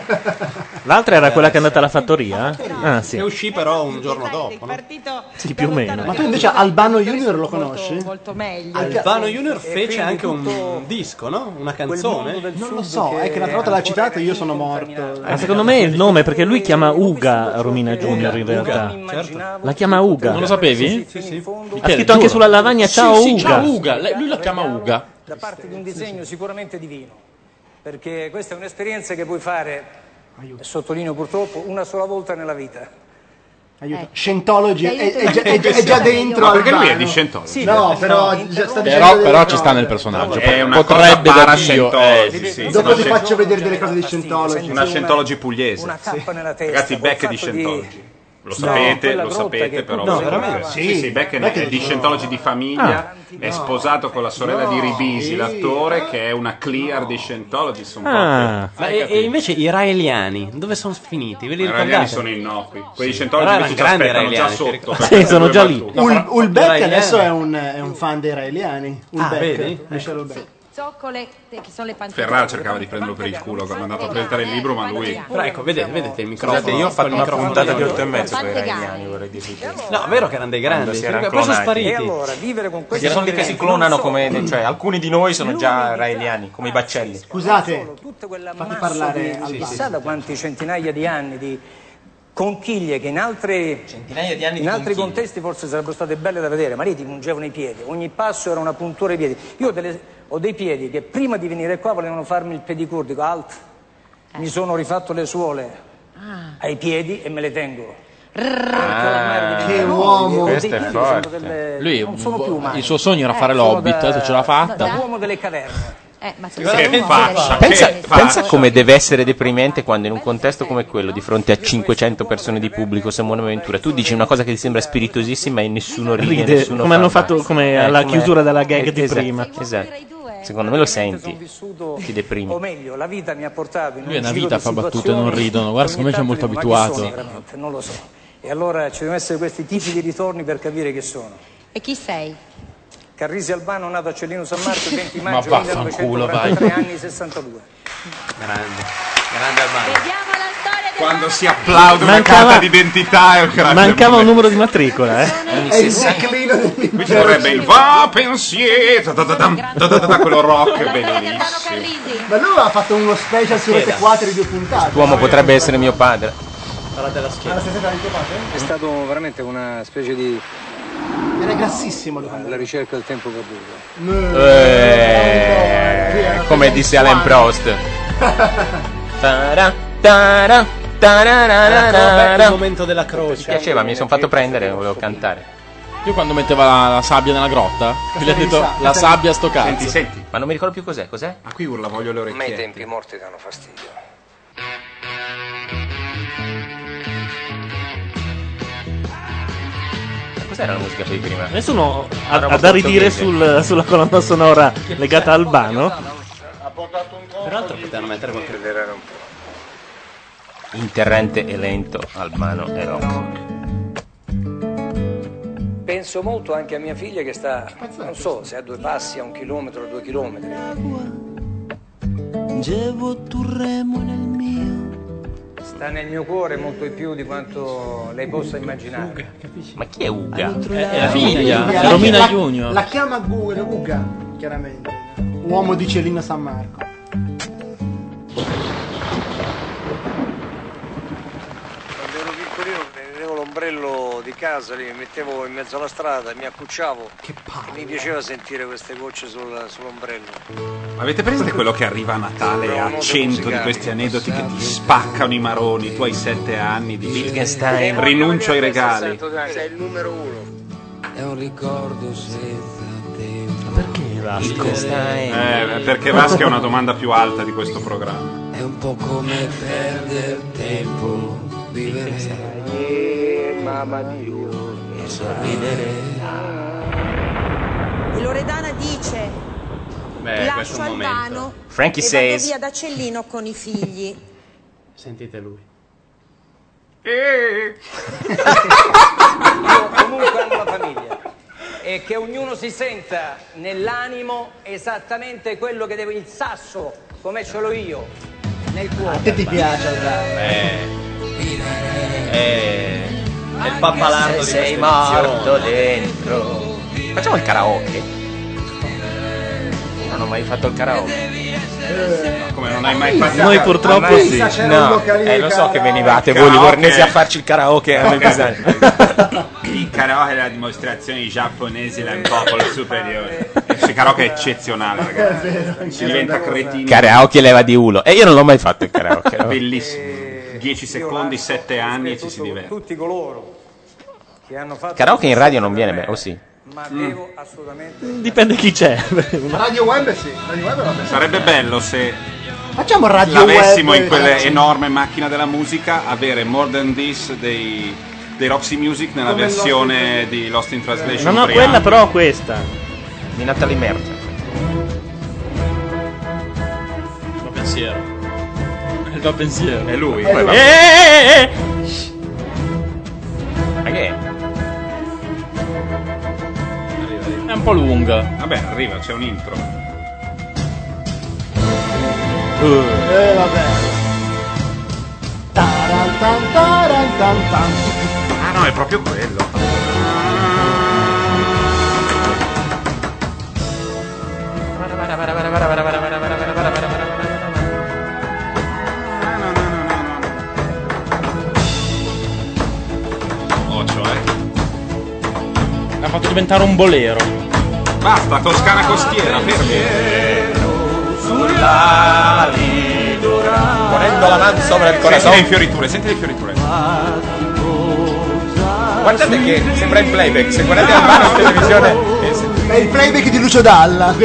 L'altra era quella che è andata alla fattoria? Ah, E sì. uscì però un giorno dopo. No? Sì, più o meno. Ma tu invece Albano Junior lo conosci? Molto meglio. Albano Junior fece quindi anche tutto un disco, no? Una Quel mondo canzone. del Non sud lo so, è che l'altra volta l'ha citato e io sono morto. Ma secondo me è il nome, perché lui chiama Uga Romina Junior in realtà. La chiama Uga. Non lo sapevi? Sì, sì. Ha scritto anche sulla lavagna ciao Sì, sì, Uga. ciao Uga. Lei- Lui la chiama Uga. da parte di un disegno sicuramente divino, perché questa è un'esperienza che puoi fare, e sottolineo purtroppo, una sola volta nella vita. Aiuto. Scientology Ti è, aiuto è in già, è, già- è già confessione, dentro Ma perché lui è Albano. di Scientology? Sì, No, però no, già sta dicendo Però, delle però ci cose. sta nel personaggio. È una Potrebbe cosa da para Dio. Scientology, eh, sì. Dopo Una ti scien- faccio vedere delle cose di Scientology. Una Scientology pugliese. Una cappa nella testa. Ragazzi, Beck è col di fatto Scientology. Lo No, sapete, quella lo grotta sapete, che però. tutti No, veramente? Sì, sì, sì, Beck è, è di Scientology di famiglia, è sposato con la sorella di Ribisi, l'attore, che è una clear di Scientology. Sono Ah. Ma e, e invece i raeliani dove sono finiti? Ve li i raeliani ricordate? sono innocui. Quelli di Scientology Però invece ci erano grandi aspettano già raeliani, ti sotto. ricordi? per Sì, sono due già lì. battute. Ul- Ulbeck Israeliani. adesso è un, è un fan dei israeliani. Ah, Ulbeck, vedi? Michel Ulbeck. Zoccole, che sono le pantofole. Ferrara cercava di prenderlo per il culo quando è andato a presentare il libro, ma lui... Però ecco, vedete, vedete il microfono. Scusate, io ho fatto Col una microfono puntata di di otto e mezzo con i Quante raeliani, gare? vorrei dirvi questo. No, vero che erano dei grandi. Quando si erano Poi sono clonati. E spariti. allora, vivere con Che questi sono lì che si sentimenti, clonano non come, solo- cioè alcuni di noi sono già raeliani, come i baccelli. Scusate, tutta quella fate massa parlare di, Albano. chissà da quanti centinaia di anni di conchiglie che in altri, Centinaia di anni in di altri conchiglie. contesti forse sarebbero state belle da vedere, ma lì ti mungevano i piedi, ogni passo era una puntura ai piedi. Io ho, delle- ho dei piedi che prima di venire qua volevano farmi il pedicure, dico alt, mi sono rifatto le suole ai piedi e me le tengo. Ah, Che uomo. questo è forte. Delle- Lui, non sono più umani. il suo sogno era fare Sono l'Hobbit, da- adesso ce l'ha fatta. da uomo delle caverne. Eh, ma se Che sei uno, faccia, deve- Pensa, che pensa faccia. come deve essere deprimente quando in un contesto come quello, di fronte a cinquecento persone di pubblico, Simone Ventura, tu dici una cosa che ti sembra spiritosissima e nessuno ride, Ride, nessuno come fa hanno male. fatto come Eh, alla come- chiusura della gag eh, di esatto, prima. Esatto. Secondo me lo Sono senti, vissuto, ti deprimi. o meglio, la vita mi ha portato in Lui è un una giro vita, di fa battute, situazioni non ridono. Guarda, che secondo me c'è ogni molto tanto dico, ma chi abituato. sono veramente? Non lo so. E allora ci devono essere questi tipi di ritorni per capire che sono. E chi sei? Carrisi Albano, nato a Cellino San Marco il venti Ma maggio vaffanculo, millenovecentoquarantatré, vai. anni sessantadue. Grande, grande Albano. Quando si applaude una Mancava- carta d'identità è un grande Mancava un momento. numero di matricola, eh. È il declino del Qui ci vorrebbe il va pensiero, ta ta ta tam, ta ta ta ta, quello rock bellissimo. Ma lui ha fatto uno special su Rete quattro di due puntate. L'uomo potrebbe essere mio padre. Parla della schiena. Alla stessa età di tuo padre? È stato veramente una specie di Era grassissimo lui quando la ricerca del tempo perduto. Eh, come disse Alain Prost. Tara, tara, tarararara. Il momento della croce. Mi piaceva, mi sono fatto prendere, volevo cantare. Io quando metteva la, la sabbia nella grotta, gli ho detto la sabbia sto cazzo. Senti, senti. Ma non mi ricordo più cos'è, cos'è? Ma qui urla, voglio le A me i orecchiette. tempi morti danno fastidio. Cos'era la musica di prima? Nessuno ha, Una roba ha da ridire portoghese. sul- sulla colonna sonora legata a Albano. Peraltro potevano mettere qualche un po'. Interrente e lento, Albano e rock. Penso molto anche a mia figlia che sta, non so, se a due passi, a un chilometro, a due chilometri. Llevo tu remo nel mio. Sta nel mio cuore molto di più di quanto lei possa immaginare. Ma chi è Uga? È la figlia, La- è Romina la- Junior. La chiama Gu- Uga, chiaramente. Uomo di Cellino San Marco. Quando ero piccolino prendevo l'ombrello di casa, lì mi mettevo in mezzo alla strada e mi accucciavo. Che mi piaceva sentire queste gocce sul- sull'ombrello. Avete presente quello che arriva a Natale e ha cento di questi aneddoti che ti spaccano i maroni? Tu hai sette anni, dici Wittgenstein. rinuncio ai regali. Sei il numero uno. È un ricordo senza tempo. Perché Vasco? Eh, perché Vasco è una domanda più alta di questo programma. È un po' come perdere tempo, vivere Mamma Dio. e sorridere. E Loredana dice: Beh, questo lascio è un momento. Albano Frankie e vado says- via da Cellino con i figli. Sentite lui. Io comunque amo la famiglia e che ognuno si senta nell'animo esattamente quello che deve, il sasso come ce l'ho io nel cuore. A te ti piace Albano? Eh, È il pappalardo di sei questa morto edizione. dentro. Facciamo il karaoke? Non ho mai fatto il karaoke. Come non hai mai fatto? Noi purtroppo sì. No, eh, lo so che venivate voi Karaoke. livornesi a farci il karaoke a noi pisani. Il karaoke è la dimostrazione di giapponesi del popolo superiore. Il karaoke è eccezionale, ragazzi. Si diventa cretini. Karaoke leva di ulo. E io non l'ho mai fatto il karaoke. no? Bellissimo. dieci secondi, sette anni e ci si diverte. Tutti coloro che hanno fatto Karaoke in radio non viene bene, o sì? ma devo assolutamente Dipende chi c'è. Radio Web sì. Radio Web va bene. Sarebbe bello se Facciamo Radio l'avessimo Web. in quella eh, enorme macchina della musica, avere More Than This dei, dei Roxy Music nella Come versione di Lost in Translation. Non ho Preambolo. quella, però ho questa. Di Natalie Merchant. Va pensiero. Il va pensiero. È lui. Eh, eh, eh, eh. Ma che è? È un po' lunga. Vabbè, arriva, c'è un intro. Eh vabbè. Tarantan, tarantan, tan. Ah no, è proprio quello. Oh, cioè. L'ha fatto diventare un bolero. Basta, Toscana costiera, fermi. Ponendo la mano sopra il Senti le corazon. infioriture, senti le infioriture. Guardate che sembra in playback. Se guardate Albano in televisione. eh, se- È il playback di Lucio Dalla.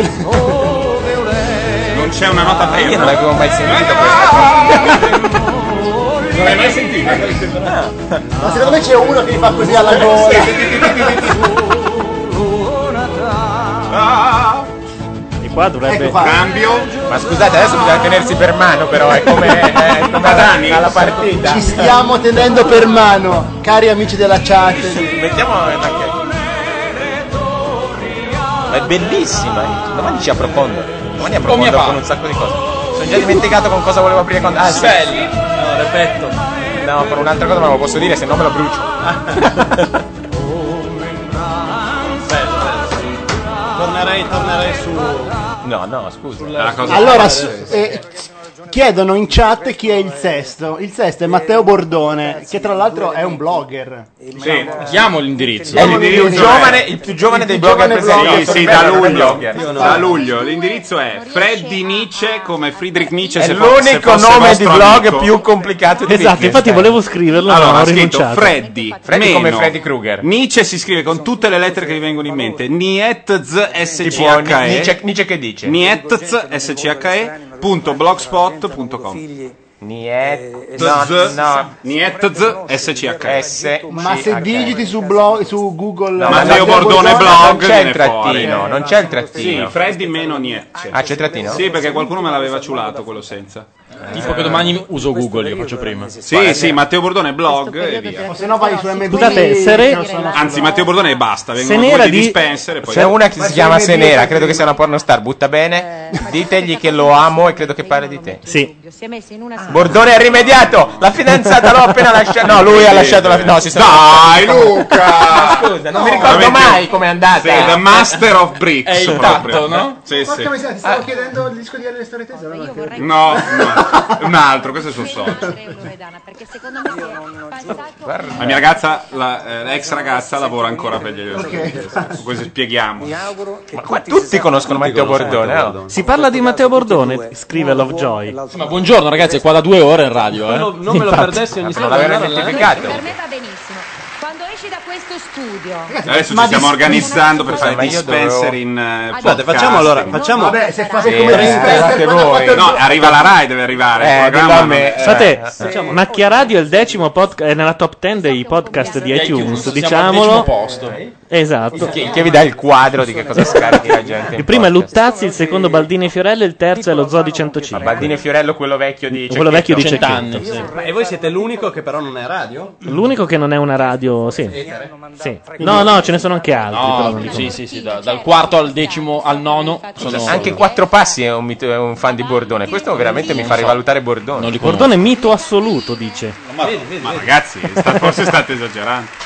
Non c'è una nota Io ferma. non l'avevo mai sentito questa. Non l'hai mai sentita? Ma secondo me c'è uno che gli fa così alla gola. E qua dovrebbe. Ecco qua. Cambio. Ma scusate, adesso bisogna tenersi per mano, però è come, è come Padani. alla partita. Ci stiamo tenendo per mano, cari amici della chat. Mettiamo anche. Ma è bellissima. Domani ci approfondo. Domani approfondo con un sacco di cose. Sono già dimenticato con cosa volevo aprire con. Ah, sì. Belli. No, repetto. No, per un'altra cosa non lo posso dire, se no me lo brucio. Tornerei, tornerei su. No, no, scusa. Allora, s- eh, chiedono in chat chi è il sesto. Il sesto è Matteo Bordone, che tra l'altro è un blogger. Sì, diamo l'indirizzo. È il più giovane, il più giovane dei blogger presenti. Sì, sì, da luglio. Da luglio. L'indirizzo è Freddy Nietzsche, come Friedrich Nietzsche. È se fo- se l'unico fosse nome di vostro blog amico. più complicato di Esatto, infatti volevo scriverlo, ma Allora, ho ha scritto rinunciato. Freddy, Freddy come meno. Freddy Krueger. Nietzsche si scrive con tutte le lettere che vi vengono in mente. Nietzsche S C Tipo H E. Nietzsche, Nietzsche che dice? Nietzsche S C H E punto blogspot punto com. Niet, Z- no, no. Nietzsche S C H E. S Ma se digiti su, blog, su Google No, Matteo Bordone blog non c'è il viene trattino, fuori. non c'è il trattino. Sì, Freddy meno Nietzsche. Ah, c'è il trattino? Sì, perché qualcuno me l'aveva ciulato quello senza. Tipo che domani uso Google, io faccio prima. Sì, sì, Matteo Bordone blog e via. O se no vai su M D. Scusate, Sere- Anzi, Matteo Bordone e basta, vengono Senera due di di- dispenser e poi C'è una che si chiama Senera, credo che sia una pornostar, butta bene. Ditegli che lo amo e credo che parli di te. Sì. Si è messo in una Bordone è rimediato, la fidanzata l'ho appena lasciata. No, lui ha lasciato la no, si sono Dai, Luca! Ma scusa, non mi ricordo veramente- mai com'è andata. Sì, The Master of Bricks. È intatto, proprio. no? Sì, sì. Porca miseria, ti stavo chiedendo il disco di Ale Storie Tese. allora che- No, no, un altro, questo è sul solito. perché secondo me si è passato La mia ragazza, la, eh, l'ex ragazza, lavora ancora per gli Così spieghiamo. Ma qua tutti conoscono Matteo Bordone, no? Si parla di Matteo Bordone, scrive Lovejoy. Ma buongiorno ragazzi, è qua da due ore in radio, eh. Non non me lo Infatti. perdessi ogni Non tanto. l'aveva andare alla- identificato. per me va benissimo. Quando esci da questo studio, Adesso Ma ci stiamo dis- organizzando per fare Ma io dispenser dovevo- in eh, Scusate, podcast. facciamo allora, facciamo. Vabbè, se fate Sì, come eh, dispenser fate quando voi. fate il- No, arriva la Rai, deve arrivare. Eh, il dillo programma a me. non- State, Eh, Macchia Radio è il decimo podcast, è nella top dieci dei podcast di iTunes, Siamo al diciamolo. decimo posto. Esatto. Che, che vi dà il quadro di che cosa scarichi la gente. in Il primo è podcast. Luttazzi, il secondo Baldini e Fiorello, il terzo è lo Zoo di centocinque. Baldini e Fiorello, quello vecchio di Quello vecchio di Cecchetto. Cecchetto. Cent'anni, sì. Ma- E voi siete l'unico che però non è radio? L'unico che non è una radio, sì. Sì. No, no, ce ne sono anche altri. però non No, dico. sì, sì, sì, da- dal quarto al decimo al nono sono Anche Quattro Passi è un, mito- è un fan di Bordone. Questo veramente mi fa rivalutare Bordone. non li conosco. Bordone mito assoluto, dice. Ma, ma ragazzi, sta- forse state esagerando.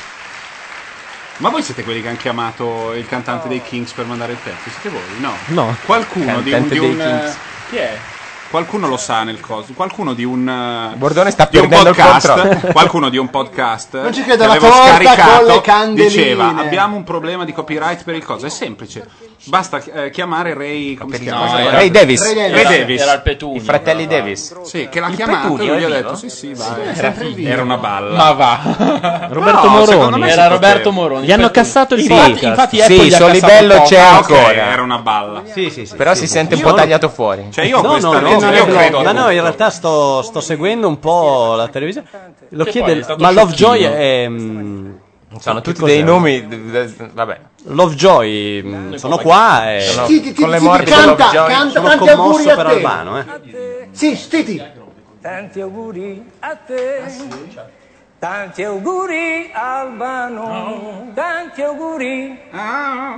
Ma voi siete quelli che hanno chiamato il cantante dei Kings per mandare il pezzo? Siete voi? No. No. Qualcuno di un, Cantante di dei un Kings. eh, chi è? Qualcuno lo sa nel coso. Qualcuno di un eh, Bordone sta di un perdendo il podcast. controllo. Qualcuno di un podcast. Non ci credo, che la avevo torta scaricato, con le candeline. diceva: abbiamo un problema di copyright per il coso. È semplice. Basta eh, chiamare Ray. Come si chiama? No, era- Ray Davis. Ray Davis. Ray Era- Davis. Era il Petunio. I fratelli Davis. Sì, che l'ha Il chiamato. Petunio E gli è ho vivo? detto: sì, sì, vai. Era figo. Era una balla. Ma va. Roberto No, secondo Moroni. me si Era poteva. Roberto Moroni. Gli hanno Infatti- cassato il infatti, podcast. infatti Sì, Apple gli ha Solibello cassato c'è poco. Ah, ok, ancora. era una balla. Sì, sì, sì. Però sì, si sì. sente un Io- po' tagliato fuori. Cioè, io ho No, questa no, no, legge, non io è credo. blog. Ma no, in realtà sto, sto seguendo un po' la televisione. Lo Che chiede, poi è stato ma Lovejoy sciocchino. è. mm, Sono che tutti cos'è? dei nomi. d- d- Vabbè. Lovejoy, mm, sono qua e. Sono Sì, ti- ti- con le ti- morbide canta, Lovejoy. canta Sono tanti auguri commosso a per te. Albano, eh. Sì, Stiti. Tanti auguri a te. Tanti auguri Albano. Tanti auguri a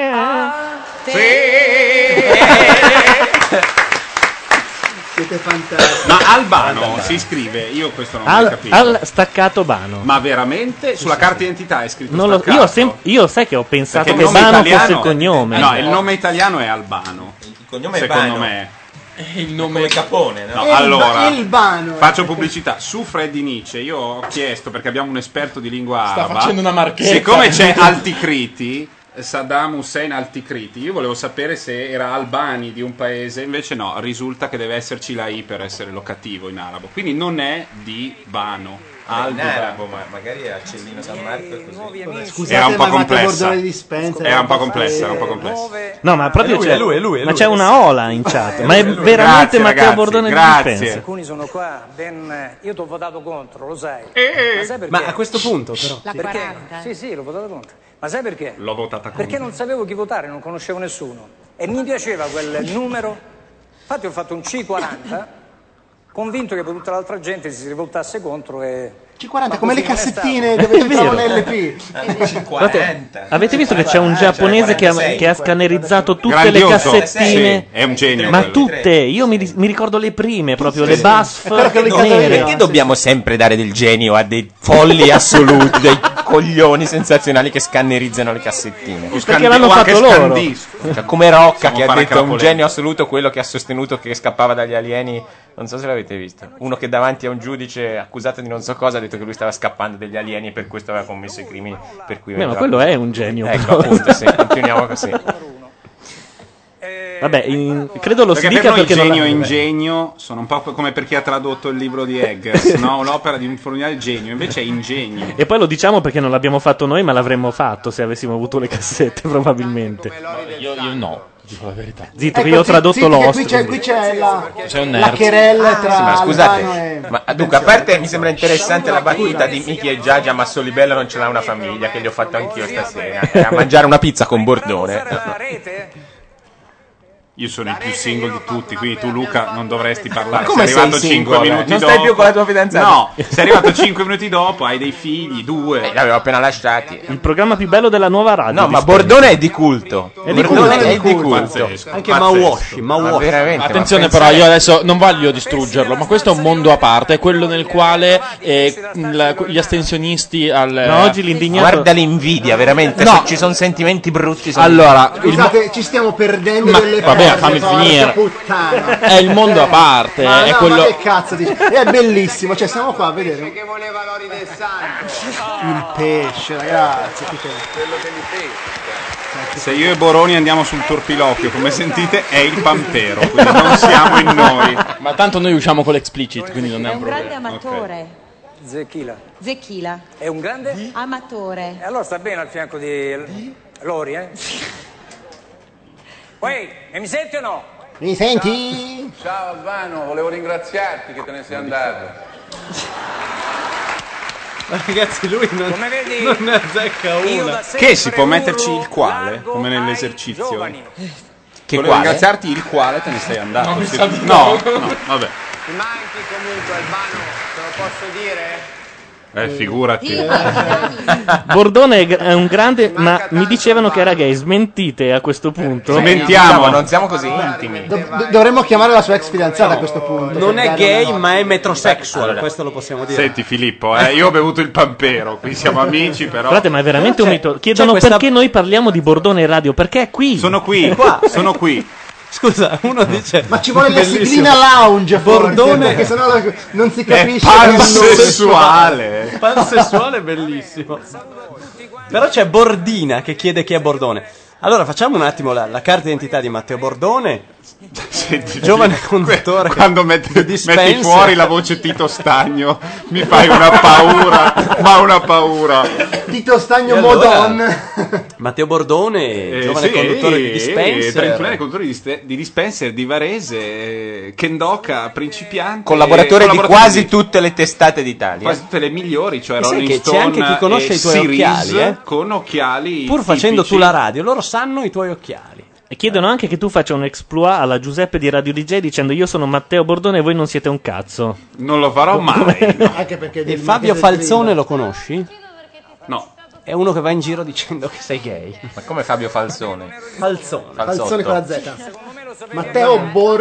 Siete fantastici. Ma Albano si scrive, io questo non l'ho Al, capito. al staccato Bano. Ma veramente? Sulla carta d'identità è scritto Non lo- staccato? io, ho sem- io sai che ho pensato Perché che il nome Bano italiano- fosse il cognome. No, il nome italiano è Albano. Il cognome è Secondo Bano. me. Il nome Come Capone, no? No, Il ba- allora, il Bano. faccio pubblicità su Freddy Nietzsche. Io ho chiesto, perché abbiamo un esperto di lingua Sta araba, facendo una marchetta. siccome c'è Altikriti, Saddam Hussein Altikriti, io volevo sapere se era Albani di un paese, invece no, risulta che deve esserci la I per essere locativo in arabo, quindi non è di Bano. In Aldo arabo, ma magari è a Cellino San Marco e così. Scusate, era un po' ma Matteo complessa. Bordone di Spencer Era un po' è complessa, era un po' eh, complessa. No, ma proprio È lui, c'è, è lui, è lui, è ma lui. c'è una ola in chat. Ma è lui. veramente Grazie, Matteo ragazzi, Bordone grazie. di Dispenser. Alcuni sono qua, ben. Io ti ho votato contro, lo sai. Eh, Ma sai perché? Ma a questo punto, però. la Perché? quaranta. Sì, sì, l'ho votato contro. Ma sai perché? L'ho votata contro. Perché non sapevo chi votare, non conoscevo nessuno. E mi piaceva quel numero. Infatti ho fatto un C quaranta, convinto che poi tutta l'altra gente si rivoltasse contro e C quaranta, come le cassettine dove si trovano L P. Guardate, avete visto che c'è un giapponese che ha, che ha scannerizzato tutte Grandioso. le cassettine? Sì, è un genio Ma quello. tutte, io mi, ri- mi ricordo le prime, proprio Sì, le sì. buff Perché, nere. perché dobbiamo sempre dare del genio a dei folli assoluti, dei coglioni sensazionali che scannerizzano le cassettine? Perché l'hanno fatto loro. Cioè, come Rocca Possiamo che ha fare detto anche la un polemica. genio assoluto, quello che ha sostenuto che scappava dagli alieni. Non so se l'avete visto. Uno che davanti a un giudice accusato di non so cosa ha detto che lui stava scappando dagli alieni e per questo aveva commesso i crimini per cui Beh, ma veniva- quello è un genio. Ecco, appunto, sì, continuiamo così. Vabbè, in- credo lo Perché si per dica noi perché non genio la- e ingegno sono un po' come per chi ha tradotto il libro di Eggers, no? L'opera di un formidabile genio, invece è ingegno. E poi lo diciamo perché non l'abbiamo fatto noi, ma l'avremmo fatto se avessimo avuto le cassette, probabilmente. Io, io no, dico la verità. Zitto, che io ho tradotto Ecco, Zitto, che Lost. qui c'è, qui c'è la, Sei un la nerd. querella tra Sì, ma scusate, Albano e... ma dunque, a parte mi sembra interessante la battuta di Miki e Giagia, ma Solibello non ce l'ha una famiglia, che gli ho fatto anch'io stasera, eh, a mangiare una pizza con Bordone. Io sono il più single di tutti, quindi tu Luca non dovresti parlare. Ma come sei arrivato sei cinque single? minuti Non dopo. stai più con la tua fidanzata? No, sei arrivato cinque minuti dopo, hai dei figli, due. Eh, li avevo appena lasciati. Il programma più bello della nuova radio. No, ma dispensa. Bordone è di culto. È di Bordone culto. è di culto. Pazzesco, Anche pazzesco. Mawashi, Ma Mawashi. veramente, Attenzione ma però, pensare- io adesso non voglio distruggerlo, ma questo è un mondo a parte, è quello nel quale eh, la- gli astensionisti al... Ma oggi l'indignato... Guarda l'invidia, veramente. No. se ci sono sentimenti brutti. sono- Allora, il mo- Scusate, ci stiamo perdendo Ma- delle vabbè, cose, fammi porca finire. puttana. è il mondo a parte, Ma è no, quello... ma che cazzo dici? È bellissimo, cioè siamo qua a vedere Che voleva Lori del Santo. il pesce, ragazzi. che- Quello dell'I Se io e Boroni andiamo sul torpiloquio, come sentite, è il Pampero, quindi non siamo in noi. Ma tanto noi usciamo con l'explicit, quindi non è È un un grande problema. amatore. Zecchila. Zecchila. È un grande? Amatore. E allora sta bene al fianco di Lori, eh? Poi, e mi senti o no? Mi senti? Ciao Albano, volevo ringraziarti che te ne sei andato. Ma ragazzi, lui non, Come vedi, non ne azzecca io una. da sempre Che si può metterci urlo il quale, largo come ai nell'esercizio? giovani. Che Volevo quale? ringraziarti il quale te ne sei andato. No, mi Sì. sa di no, no. no, vabbè. Ti manchi comunque Albano, te lo posso dire? Eh, figurati. Bordone è, gr- è un grande, ma mi dicevano che era gay. Smentite a questo punto. Smentiamo. Non siamo così intimi. Do- do- dovremmo chiamare la sua ex fidanzata a questo punto. Non per è dare gay, una- ma è metrosexual, Allora. questo lo possiamo dire. Senti Filippo, eh, io ho bevuto il Pampero, qui siamo amici però. Guardate, ma è veramente un C'è- mito. Chiedono c'è questa- perché noi parliamo di Bordone in radio. Perché è qui. Sono qui, Qua. sono qui. Scusa, uno dice... Ma ci vuole la Bellissimo. siglina lounge, forse, Bordone- perché sennò la- non si È capisce. pansessuale. Pansessuale bellissimo. Però c'è Bordina che chiede chi è Bordone. Allora facciamo un attimo la, la carta d'identità di Matteo Bordone, Senti, giovane conduttore. Quando metti, di Dispenser. metti fuori la voce Tito Stagno mi fai una paura, ma una paura. Tito Stagno E allora? Modon. Matteo Bordone, Eh, giovane sì, conduttore di eh, Dispenser. trentunenne conduttore di, Ste- di Dispenser di Varese, eh, Kendoka, principiante. Collaboratore eh, di collaboratore quasi di tutte le testate d'Italia. quasi tutte le migliori, cioè E sai Rolling che c'è Stone anche chi conosce e i tuoi Series, occhiali, eh? con occhiali Pur facendo tipici. tu la radio, loro sanno i tuoi occhiali. E chiedono anche che tu faccia un exploit alla Giuseppe di Radio D J dicendo io sono Matteo Bordone e voi non siete un cazzo. Non lo farò mai. no. Anche perché E del Fabio del Falzone Grillo. lo conosci? No. È uno che va in giro dicendo che sei gay. Ma come Fabio Falzone? Falzone. Falzone con la Z. Matteo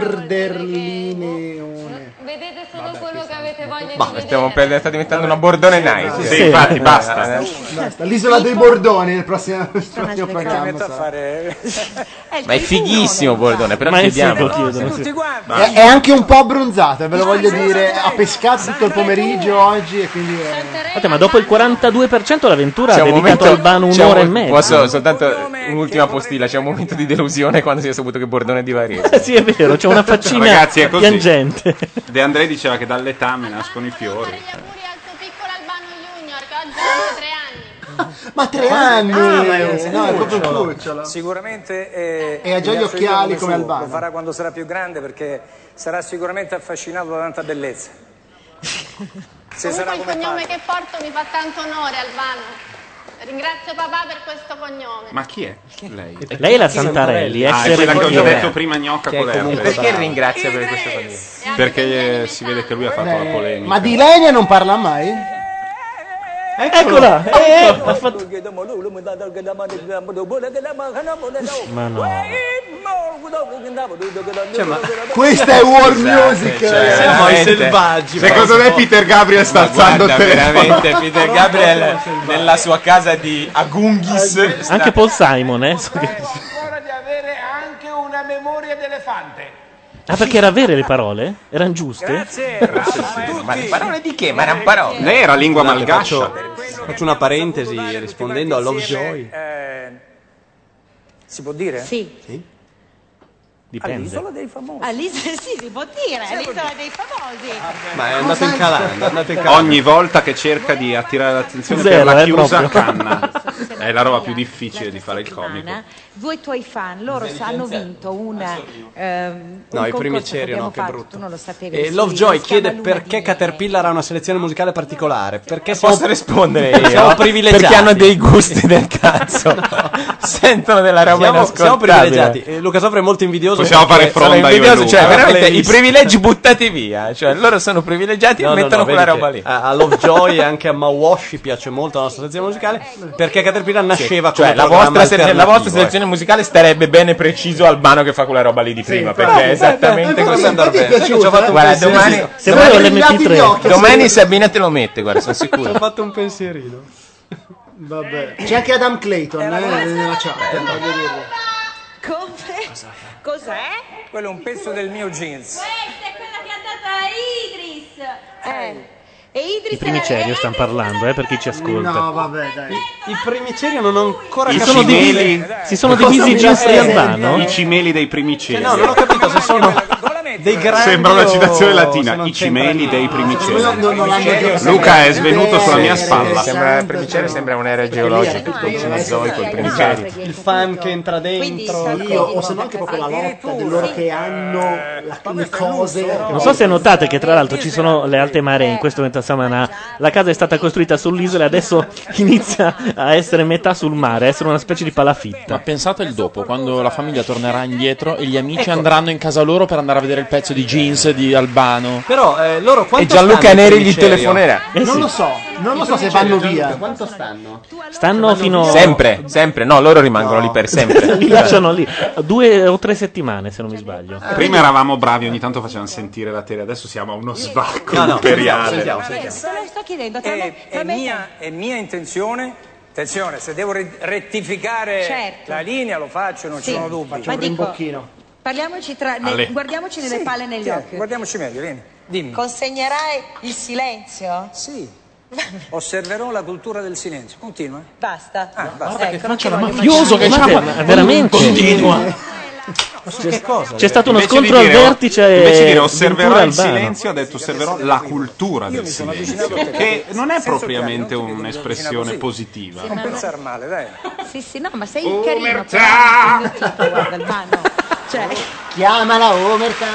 Borderlineone. Vedete solo quello che avete voglia Ma di vedere. stiamo per- sta diventando una Bordone night. Sì, infatti, basta. Basta, l'isola dei Bordoni nel prossimo, nel prossimo Mi programma. metto a sarà. fare... Ma è fighissimo Bordone, però Ma è figo, chiediamo. chiedono. Tutti quanti. È, è anche un po' abbronzata, ve lo voglio dire. Ha pescato tutto il pomeriggio oggi e quindi. è- Guardate, ma dopo il quarantadue per cento l'avventura ha C'è un dedicato momento, Albano c'è un'ora un- e mezza. Posso soltanto un'ultima postilla, c'è un momento di delusione quando si è saputo che Bordone è di Varese. Sì, è vero, c'è una faccina Ragazzi, è così. piangente. De André diceva che dall'età me nascono i fiori. Gli auguri al tuo piccolo Albano Junior che oggi compie tre anni. Ma tre anni! Ah, ma è un no, è proprio un cucciolo. cucciolo. Sicuramente eh, E ha già mi gli ha ferito occhiali come suo. Albano. Lo farà quando sarà più grande perché sarà sicuramente affascinato da tanta bellezza. Se sarà Comunque il come cognome padre. che porto mi fa tanto onore, Albano. Ringrazio papà per questo cognome. Ma chi è lei? Lei è la Santarelli, Ah, ex è quella che ho già Reggio. detto prima gnocca Che è con lei. comunque Perché ringrazia per questo cognome? Perché eh, si vede che lui ha fatto la polemica. Ma di Lenia non parla mai? Eccola! Eh, ha fatto... Ma no. Cioè, ma... Questa è war music. Cioè, siamo ai selvaggi. Secondo me Peter Gabriel sta alzando il telefono. Veramente Peter Gabriel nella sua casa di Agunghis sta- Anche Paul Simon, eh. so che- Ancora di avere anche una memoria d'elefante. Ah, perché era vere le parole? Erano giuste? Ma le parole di che? Ma erano parole. Lei era lingua Scusate, malgascia. Faccio, faccio una parentesi rispondendo a Lovejoy. Eh, si può dire? Sì. Sì? Dipende. All'isola dei famosi. All'isola, sì, si può dire, all'isola dei famosi. Ma è andato in calando, è andato in calando. Ogni volta che cerca di attirare l'attenzione Zero, per la eh, chiusa proprio. canna. È la roba più difficile di fare il comico. Due tuoi fan, loro hanno vinto un, ehm, No, un i primi concorso che Cerio, no, abbiamo che fatto, brutto. tu non lo sapevi. E su Lovejoy Io, si chiama chiede Luna perché di Caterpillar ha una selezione musicale particolare. Perché siamo, Posso rispondere io? siamo privilegiati. Perché hanno dei gusti del cazzo. Sentono della roba Siamo, inascoltabile. siamo privilegiati. E Luca Sopra è molto invidioso. Possiamo perché- fare fronda Sono io e invidioso, Luca. cioè Ah, veramente l'hai i visto? privilegi buttati via. Cioè loro sono privilegiati No, e no, mettono no, quella vedi roba che lì. A, a Lovejoy e anche a Mawashi piace molto la nostra sezione musicale perché Caterpillar nasceva Cioè come la programma vostra, se- la vostra alternativo, selezione musicale starebbe bene preciso Albano che fa quella roba lì di prima, perché è esattamente Potrebbe così. andare bene. Ci ho fatto un Guarda, pensierino. domani, Se domani, vuoi ho l'emme pi tre. domani Sabina te lo mette, guarda, sono Ci ho sicuro. fatto un pensierino. Vabbè. C'è anche Adam Clayton eh, nella chat. voglio dirlo. Come? Cos'è? Quello è un pezzo del mio jeans. Questa è quella che è andata a Idris. Eh. E Idris I primi Cerio stanno parlando, eh, per chi ci ascolta. No, vabbè, dai. I primi Cerio non ho ancora I Si sono capito. cimeli, Si sono Cosa divisi mi i jeans di rappresenta? Albano? i cimeli dei primi Cioè, cieli. no, non ho capito se sono dei grandi. Sembra una o citazione se latina. non I c'entra cimeli dei niente. primi cieli. Non, non, non l'hanno detto. Luca è svenuto sulla mia spalla. Sembra, il primicere sembra un'era geologica, il cenozoico, il primicere. Il fan che entra dentro. Io, o se no anche proprio la lotta di loro che hanno la- le cose. Non so se notate che tra l'altro ci sono le alte maree in questo momento a Samana. La casa è stata costruita sull'isola e adesso inizia a essere metà sul mare, a essere una specie di palafitta. Ma pensate il dopo, quando la famiglia tornerà indietro e gli amici andranno in casa loro per andare a vedere il pezzo di jeans di Albano. Però eh, loro quanto E Gianluca stanno i Neri primi gli Cerio? telefonerà. Eh Non sì. lo so, non lo so se vanno via. Quanto stanno? Stanno fino Sempre, sempre. No, loro rimangono lì per sempre. li lasciano lì due o tre settimane, se non mi sbaglio. Prima eravamo bravi, ogni tanto facevano sentire la tele, adesso siamo a uno sbacco No, no, imperiale. sentiamo, Te sentiamo. lo sto chiedendo, tra me, È, tra è me- mia, è mia intenzione, attenzione, se devo re- rettificare Certo. la linea lo faccio, non Sì, ci sono dubbi. ma Un dico, rimbocchino. parliamoci tra, ne- Ale. guardiamoci nelle Sì, palle negli tieni, occhi. Guardiamoci meglio, vieni. Dimmi. Consegnerai il silenzio? Sì. Osserverò la cultura del silenzio. Continua. Basta. Ah, basta. Guarda che faccia la mafioso che Ma c'ha ver- veramente? continua. Che cosa? C'è stato uno Invece di scontro al dire- vertice invece di dire Ventura osserverò il Albano. silenzio, ha detto osserverò la cultura del sono silenzio, avvicinato a te. che non è Senza propriamente occhiali, non ti dico un'espressione così. positiva. Non pensare male, dai. Sì, sì, no, ma sei Omertà! carino. però, il tuo tipo, guarda, Albano. Cioè, Chiamala Omerta.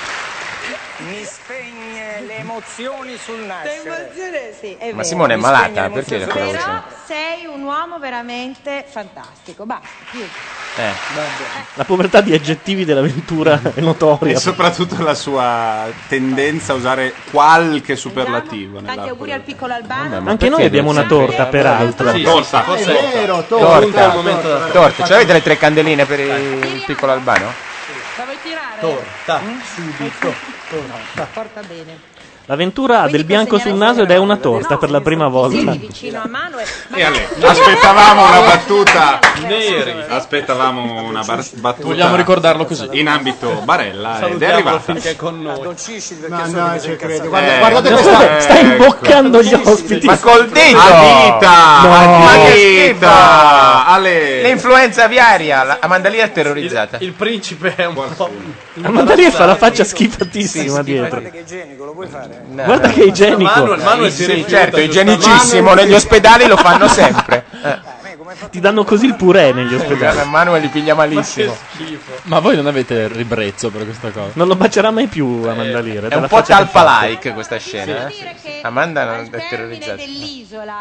Mi spegne le emozioni sul nascere. sì, è Ma vero. Simone è Mi malata, spegne perché la l'emozione. cosa Però voce? sei un uomo veramente fantastico. Basta, più. Eh. La povertà di aggettivi dell'avventura è notoria. E soprattutto la sua tendenza a usare qualche superlativo. Tanti nell'arco auguri del- al piccolo Albano. Ma Anche noi perché abbiamo una deve torta, peraltro. Sì, torta. È vero, Torta. torta. Torta. Torta. Ce l'avete le tre candeline per il piccolo Albano? La vuoi tirare? Torta, Mm? subito. Porta bene. L'avventura ha del bianco sul naso ed è una torta per la prima volta. Siedi vicino a Manuel. E Ale, aspettavamo una battuta. Neri. Aspettavamo una bar- battuta. Vogliamo ricordarlo così. In ambito Barella ed è Salutiamolo arrivata. finché è con noi. Addolcisci il Ma vecchio no, solito ci del credo. cazzo. Guarda, Eh, guardate no. questa. Sta imboccando gli ospiti. Ma col dito! A vita! No. A Ma che vita! Ale! L'influenza aviaria, la Amanda Lear è terrorizzata. Il principe è un po'. Amanda lì fa la faccia schifatissima dietro. Guarda che igienico, lo puoi fare? Guarda che igienico. Manuel, Manuel si Sì, rifiuta, certo, giustamente. igienicissimo, negli ospedali lo fanno sempre. Eh. Ti danno così il purè negli ospedali. Manuel li piglia malissimo. Ma voi non avete ribrezzo per questa cosa? Non lo bacerà mai più Amanda Lear. È dalla un po' faccia che fa. talpa-like questa scena. eh. Amanda non è Al termine terrorizzata. dell'isola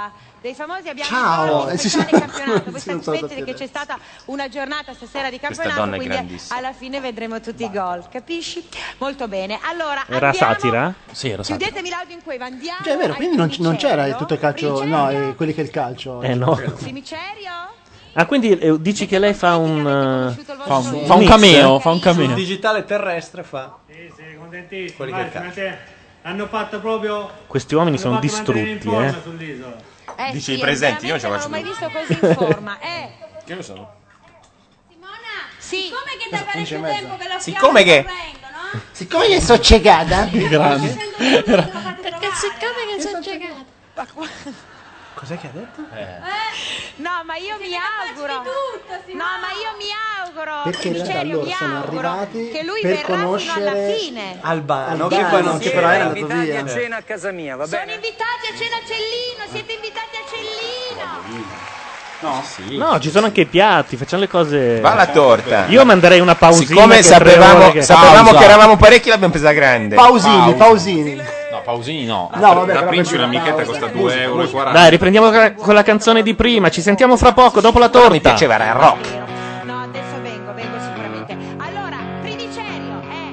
dei famosi abbiamo Ciao. un Eh, sì, speciale sì. campionato. Voi Sì, non so sapete sapere. che c'è stata una giornata stasera di Questa campionato, donna è quindi grandissima. alla fine vedremo tutti i gol, capisci? Molto bene. Allora, Era andiamo- satira? Sì, era satira. Chiudetemi l'audio in cui andiamo. Cioè, è vero, al quindi non, non c'era Primicerio. tutto il calcio, no, eh, quelli che è il calcio. Eh no. Primicerio? Ah, quindi eh, dici che lei fa un. eh, Fa un, un fa un mix? cameo, fa un Sul cameo. digitale terrestre fa. Sì, sì, contentissimo. Quelli che Guarda, cazzo. te- hanno fatto proprio. Questi uomini hanno sono fatto mantenere in distrutti, forma eh. sull'isola. Eh, Dici sì, i presenti, io non ce la veramente faccio non l'ho mai visto così in forma. Eh, Che ne sono? sì. Come che da parecchio tempo che la Siccome che Siccome io sono ciegata. Grande. Perché siccome che sono ciegata. Cos'è che ha detto? No, ma io mi auguro. No, ma io mi auguro. Perché in realtà Micerio, loro mi sono auguro arrivati che lui per verrà fino alla conoscere fine. Albano, che Albano, poi non che si però era era andato invitati via. a cena a casa mia, va Sono bene? invitati a cena a Cellino, siete invitati a Cellino. No, sì. No, ci sono anche i piatti, facciamo le cose. Va la torta. Io manderei una pausina. Siccome che tre sapevamo, ore che- sapevamo Pausa. che eravamo parecchi, l'abbiamo presa grande. Pausini, pausini. No, Pausini no. No, vabbè, La però Principe per- l'amichetta costa due euro e quaranta. Dai, riprendiamo con la- con la canzone di prima. Ci sentiamo fra poco, dopo la Però torta. mi piaceva, era il rock. No, adesso vengo, vengo sicuramente. Allora, Primicerio, eh.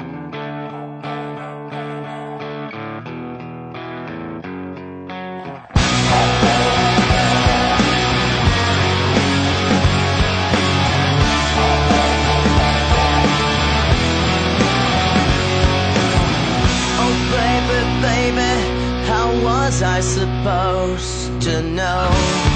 Oh baby, baby, how was I supposed to know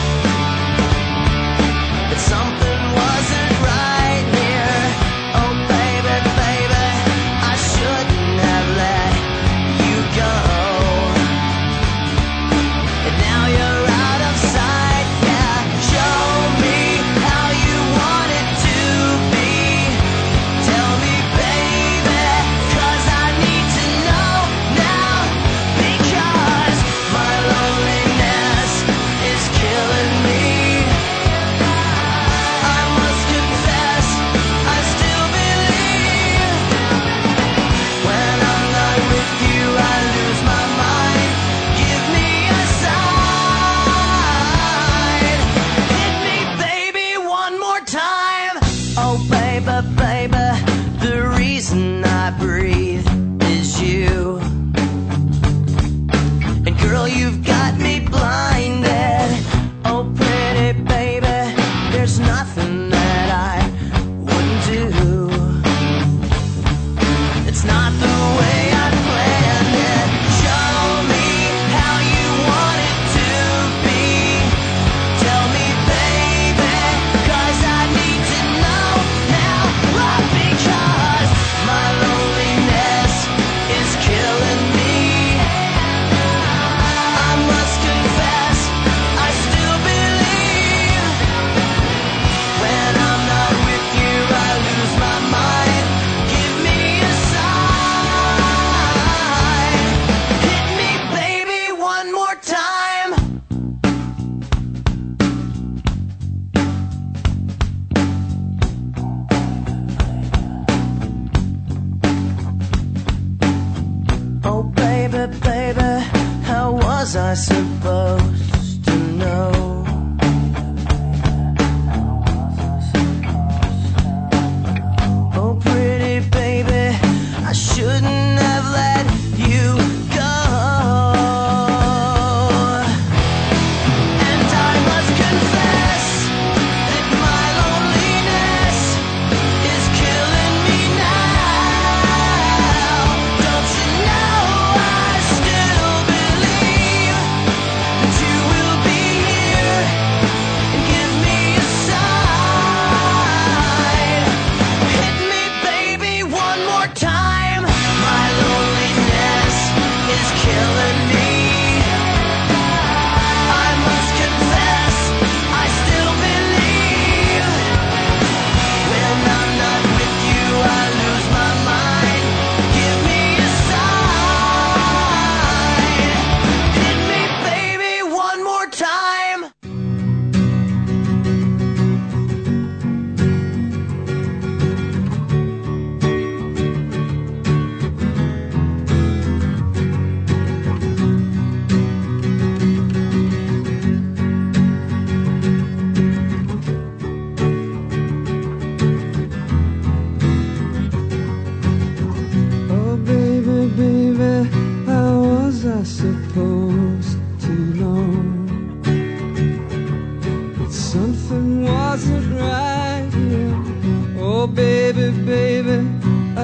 that something wasn't right here? Oh baby, baby, I shouldn't have let you go. And now you're out of sight, yeah. Show me how you want it to be. Tell me, baby, 'cause I need to know now. Because my loneliness is killing me. I must confess, I still believe. When I'm not with you, I lose my mind. Give me a sign. Hit me, baby, one more time. Oh, baby, baby, the reason I breathe is you. And girl, you've got me blinded. Oh, pretty baby, there's nothing that I wouldn't do. It's not the way I planned it. Show me how you want it to be. Tell me, baby, 'cause I need to know now. Right, because my loneliness is killing me. I must confess, I still believe. When I'm not with you, I lose my mind. Give me a sign. Hit me, baby, one more time. Oh, baby, baby, how was I supposed to know? Oh, pretty baby, I shouldn't have let you go. And I must confess that my loneliness is killing me now. Don't you know I still believe that you will be here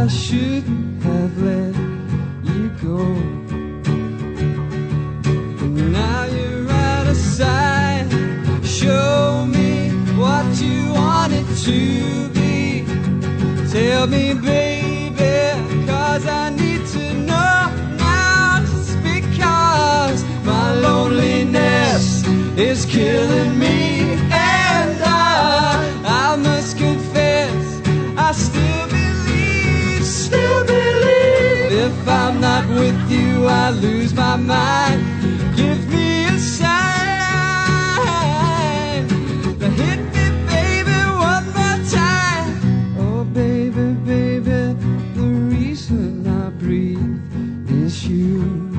I shouldn't have let you go. And now you're out of sight. Show me what you want it to be. Tell me, baby, cause I need to know now. Just because my loneliness is killing me. And I, I must confess, I still believe, still believe. If I'm not with you, I lose my mind. Give me a sign. Hit me, baby, one more time. Oh, baby, baby, the reason I breathe is you.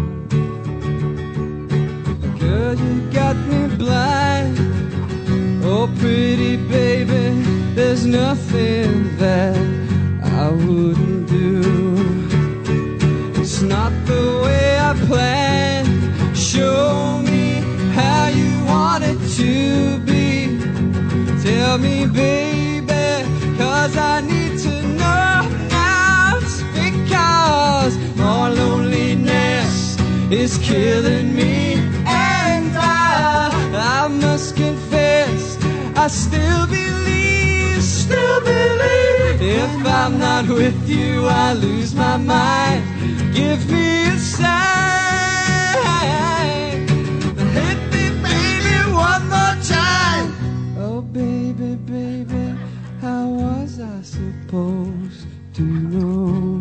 Girl, you got me blind. Oh, pretty baby, there's nothing that I wouldn't do. It's not the way I planned. Show me how you want it to be. Tell me, baby, cause I need to know now. It's because my loneliness is killing me. And I, I must confess, I still believe, still believe. If I'm not with you, I lose my mind. Give me a sign. Hit me, baby, one more time. Oh, baby, baby, how was I supposed to know?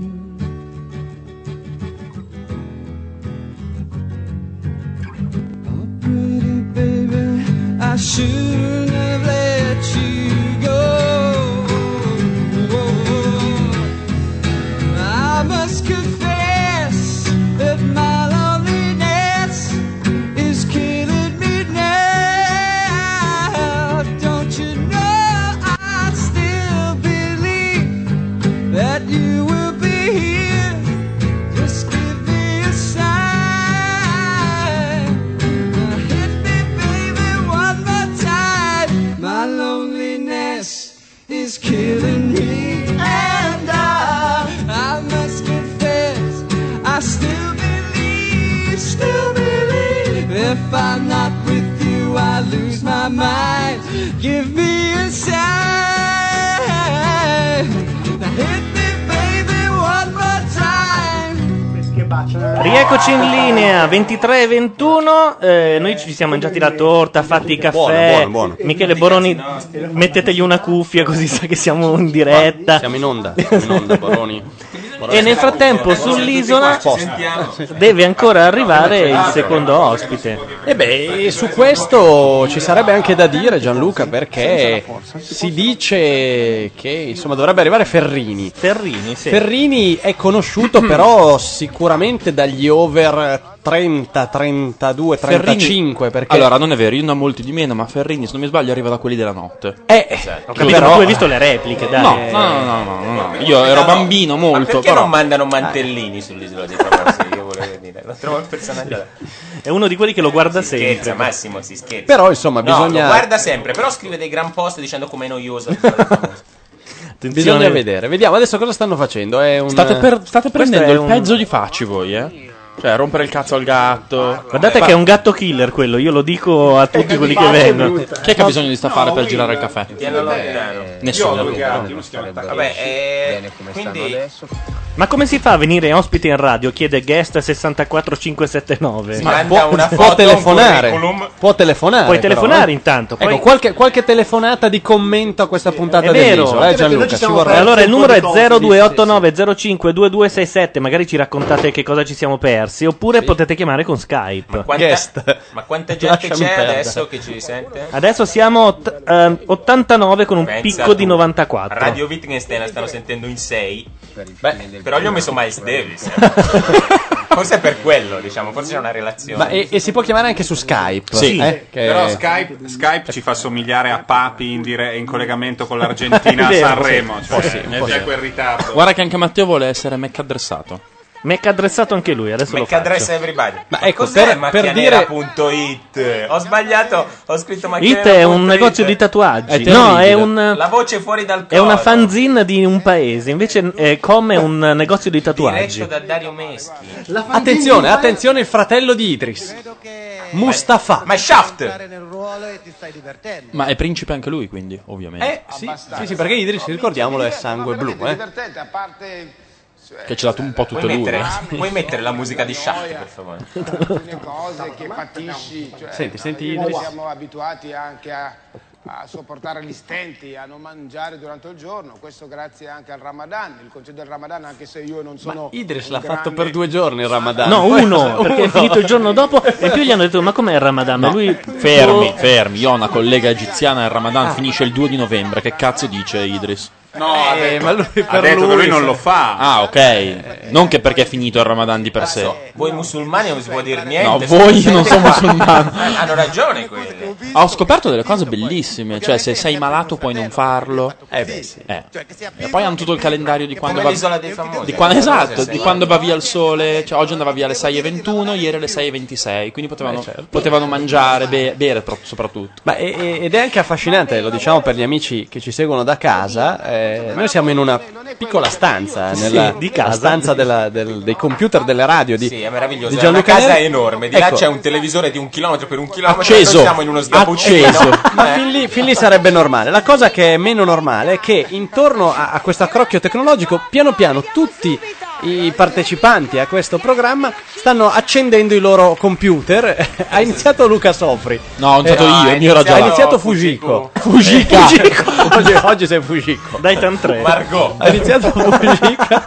Oh, pretty baby, I shouldn't have let you go. I must confess that my loneliness is killing me now. Don't you know I still believe that you will be here. Just give me a sign. Now hit me, baby, one more time. My loneliness is killing me. And I, I must confess, I still believe, still believe. If I'm not with you, I lose my mind. Give me a sign. Now hit me, baby, one more time. Rieccoci in linea, ventitré e ventuno, eh, noi ci siamo mangiati la torta, fatti i caffè. Buono, buono, buono. Michele Boroni, mettetegli una cuffia così sa che siamo in diretta. Siamo in onda, siamo in onda, Boroni. E nel frattempo sull'isola deve ancora arrivare il secondo ospite. E beh, su questo ci sarebbe anche da dire, Gianluca, perché si dice che insomma dovrebbe arrivare Ferrini. Ferrini, sì. Ferrini è conosciuto però sicuramente dagli over trenta, trentadue, trentacinque. Perché... Allora, non è vero, io ne ho molti di meno, ma Ferrini, se non mi sbaglio, arriva da quelli della notte. Eh, ho capito, però... ma tu hai visto le repliche, dai. No, no, no, no, no, no. Io ero bambino molto, ma perché però... non mandano mantellini sull'isola di Traversi? Io volevo dire, lo trovo il personaggio. È uno di quelli che lo guarda si sempre. Scherza, Massimo, si scherza. Però, insomma, bisogna... No, lo guarda sempre, però scrive dei gran post dicendo com'è noioso. Bisogna vedere, vediamo adesso cosa stanno facendo. È un... State, per, state prendendo il un... peggio di facci voi, eh? Cioè, rompere il cazzo al gatto. Guardate che è un gatto killer quello, io lo dico a tutti quelli che vengono. Chi è che ha bisogno di stafare per girare il caffè? Nessuno. Nessuno. Vabbè, eh, quindi... Ma come si fa a venire ospite in radio? Chiede guest sessantaquattro cinquecentosettantanove. Ma può, una foto, può telefonare. Può telefonare. Puoi però, telefonare eh. intanto. Poi... Ecco, qualche, qualche telefonata di commento a questa puntata è vero. dell'isola, eh, Gianluca, ci vorrà. Allora il numero è zero due otto nove zero cinque due due sei sette. Magari ci raccontate che cosa ci siamo persi. Oppure sì. potete chiamare con Skype. Ma quanta, Guest. Ma quanta gente Lasciami c'è perdere. adesso che ci sente? Adesso siamo ott- eh, ottantanove con un Pensa picco tu. di novantaquattro. Radio Wittgenstein la stanno sentendo in sei. Beh, però gli ho messo Miles Davis. Forse è per quello, diciamo, forse c'è una relazione. Ma e, e si può chiamare anche su Skype. Sì, eh, che... però Skype, Skype ci fa somigliare a Papi in, dire- in collegamento con l'Argentina a Vero, Sanremo. sì. Cioè, Sì, c'è sì. quel ritardo. Guarda che anche Matteo vuole essere Mac addressato. Mecca addressato anche lui, adesso lo Mecca faccio. Address Everybody. Ma ecco, cos'è per- per macchianera.it? Ho sbagliato, ho scritto macchianera. It è un negozio di tatuaggi. È no, è terribile. un La voce fuori dal è una coro. fanzine di un paese, invece è come un negozio di tatuaggi. Diretto da Dario Meschi. Attenzione, attenzione, il fratello di Idris. Mustafa. Ma è Shaft. Ma è principe anche lui, quindi, ovviamente. Eh, sì, sì, sì, perché Idris, ricordiamolo, è sangue blu, eh. divertente, a parte Che ce l'ha un po' tutte Puoi lui. mettere, eh. puoi mettere la musica di Shaft, per favore. alcune cose che patisci, cioè, Senti, senti noi Idris. siamo abituati anche a, a sopportare gli stenti, a non mangiare durante il giorno, questo grazie anche al Ramadan, il concetto del Ramadan, anche se io non sono Idris un l'ha grande- fatto per due giorni il Ramadan. No, Poi- uno, perché è finito il giorno dopo e in più gli hanno detto "Ma com'è il Ramadan?" No, Lui fermi, Oh, fermi. Io ho una collega egiziana, il Ramadan finisce il due di novembre. Che cazzo dice Idris? No, ha Eh, detto, ma lui ha per detto che lui lui non se- lo fa. Ah, ok. Non che perché è finito il Ramadan di per sé. Voi musulmani non si può dire niente. No, sono voi gente non sono qua. musulmani. Eh, Hanno ragione quelli. Ho scoperto delle cose bellissime. Cioè, se sei malato puoi non farlo. Eh beh, sì. Eh. E poi hanno tutto il calendario di quando Come va... l'isola dei famosi. Di quando, Quelle esatto, cose, di sì. quando va via il sole. Cioè, oggi andava via alle sei e ventuno, ieri alle sei e ventisei. Quindi potevano, Eh, certo. potevano mangiare, be- bere pro- soprattutto. Ma e- e- ed è anche affascinante, lo diciamo per gli amici che ci seguono da casa. eh, noi siamo in una piccola stanza, Sì, nella di casa. la stanza della- del- dei computer delle radio di, Sì, è meraviglioso. di È una Gianluca casa Neri. enorme. Di là Ecco, c'è un televisore di un chilometro per un chilometro. Acceso. Noi siamo in uno sgabuzzino. Acceso. Ma fin lì, fin lì sarebbe normale. La cosa che è meno normale è che intorno a, a questo accrocchio tecnologico, piano piano tutti i partecipanti a questo programma stanno accendendo i loro computer. Ha iniziato Luca Sofri. No, ho iniziato Eh, io, il mio era già Ha là. iniziato Fujiko. Fujika. Fujiko. Oggi, oggi sei Fujiko. Dai tre. Margot. Ha iniziato Fujika.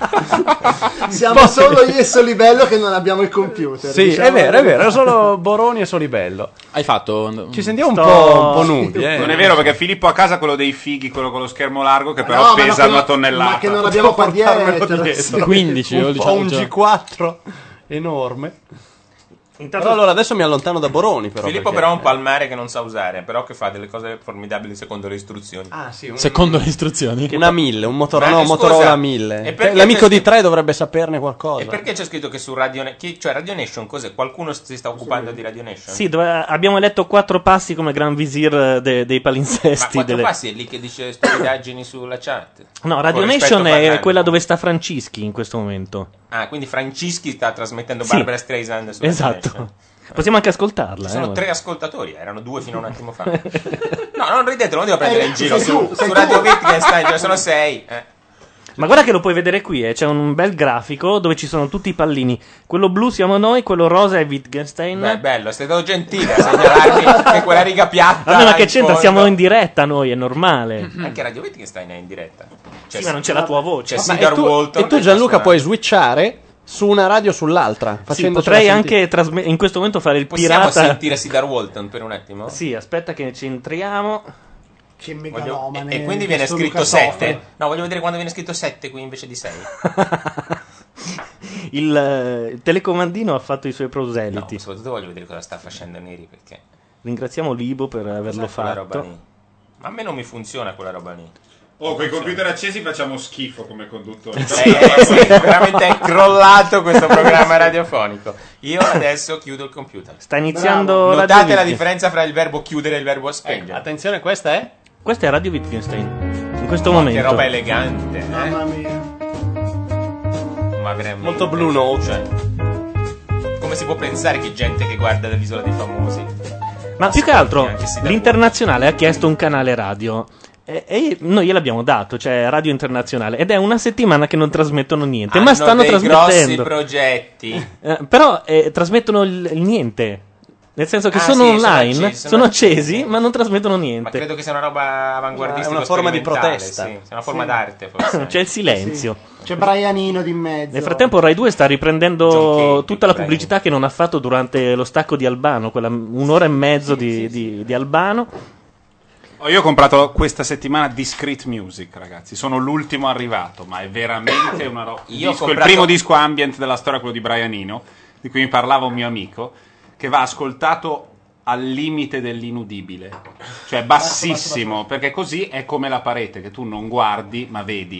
Siamo Poi- solo io e Solibello che non abbiamo il computer. Sì, diciamo. è vero, è vero, è solo Boroni e Solibello. Hai fatto... Ci sentiamo un Sto- po', un po' nudi, eh. Non è vero perché Filippo a casa quello dei fighi, quello con lo schermo largo, che Ma però no, ma pesa no, che una non- tonnellata. ma che non abbiamo qua Portarmelo dietro. dietro. quindici, un, io po' diciamo un già. G quattro enorme. Intanto Però allora adesso mi allontano da Boroni però. Filippo perché- però ha un palmare che non sa usare, però che fa delle cose formidabili secondo le istruzioni. Ah, sì, un- Secondo le istruzioni. una mille, un Motorola, Ma, no, un scusa, Motorola mille. e perché L'amico c'è di scritto- tre dovrebbe saperne qualcosa. E perché c'è scritto che su Radio Ne- chi- cioè Radio Nation cos'è? Qualcuno si sta occupando di Radio Nation? Sì, dove- abbiamo letto quattro passi come Gran Visir eh, de- dei Ma palinsesti. quattro delle- passi è lì che dice stupidaggini sulla chat. No, Radio Con rispetto Nation è parlando. quella dove sta Francischi in questo momento. Ah, quindi Francischi sta trasmettendo Sì. Barbara Streisand su Radio Esatto. Nation. Possiamo anche ascoltarla. Ci sono eh, tre ascoltatori, erano due fino a un attimo fa. No, non ridete, non devo prendere Eh, in giro. sei Su, tu, sei su tu. Radio Wittgenstein ce ne sono sei. Eh. Ma guarda che lo puoi vedere qui, eh. C'è un bel grafico dove ci sono tutti i pallini. Quello blu siamo noi, quello rosa è Wittgenstein. Beh, bello, sei stato gentile a segnalarmi che quella riga piatta. Vabbè, ma in che c'entra? fondo- Siamo in diretta noi, è normale. Anche Radio Wittgenstein è in diretta. Sì, ma non c'è la tua voce. C'è Ma Cedar e tu, Walton. e tu Gianluca puoi switchare su una radio sull'altra. Sì, facendocela potrei sentire. anche trasme- in questo momento fare il Possiamo pirata. sentire Cedar Walton per un attimo? Sì, aspetta che ci entriamo. Che Voglio- megalomane. E quindi viene questo scritto Luca Sofri. sette? No, voglio vedere quando viene scritto sette qui invece di sei. Il, eh, il telecomandino ha fatto i suoi No, proseliti. soprattutto voglio vedere cosa sta facendo Neri perché Ringraziamo Libo per averlo cos'è quella roba fatto. lì? Ma a me non mi funziona quella roba lì. Oh, con i computer accesi facciamo schifo come conduttori. Eh, sì, veramente è crollato questo programma radiofonico. Io adesso chiudo il computer. Sta iniziando Radio Notate la Wittgenstein. differenza fra il verbo chiudere e il verbo Ecco, spengere. attenzione, questa è? Questa è Radio Wittgenstein. In questo Oh, momento. che roba elegante, eh? Mamma mia. Ma veramente. Molto Blue Note. Cioè, come si può pensare che gente che guarda l'Isola dei Famosi? Ma più che altro, Anche Cedar l'internazionale ha chiesto un canale radio. E, e noi gliel'abbiamo dato, cioè Radio Internazionale. Ed è una settimana che non trasmettono niente. ma Hanno stanno dei grossi trasmettendo. progetti. Eh, però eh, trasmettono il, il niente. Nel senso che Ah, sono sì, sono online, sono accesi, sono accesi, accesi. ma non trasmettono Ma niente. credo che sia una roba avanguardistica. È una forma di sperimentale, protesta. Sì, è una forma Sì. d'arte, forse. C'è il silenzio. C'è Brianino di mezzo. Nel frattempo Rai due sta John riprendendo Cage, tutta la Brian. pubblicità che non ha fatto durante lo stacco di Albano, quella un'ora e mezzo di, di- di Albano. Oh, io ho comprato questa settimana Discrete Music, ragazzi. Sono l'ultimo arrivato, ma è veramente una roba. Io ho Disco- comprato- Il primo disco ambient della storia, quello di Brianino, di cui mi parlava un mio amico, che va ascoltato al limite dell'inudibile, cioè bassissimo, perché così è come la parete che tu non guardi ma vedi.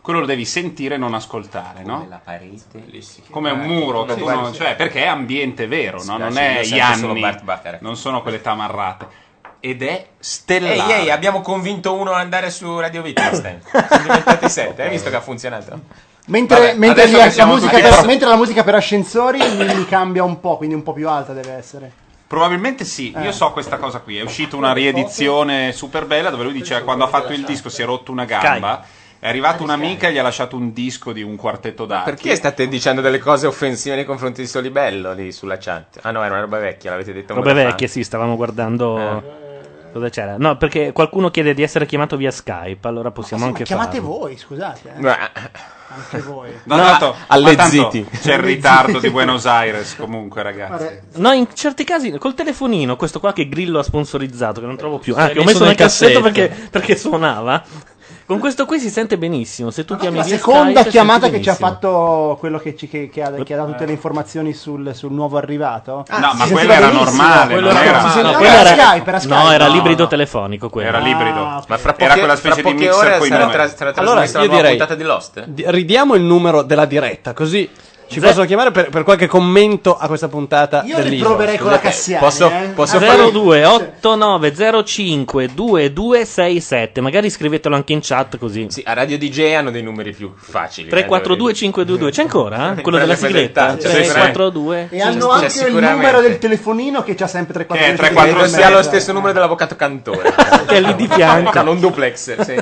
quello lo devi sentire e non ascoltare, no? Come la parete. Come un muro, che tu non- cioè, perché è ambiente vero, no? Non è gli anni, non sono quelle tamarrate. Ed è stellare. Ehi, ehi, abbiamo convinto uno ad andare su Radio Wittgenstein. Sono diventati sette, hai visto che ha funzionato? Mentre, Vabbè, mentre adesso la, che la siamo musica tutti per, pro- mentre la musica per ascensori mi, mi cambia un po', quindi un po' più alta deve essere. Probabilmente sì, io Eh. so questa cosa qui. È uscita una riedizione super bella dove lui dice quando ha fatto il disco si è rotto una gamba. È arrivata un'amica e gli ha lasciato un disco di un quartetto d'archi. Perché state dicendo delle cose offensive nei confronti di Solibello lì sulla chat? Ah no, era una roba vecchia, l'avete detto un Robe mese fa. vecchie, sì, stavamo guardando. Cosa c'era? No, perché qualcuno chiede di essere chiamato via Skype, allora possiamo Ma anche chiamate farlo. voi, scusate. eh. Beh. Anche voi. No, No, tanto- alle ma tanto ziti. c'è il ritardo di Buenos Aires comunque, ragazzi. No, in certi casi col telefonino, questo qua che Grillo ha sponsorizzato, che non trovo più. Ah, L'hai che ho messo messo nel nel cassetto cassetto. perché, perché suonava. Con questo qui si sente benissimo. Se tu chiami La via seconda Skype, chiamata senti che ci ha benissimo. fatto quello che, ci, che, che ha, che ha dato tutte le informazioni sul, sul nuovo arrivato. No, ma si quello sentiva era benissimo. normale, Quello non era era- si sentiva- no, no, quello era era- Skype, era Skype. No, era No, l'ibrido no. telefonico quello. Era l'ibrido. Ah, ok. Ma fra Era poche, quella specie fra di poche mixer ore coi sarà numeri. tra- sarà Allora, trasmessa la io nuova direi puntata di Lost? di- ridiamo il numero della diretta, così ci Ze- possono chiamare per, per qualche commento a questa puntata Io dell'Isola. riproverei con la Cassiani. Posso, eh. posso zero fare due otto nove zero cinque due due sei sette. Magari scrivetelo anche in chat così. Sì, a Radio D J hanno dei numeri più facili. tre quattro due eh, cinque due due. C'è ancora? Eh, Quello della per le sigletta? presentazioni. tre quattro due E hanno c'è anche il sicuramente. numero del telefonino che c'ha sempre tre quattro Che è tre due quattro due Credo sia lo stesso numero dell'avvocato Cantore. Che è lì di fianco. Hanno un duplex, sì.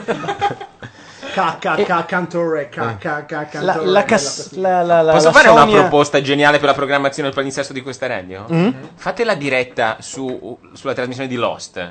K K K Cantore K K K la, Cantore. la, cas- la, la, la, Posso la fare una Sonia- proposta geniale per la programmazione del palinsesto di questa radio? Mm? Fate la diretta su, sulla trasmissione di Lost.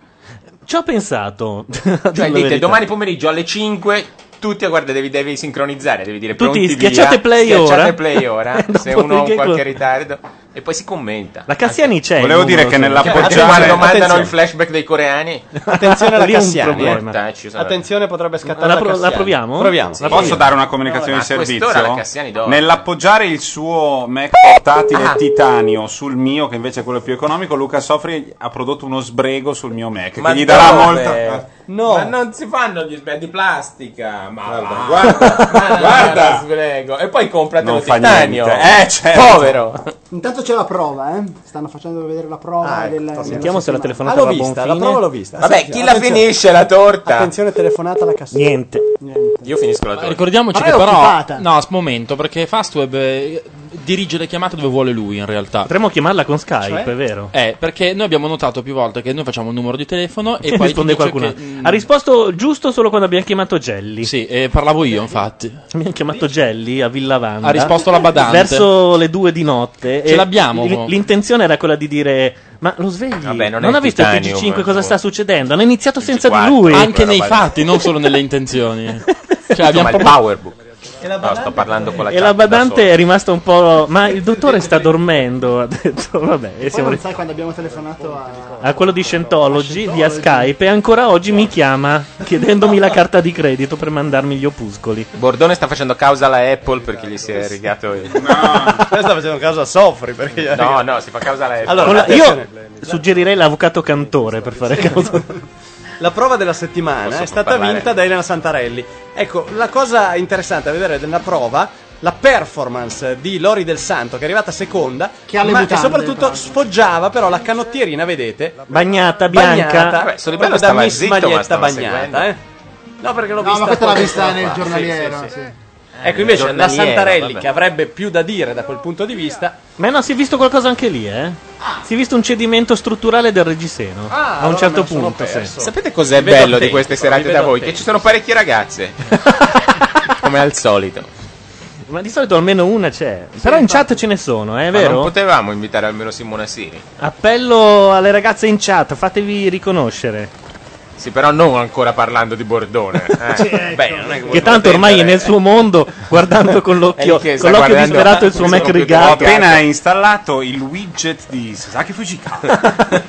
Ci ho pensato. Cioè dite domani pomeriggio alle cinque tutti, guarda, devi, devi sincronizzare, devi dire Tutti pronti schiacciate via, play schiacciate ora. play ora, se Dopodiché uno ha un qualche co- ritardo e poi si commenta. La Cassiani c'è. il Volevo dire numero, che sì. nella Che poi poggiare- quando mandano attenzione. il flashback dei coreani, Attenzione alla Lì è un Cassiani. problema. mortacci, sono- Attenzione, potrebbe scattare La la, pro- la Cassiani. proviamo? Proviamo. Sì. Posso dare una comunicazione Ma di a quest'ora la servizio? Cassiani dorme. Nell'appoggiare il suo Mac portatile Ah. titanio sul mio, che invece è quello più economico, Luca Sofri ha prodotto uno sbrego sul mio Mac, Ma che gli darà dove? molta... No. Ma non si fanno gli sbreg di plastica. Ma Guarda, guarda, guarda, guarda. sbrego. E poi compratelo Non fa titanio. niente. Eh, certo. Povero. Intanto c'è la prova, eh. Stanno facendo vedere la prova Ah, ecco, del sto Sentiamo se la settimana. telefonata Ah, l'ho va a buon vista, la fine. prova l'ho vista. Vabbè, Attenzione, chi la attenzione. finisce la torta? Attenzione, telefonata alla Cassiani. Niente. Io finisco la torta. Ricordiamoci Ma che lei è però occupata. no, un momento, perché Fastweb eh, dirige le chiamate dove vuole lui in realtà. Potremmo chiamarla con Skype, Cioè? è vero. Eh, perché noi abbiamo notato più volte che noi facciamo un numero di telefono e E poi risponde ti dice qualcuno. che, mm, Ha risposto giusto solo quando abbiamo chiamato Gelli. Sì, e parlavo io, infatti. Abbiamo chiamato Gelli a Villa Vanda. Ha risposto la badante. Verso le due di notte. Ce e l'abbiamo. l- L'intenzione era quella di dire: ma lo svegli? Vabbè, non non è ha visto il T G Titanium, cinque cosa insomma. sta succedendo? Hanno iniziato senza di quattro. lui. Anche nei roba- fatti, non solo nelle intenzioni. Cioè, Ma abbiamo il proprio... Powerbook. No, sto parlando con la E chat la da badante solo. è rimasta un po'. Ma il dottore sta dormendo. Ha detto, vabbè. E Poi siamo non ri- sai quando abbiamo telefonato a... a quello di Scientology via Skype. E ancora oggi mi chiama chiedendomi la carta di credito per mandarmi gli opuscoli. Bordone sta facendo causa alla Apple perché gli si è rigato il... Lei sta facendo caso a Soffri perché No, no, si fa causa alla Apple. Allora, Con la- attenzione. io suggerirei l'avvocato Cantore per fare causa. La prova della settimana Posso è stata parlare? vinta da Elena Santarelli. Ecco, la cosa interessante a vedere della prova, la performance di Lori del Santo, che è arrivata seconda, Che ha le ma mutande, che soprattutto però. sfoggiava però la canottierina, vedete? Bagnata, bianca. Bagnata, Vabbè, Solibello proprio da stava Miss zitto, ma Maglietta stava bagnata, seguendo. eh? No, perché l'ho No, vista ma questa l'ha poco vista fa. nel Sì, giornaliero. sì, sì. sì. Ecco, invece la Giornaliero, Santarelli, vabbè. che avrebbe più da dire da quel punto di vista, Ma no, si è visto qualcosa anche lì, eh? Si è visto un cedimento strutturale del reggiseno. Ah, a un allora certo me lo sono punto, sì. perso. Sapete cos'è Vi vedo bello di attento, queste vi serate vedo da voi? Che attento. ci sono parecchie ragazze. Come al solito. Ma di solito almeno una c'è. Però in chat ce ne sono, eh, è Ma non vero? potevamo invitare almeno Simona Siri. Appello alle ragazze in chat, fatevi riconoscere. Sì, però non ancora parlando di Bordone. Eh. Sì, ecco. Beh, non è che, Che tanto ormai è nel suo mondo, guardando con l'occhio, È lì che sta con l'occhio guardando disperato il suo il Mac suo computer. Ho rigato. appena installato il widget di Sasaki Fujikawa.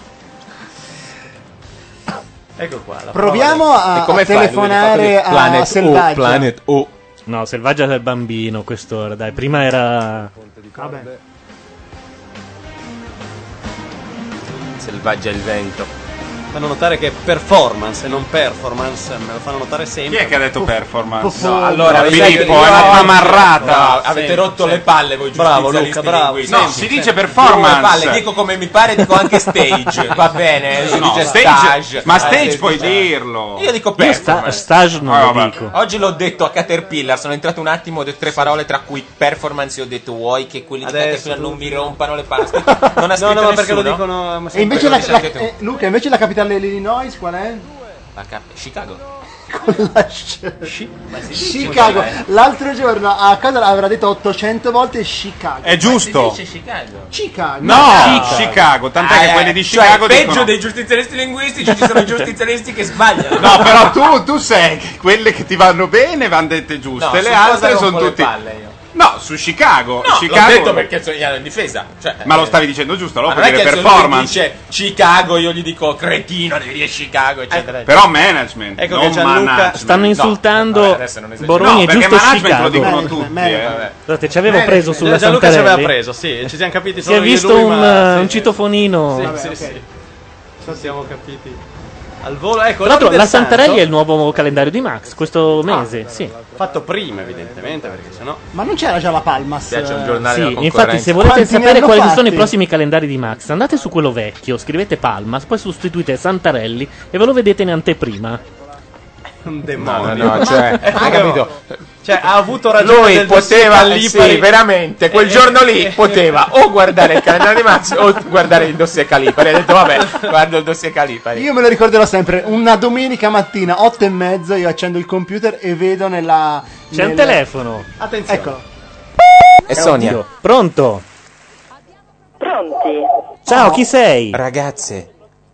ecco qua. La Proviamo prova a, E come a fai lui? telefonare Le foto di a Planet Selvaggia. O, Planet O. No, Selvaggia del bambino, quest'ora, dai. Prima era... Vabbè. Selvaggia il vento. Fanno notare che è performance e non performance, me lo fanno notare sempre. Chi è che ha detto performance? No, allora, no, Filippo, io- è una tua io- marrata. no, avete sempre, rotto le sempre. palle voi Bravo, giustizialisti Luca, bravo. linguistici. No, si dice performance. Le palle, dico come mi pare, dico anche stage. Va bene, si No, dice stage- stage. ma Eh, stage sì, puoi sì. dirlo. Io dico Io sta- performance. stage non Ah, lo vabbè. dico. Oggi l'ho detto a Caterpillar, sono entrato un attimo, ho detto tre parole tra cui performance e ho detto vuoi che quelli di Adesso Caterpillar tu- non mi rompano le palle. Non ha scritto no, no, ma perché lo nessuno? dicono E invece Lo la, dici la- anche tu. eh, Luca, invece la capitale dell'Illinois qual è? La cap- Chicago. Chicago. L'altro giorno a casa avrà detto ottocento volte Chicago. È giusto. Si dice Chicago. Chicago. No, Chicago. Chicago, tant'è Ah, che eh, quelli di cioè, Chicago peggio dicono... dei giustizialisti linguistici ci sono i giustizialisti che sbagliano. No, però tu, tu sai che quelle che ti vanno bene vanno dette giuste, No, le su altre cosa sono rompo le tutti... palle io? No, su Chicago. No, Chicago... l'ho detto perché sono in difesa. Cioè, Ma lo stavi dicendo giusto, allora ma puoi non è dire che se lui performance. dice Chicago io gli dico cretino, devi dire Chicago, eccetera. Però management, Ecco non che Gianluca- management. Stanno insultando vabbè, adesso non esagero. Boroni No, è perché giusto management Chicago. lo dicono Management, tutti, management. eh. Guardate, ci avevo preso sulla Gianluca ci aveva Santarelli. preso, sì, ci siamo capiti Si solo è io e visto lui, un, ma- eh, sì, un citofonino. Sì, Vabbè, sì, ok. sì. Ci siamo capiti. Al volo, ecco, Tra l'altro, l'Ori la del Santo- Santarelli è il nuovo calendario di Max questo mese. Sì. fatto prima, evidentemente, perché sennò. Ma non c'era già la Palmas? Piace un eh? giornale della Sì, concorrenza. infatti, se volete Quanti ne sapere hanno quali fatti? sono i prossimi calendari di Max, andate su quello vecchio, scrivete Palmas, poi sostituite Santarelli e ve lo vedete in anteprima. Un No, demonio. no, no, cioè, hai capito? Cioè, ha avuto ragione Lui del poteva, dossier sì, Calipari. veramente, quel Eh, giorno lì eh, poteva o guardare il calendario di Max o guardare il dossier Calipari. Ha detto, vabbè, guardo il dossier Calipari. Io me lo ricorderò sempre. Una domenica mattina, otto e mezzo, io accendo il computer e vedo nella. C'è un nel- telefono. Attenzione. Eccolo. E Sonia. Oddio. Pronto? Pronti? Ciao, chi sei? Ragazze.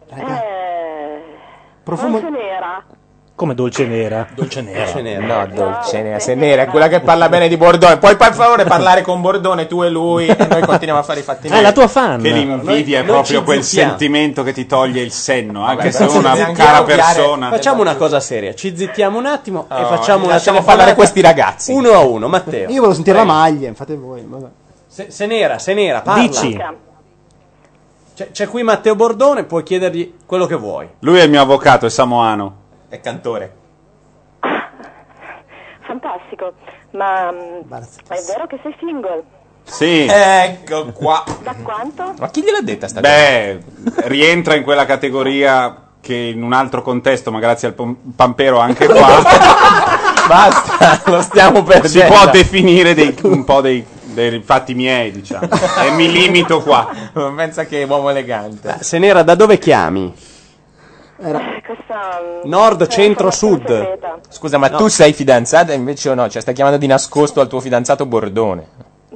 Profumo. Dolce nera. Come dolce nera? Dolce nera. No, dolce nera. Se nera è quella che parla bene di Bordone. Puoi per favore parlare con Bordone, tu e lui, e noi continuiamo a fare i fatti Ah, è la tua fan. Che l'invidia è Noi- proprio noi quel ci zittiamo. sentimento che ti toglie il senno, anche Vabbè, se è però una se neanche cara odiare- persona. Facciamo una cosa seria, ci zittiamo un attimo e Oh, facciamo una lasciamo telefonata parlare questi ragazzi. Uno a uno, Matteo. Io volevo sentire la maglia, fate voi. Vabbè. Se, se nera, se nera, parla. Dici. C'è, c'è qui Matteo Bordone, puoi chiedergli quello che vuoi. Lui è il mio avvocato, è samoano. È cantore. Fantastico. Ma mm, è vero che sei single? Sì. Ecco qua. Da quanto? Ma chi gliel'ha detta sta Beh, rientra in quella categoria che in un altro contesto, ma grazie al pom- Pampero anche qua, Basta, lo stiamo perdendo. si può definire dei- un po' dei, dei fatti miei, diciamo. E mi limito qua. Non pensa che è uomo elegante. Se nera, da dove chiami? Eh, questa mm, Nord, è centro, informazione sud? segreta. Scusa, ma No. tu sei fidanzata invece o no? Cioè, stai chiamando di nascosto al tuo fidanzato Bordone.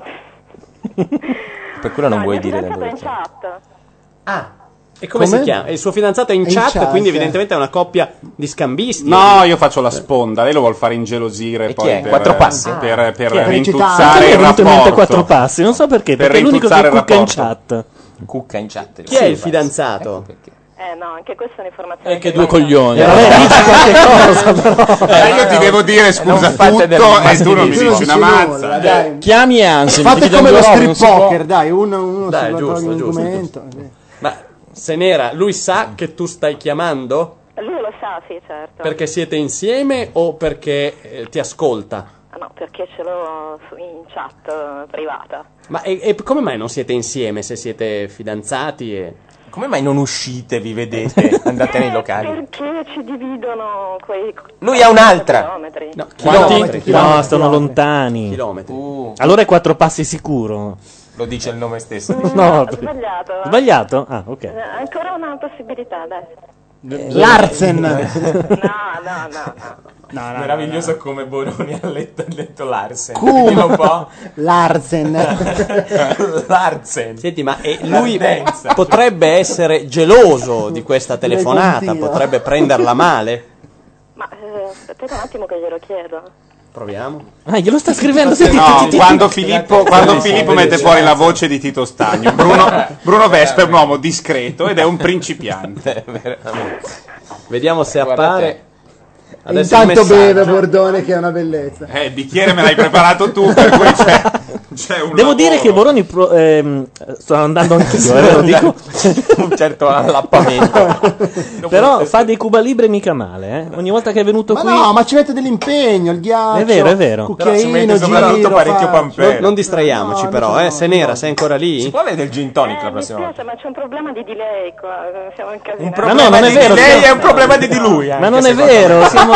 Per quello non No, vuoi il mio dire da fidanzato dove è in chiami. chat. Ah. E come, Come? si chiama? Il suo fidanzato è in, È in chat, chat, quindi eh. evidentemente è una coppia di scambisti. No, io faccio la sponda, lei lo vuol fare ingelosire E poi chi è? per, Quattro passi? per, per Chi è? Anche rintuzzare mi è il venuto in mente rapporto. quattro passi, non so perché, Per perché è l'unico che rintuzzare il cucca in rapporto. chat. Cucca in chat. Chi è il fidanzato? Eh no, anche questa è un'informazione Eh, che segreta. due coglioni. Eh, vabbè, dici qualche cosa, però. Eh, io ti devo dire scusa non fate del- tutto ma e tu non mi sì, dici una nulla, mazza. dai. Chiami Anzi, Fate come lo strip poker, dai, uno, uno Dai, si giusto, toglie un giusto, argomento. Ma se nera, lui sa che tu stai chiamando? Lui lo sa, sì, certo. Perché siete insieme o perché eh, ti ascolta? Ah, no, perché ce l'ho su- in chat eh, privata. Ma e, e come mai non siete insieme se siete fidanzati? E... Come mai non uscite, vi vedete, andate nei locali? Perché ci dividono quei Lui ha un'altra. chilometri. No, Chilometri, chilometri, no, sono lontani. chilometri. Uh, Allora è quattro passi sicuro. lo dice il nome stesso. No, Ho sbagliato. sbagliato? Ah, ok. Eh, Ancora una possibilità, dai. Larsen. No, no, no, no. Meraviglioso come Boroni ha letto, ha letto Larsen. Cum. Vediamo un po'. Larsen. Larsen. Senti, ma e lui L'ardenza. potrebbe essere geloso di questa telefonata, continua. potrebbe prenderla male? Ma eh, aspetta un attimo che glielo chiedo. Proviamo. Ah, glielo sta scrivendo. Senti, No, ti- ti- quando Filippo, quando Filippo mette fuori la voce di Tito Stagno, Bruno, Bruno Vespa è un uomo discreto ed è un principiante. Vediamo se appare. Adesso Intanto il messaggio. beve Bordone che è una bellezza. Eh, il bicchiere me l'hai preparato tu, per cui c'è, c'è un Devo lavoro. dire che Boroni pro- ehm, sto andando anch'io, eh, ve lo dico. un certo allappamento. Però fa dei Cuba Libre mica male, eh. Ogni volta che è venuto Ma qui. no, ma ci mette dell'impegno, il ghiaccio. È vero, è vero. Cucchiaino, giro, fa- Non, non distraiamoci, No, però, no, eh. Senera, sei ancora lì? Si può avere del gin tonic la Mi prossima volta? spiace, ma c'è un problema di delay qua, siamo incasinati. Ma no, non è vero. Lei è un problema di di lui. Ma non è vero, siamo.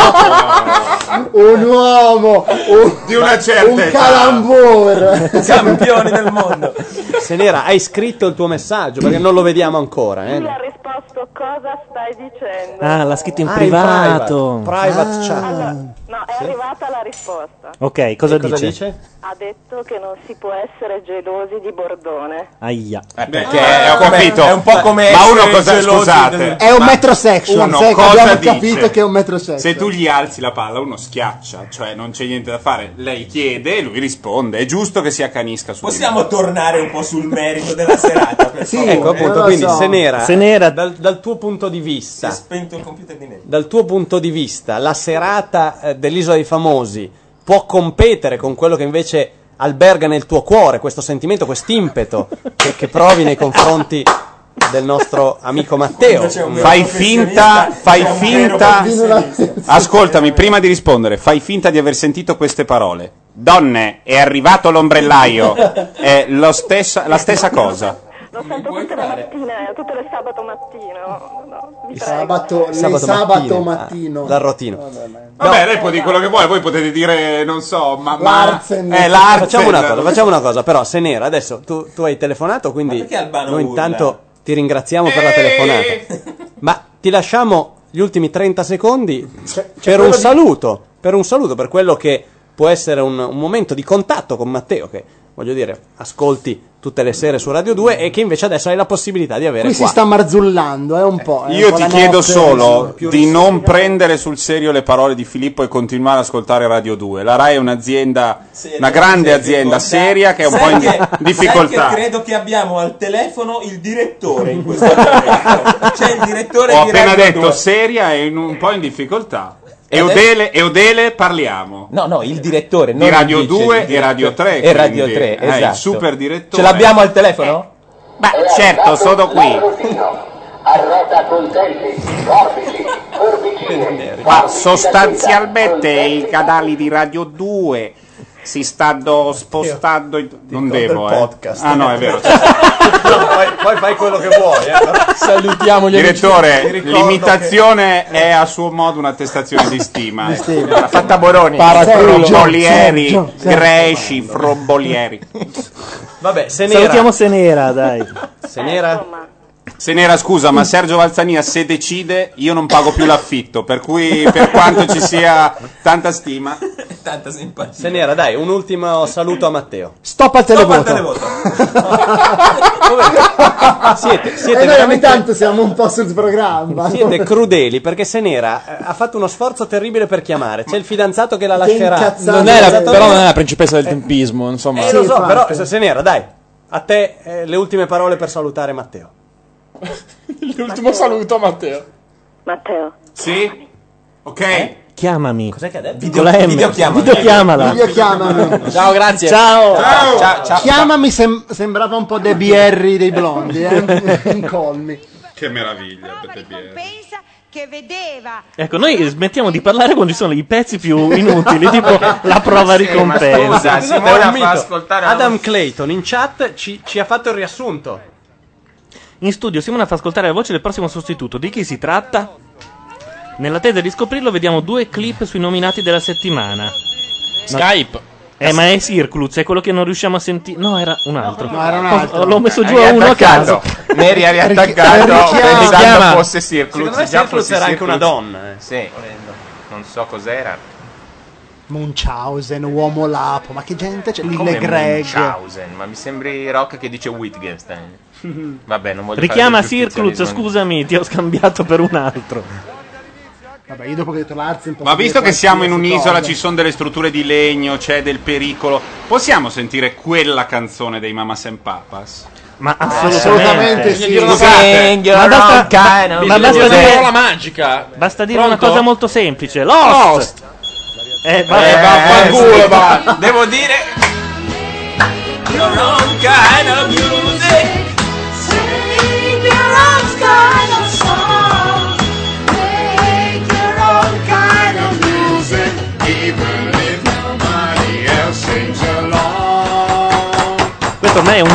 Un uomo, un, Di una certa un età. calambur. Campioni del mondo. Senera, hai scritto il tuo messaggio perché non lo vediamo ancora, eh. Lui ha risposto cosa stai dicendo. Ah, l'ha scritto in Ah, in privato. private. Private Ah. chat. Allora, no, è arrivata la risposta. Ok, cosa, E cosa dice? dice? Ha detto che non si può essere gelosi di Bordone. Aia. Eh, Perché Ah, ho come- capito. è un po' come Ma uno essere cosa, gelosi scusate, del- È un ma metrosexual, uno sai che cosa abbiamo dice? capito che è un metrosexual. Se tu gli alzi la palla, uno schiaccia, cioè non c'è niente da fare. Lei chiede e lui risponde. È giusto che si accanisca su. Possiamo tornare un po' sul merito della serata? Per Sì, favore? Ecco, appunto, lo quindi so. Senera, Senera- dal, dal tuo punto di Si è vista, spento il computer di me. dal tuo punto di vista, la serata eh, dell'Isola dei Famosi può competere con quello che invece alberga nel tuo cuore, questo sentimento, quest'impeto che, che provi nei confronti del nostro amico Matteo. Quando c'è un vero Fai professionista, finta, fai c'è un vero finta. professionista. Ascoltami, prima di rispondere, fai finta di aver sentito queste parole. Donne, è arrivato l'ombrellaio. È lo stessa, la stessa cosa. Lo sento tutte le mattine, tutte le sabato mattino. No, vi Il prego. sabato, il Sabato sabato, mattino. mattino. Ah, l'arrotino. Vabbè, lei può dire quello che vuole, voi potete dire, non so, ma... ma Larsen. eh, Larsen. Facciamo una cosa, facciamo una cosa, però Senera, adesso tu, tu hai telefonato, quindi Ma perché Albano noi urla? intanto ti ringraziamo per la telefonata. Ma ti lasciamo gli ultimi trenta secondi per un saluto, per un saluto, per quello che può essere un, un momento di contatto con Matteo, che voglio dire, ascolti tutte le sere su Radio due e che invece adesso hai la possibilità di avere Qui qua. si sta marzullando, è un po'. è un Io po' ti la chiedo notte, solo più di non prendere sul serio le parole di Filippo e continuare ad ascoltare Radio due. La Rai è un'azienda, Seria, una grande seria, azienda difficoltà. seria che è un Sai po' in che- difficoltà. sai che credo che abbiamo al telefono il direttore in questo momento. C'è il direttore Ho di appena Radio detto due. seria e in- un po' in difficoltà. E Eudele, Eudele, parliamo. No, no, il direttore Di non Radio il dice, due il e direttore. Radio tre, E Radio quindi, tre, eh, esatto. il super direttore. Ce l'abbiamo al telefono? Beh, certo, sono qui. Arrota coltelli, forbici, forbicine. Qua sostanzialmente i canali di Radio due si stanno spostando in... non devo del eh. podcast. Ah no, è vero. No, poi, poi fai quello che vuoi. Eh, però salutiamo gli amici. Ti Direttore, ricordo l'imitazione è a suo modo un'attestazione di stima. Di eh. stima. L'ha fatta Boroni. Sergio, Frombolieri, Sergio, Sergio. Greci, Frombolieri. Vabbè, Senera. Salutiamo Senera, dai. Senera. Senera, scusa, ma Sergio Valzania se decide io non pago più l'affitto, per cui per quanto ci sia tanta stima. Tanta simpatia. Senera, dai, un ultimo saluto a Matteo. Stop al Stop al televoto. televoto. Siete, E siete noi ogni veramente tanto siamo un po' sul programma. siete crudeli perché Senera eh, ha fatto uno sforzo terribile per chiamare. C'è il fidanzato che la Che lascerà. incazzata. Non è la- Esatto. però non è la principessa del tempismo, insomma. Eh, lo Sì, so, infatti. però se- Senera, dai, a te eh, le ultime parole per salutare Matteo. L'ultimo saluto a Matteo. Matteo, Sì? Ok. Chiamami. Cos'è che ha detto? Video, con la M. videochiamami. Videochiamala. Video chiamami. Ciao, grazie. Ciao. Ciao. Ciao, ciao. Chiamami sem- sembrava un po' Debbie Harry dei blondi, eh? Incolmi. Che meraviglia, prova Peppe Bier. ricompensa che vedeva. Ecco, noi smettiamo di parlare quando ci sono i pezzi più inutili, tipo la prova ricompensa. Scusa, Simona È un mito. fa ascoltare una- Adam Clayton in chat ci, ci ha fatto il riassunto. In studio Simona fa ascoltare la voce del prossimo sostituto. Di chi si tratta? Nell'attesa di scoprirlo vediamo due clip sui nominati della settimana. Skype. Eh, ma è Circluz, è quello che non riusciamo a sentire. No, era un altro. No, era un Ho- altro. L'ho messo giù Hai a uno a caso. riattaccato. Neri ha riattaccato Richiama. pensando Richiama. fosse Circluz. Secondo me Già Circluz fosse era anche Circluz. una donna. eh. Sì, non so cos'era. Munchausen, uomo lapo, ma che gente c'è? Come Lille Greg. Munchausen, ma mi sembri Rock che dice Wittgenstein. Vabbè, non voglio Richiama fare del Circluz, giustizionismo. scusami, ti ho scambiato per un altro. Vabbè, io dopo che ho detto Larsen posso Ma visto dire che siamo in qualsiasi un'isola, cosa. ci sono delle strutture di legno, c'è del pericolo, possiamo sentire quella canzone dei Mamas and Papas? Ma Assolutamente sì. Sing your Ma basta- own kind of ma basta music. dire- parola magica. Basta dire Pronto? una cosa molto semplice. Lost! Lost. Eh, vabbè, Eh, vaffanculo, sì. va. Devo dire your own kind of music.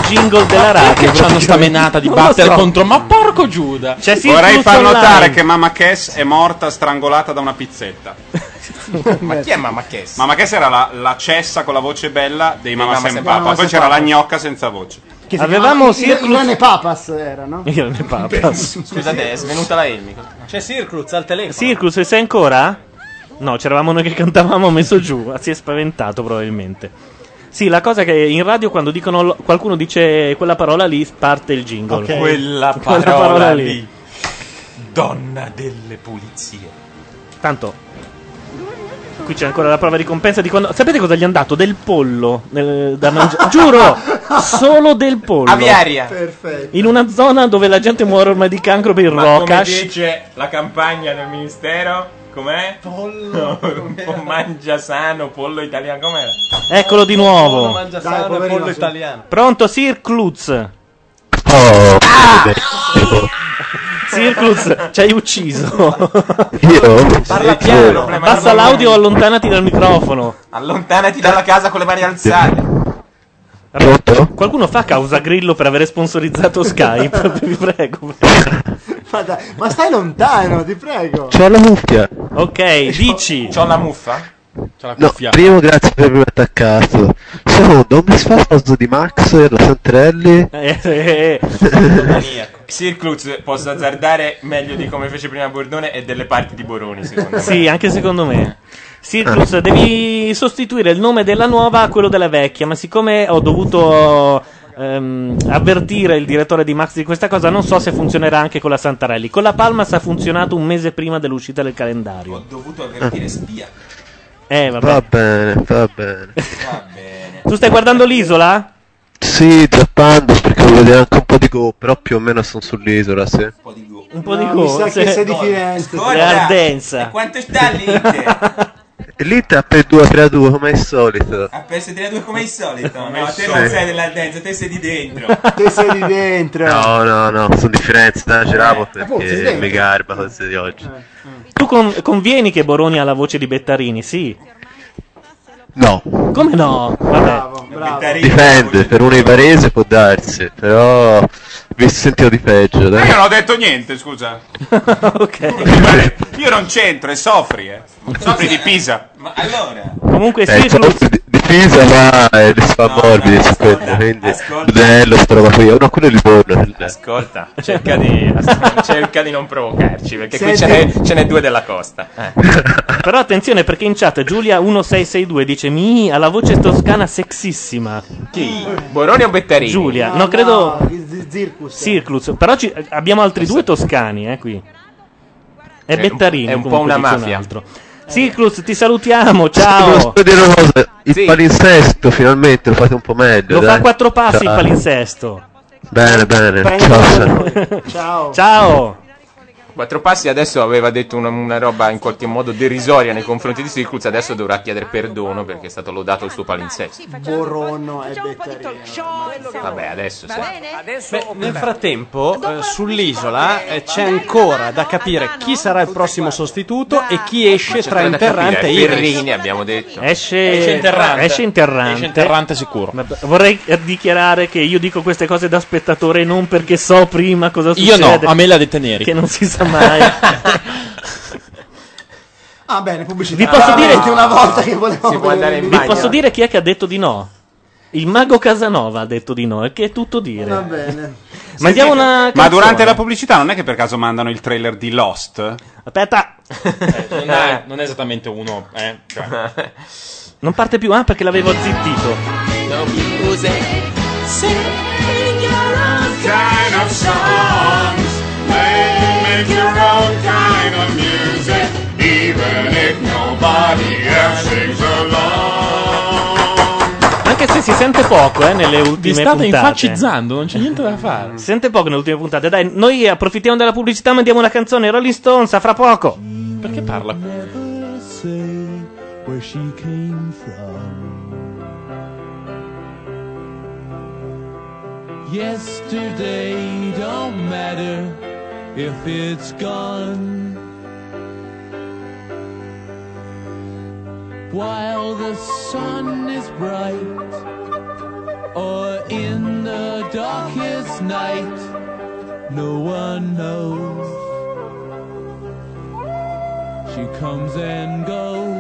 jingle della radio. C'hanno sta menata di Non lo battere so. contro, ma porco Giuda. C'è Sir Vorrei Cruz far online. notare che Mamma Cass è morta strangolata da una pizzetta. Ma chi è Mamma Cass? Mamma Cass era la, la cessa con la voce bella dei Mamma Mamma Sem Sem Papa. Papa. Poi c'era la gnocca senza voce. Che si Avevamo chiamava Sir Cruz- Irene Papas era, no? Irene Papas. Scusate, è svenuta la Elmi. C'è Sir Cruz al telefono. Sir Cruz, sei ancora? No, c'eravamo noi che cantavamo messo giù. Si è spaventato probabilmente. Sì, la cosa è che in radio quando dicono lo- qualcuno dice quella parola lì parte il jingle. Ok. Quella parola lì. Donna delle pulizie. Tanto qui c'è ancora la prova ricompensa di quando. Sapete cosa gli hanno dato? Del pollo nel- da mangiare. Giuro! Solo del pollo. Aviaria. Perfetto. In una zona dove la gente muore ormai di cancro per il Ma come rocash. dice la campagna del ministero? Com'è? Pollo. Mangia sano, pollo italiano. Com'era? Eccolo di nuovo. Mangia Dai, sano, poverino, pollo sì. italiano. Pronto, Sir Cruz? Oh, Sir Cruz, ci hai ucciso. io? Parla piano. Abbassa l'audio o allontanati dal microfono. Allontanati dalla casa con le mani alzate. Pronto? Qualcuno fa causa Grillo per avere sponsorizzato Skype? Vi prego. Ma, dai, ma stai lontano, ti prego. C'ho la muffia. Ok, dici. C'ho la muffa? C'è la No, cuffia. primo grazie per avermi attaccato. Secondo, un misfatto di Max e la Santarelli. Eh, eh, eh. Sir Cruz, posso azzardare meglio di come fece prima Bordone e delle parti di Boroni, secondo me. Sì, anche secondo me. Sir Cruz, devi sostituire il nome della nuova a quello della vecchia, ma siccome ho dovuto ehm, avvertire il direttore di Max di questa cosa, non so se funzionerà anche con la Santarelli. Con la Palmas ha funzionato un mese prima dell'uscita del calendario. Ho dovuto avvertire spia. Eh, vabbè. Va bene, va bene. Va bene. Tu stai guardando l'isola? Sì, zappando perché voglio vedere anche un po' di go, però più o meno sono sull'isola, sì. Un po' di No, go. mi sa che se- sei di Firenze. È Ardenza. Quanto sta l'Inter? E lì sta per due tre a due come al solito. A P S tre a due come al solito. No, te Sì. non sei dell'Ardenza, te sei di dentro. Te sei di dentro. No, no, no, sono di Firenze, da Geravo appunto, sei perché dentro. mi garba cose di oggi. Tu con- convieni che Boroni ha la voce di Bettarini, sì. No, Come no? Vabbè. Bravo, bravo. dipende, per uno Ivarese può darsi, però vi sentivo di peggio, Ma dai. io non ho detto niente, scusa. Ok. Io non c'entro, è Sofri, eh. Sofri di Pisa. Ma allora? Comunque Eh, Sir Cruz. forse di, di Pisa ma è di fa morbidi su quello, quindi bello sta roba qui, no, quello è Livorno. Ascolta, cerca di, cerca di non provocarci, perché qui Senti- ce n'è, ce n'è due della costa. Eh. Però attenzione perché in chat Giulia uno sei sei due dice mi ha la voce toscana sexissima. Chi? Boroni o Bettarini? Giulia, no, No, credo no, il Zircus. Sir Cruz, però ci- abbiamo altri due toscani, eh, qui. È È un- Bettarini, è un po' comunque, una dice un mafia. altro. Sir Cruz, ti salutiamo, Volevo ciao. solo dire una cosa, il Sì. palinsesto finalmente lo fate un po' meglio, Lo dai. fa a quattro passi il Ciao. palinsesto. Bene, bene, Prendo ciao. per noi. Ciao. Ciao. Quattro Passi adesso aveva detto una, una roba in qualche modo derisoria nei confronti di Sir Cruz, adesso dovrà chiedere perdono perché è stato lodato il suo palinsesto. Borono e Bettarini. Vabbè, adesso sì. Beh, nel frattempo, eh, sull'isola eh, c'è ancora da capire chi sarà il prossimo sostituto e chi esce tra C'è da Interrante capire, e Iris. Ferrini abbiamo detto. Esce, Esce Interrante. esce Interrante. Esce Interrante sicuro. Ma b- vorrei eh, dichiarare che io dico queste cose da spettatore non perché so prima cosa Io succede. no, a me l'ha detta Neri. Che non si sa mai. Ah, bene, pubblicità. Vi posso dire- Veramente una volta che volevo Si può andare in Vi bagno. posso dire chi è che ha detto di no? Il mago Casanova ha detto di no, e che è tutto dire. Va bene. Mandiamo una Ma canzone. durante la pubblicità non è che per caso mandano il trailer di Lost? Aspetta, Eh, non, è, non è esattamente uno, eh. Cioè. non parte più, ah, perché l'avevo zittito. kind of songs. Make your own kind of music, even if nobody else sings along. Anche se si sente poco, eh, nelle Vi ultime state puntate. infacizzando, non c'è niente da fare. Si sente poco nelle ultime puntate. Dai, noi approfittiamo della pubblicità, mandiamo una canzone. Rolling Stones, a fra poco. Perché parla? Never say where she came from. Yesterday don't matter if it's gone. While the sun is bright, or in the darkest night, no one knows. She comes and goes.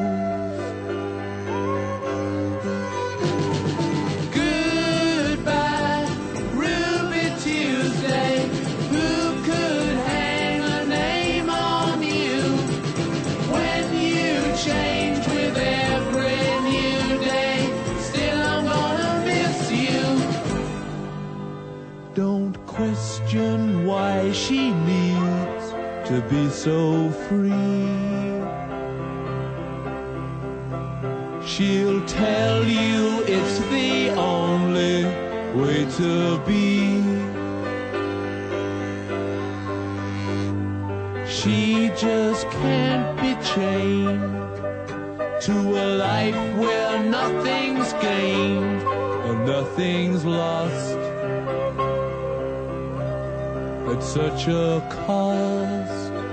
Goodbye, Ruby Tuesday. Who could hang a name on you when you change with every new day? Still, I'm gonna miss you. Don't question why she needs to be so free. She'll tell you it's the only way to be. She just can't be chained to a life where nothing's gained and nothing's lost at such a cost.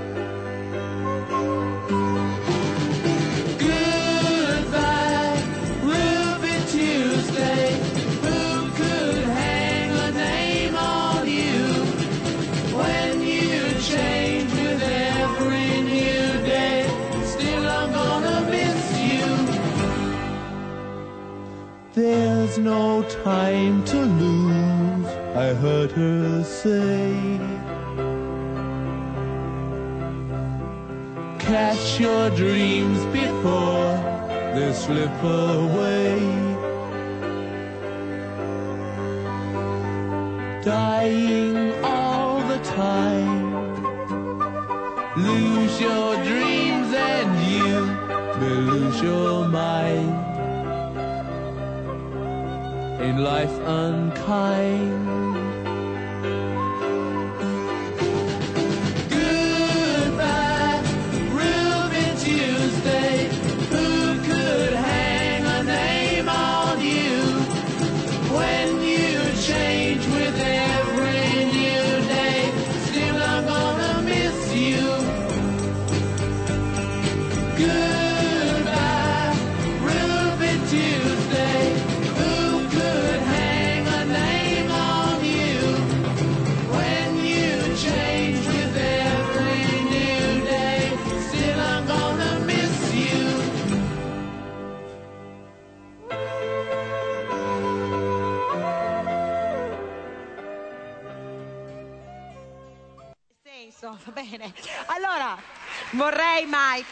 Goodbye, Ruby Tuesday. Who could hang a name on you when you change with every new day? Still, I'm gonna miss you. There's no time to lose, I heard her say. Catch your dreams before they slip away. Dying all the time. Lose your dreams and you may lose your mind. In life unkind. Goodbye, Ruby Tuesday. Who could hang a name on you when you change with every new day? Still, I'm gonna miss you. Goodbye, Ruby Tuesday. Who could hang a name on you when you change with every new day? Still, I'm gonna miss you. Senso, va bene. Allora, vorrei Mike.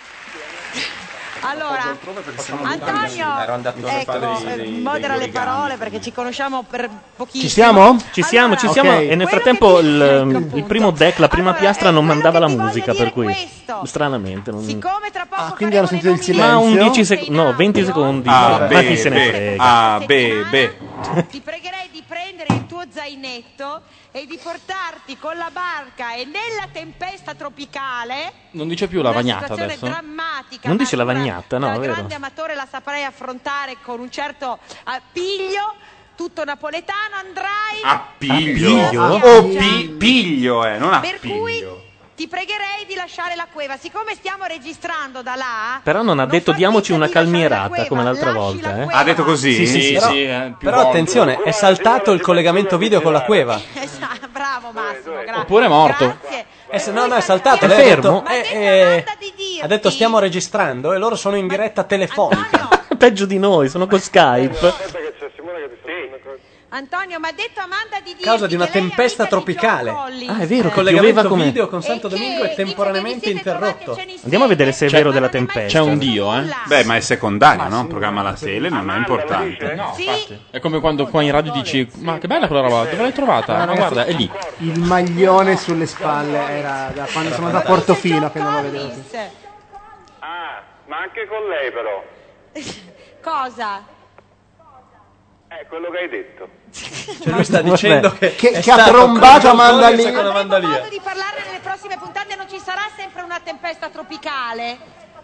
Allora, Antonio, Ero andato a ecco, fare dei- dei- modera dei le parole perché ci conosciamo per pochissimo. Ci siamo? Ci siamo, ci siamo. Ok. E nel frattempo il, il primo deck, la prima piastra non mandava la musica, per cui stranamente non... Ah, quindi hanno sentito il Ma silenzio. un dieci sec- no, venti secondi. A, ma B, chi se ne B, frega. A, B, B. Ti pregherei di prendere il tuo zainetto e di portarti con la barca e nella tempesta tropicale. Non dice più la vagnata situazione adesso. drammatica. Non dice la vagnata, no, Da è vero. grande amatore la saprei affrontare con un certo appiglio. Tutto napoletano andrai. Appiglio? Appiglio? O pi- piglio, eh, non Per appiglio. cui ti pregherei di lasciare la cueva. Siccome stiamo registrando da là, Però non ha detto diamoci una calmierata come l'altra volta, eh? Ha detto così? Sì, sì, sì. Però, sì. eh, però attenzione, è saltato il collegamento video con la cueva. bravo Massimo, grazie. Oppure è morto. Grazie. Eh, se no, no, è saltato. È lei ha fermo? detto, eh, eh, ha detto stiamo registrando e loro sono in diretta telefonica. Peggio di noi, sono con Skype. Antonio, mi ha detto Amanda di dirti A causa di una che lei è tempesta amica di tropicale. John Collins. Ah, è vero, Il che collegamento pioveva come... video con Santo Domingo è temporaneamente interrotto. Andiamo a vedere se è vero della tempesta. C'è un dio, eh? Beh, ma è secondario, no? Un programma alla tele non è importante. No, infatti. È come quando qua in radio dici: ma che bella quella roba, dove l'hai trovata? Ma guarda, è lì. Il maglione sulle spalle era da quando sono andato a Portofino che non lo vedevo più. Ah, ma anche con lei però. Cosa? Eh, quello che hai detto. Cioè lui sta dicendo che, Che- è che ha stato trombato con Amanda Giorgio Lia. con Amanda Avremo Lia. modo di parlarne nelle prossime puntate. Non ci sarà sempre una tempesta tropicale?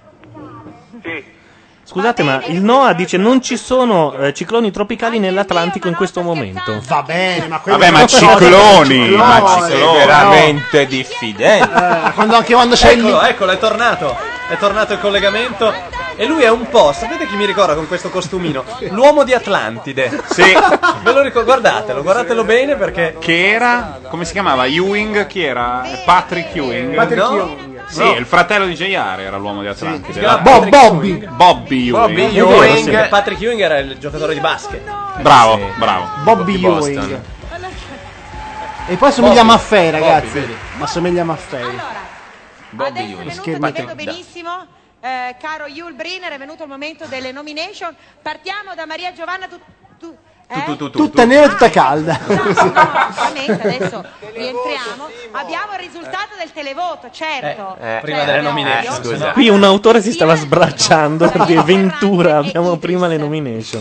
Sì. Scusate, ma il NOAA dice non ci sono eh, cicloni tropicali nell'Atlantico in questo momento. Va bene, ma quello Vabbè, ma cicloni, ma Sei cicloni. veramente diffidente. Eh, quando anche quando c'è il Eccolo, eccolo, è tornato. È tornato il collegamento. E lui è un po', sapete chi mi ricorda con questo costumino? L'uomo di Atlantide. Sì. Ve lo ricordo, guardatelo, guardatelo bene perché... Che era, come si chiamava? Ewing? Chi era? Patrick Ewing? Patrick No. Ewing. Sì, No. il fratello di J R era l'uomo di Atlantide. si chiama Bob, Bobby. Bobby Ewing. Bobby Ewing. Patrick Ewing era il giocatore di basket. Bravo, bravo. Bobby Di Boston. Ewing. E poi somiglia a Bobby. Maffei, ragazzi. Bobby, vedi? Ma somiglia a Maffei. Bobby Adesso è Ewing. venuto, partendo benissimo, eh, caro Yul Brynner, è venuto il momento delle nomination. Partiamo da Maria Giovanna. Tu, tu, eh? Tu, tu, tu, Tutta tu. nera e tutta calda. No, ovviamente adesso rientriamo. Abbiamo il risultato del televoto, certo. Eh, prima Cioè, delle abbiamo- nomination. Eh, scusa. Qui un autore si stava sbracciando di Ventura. Abbiamo prima le nomination.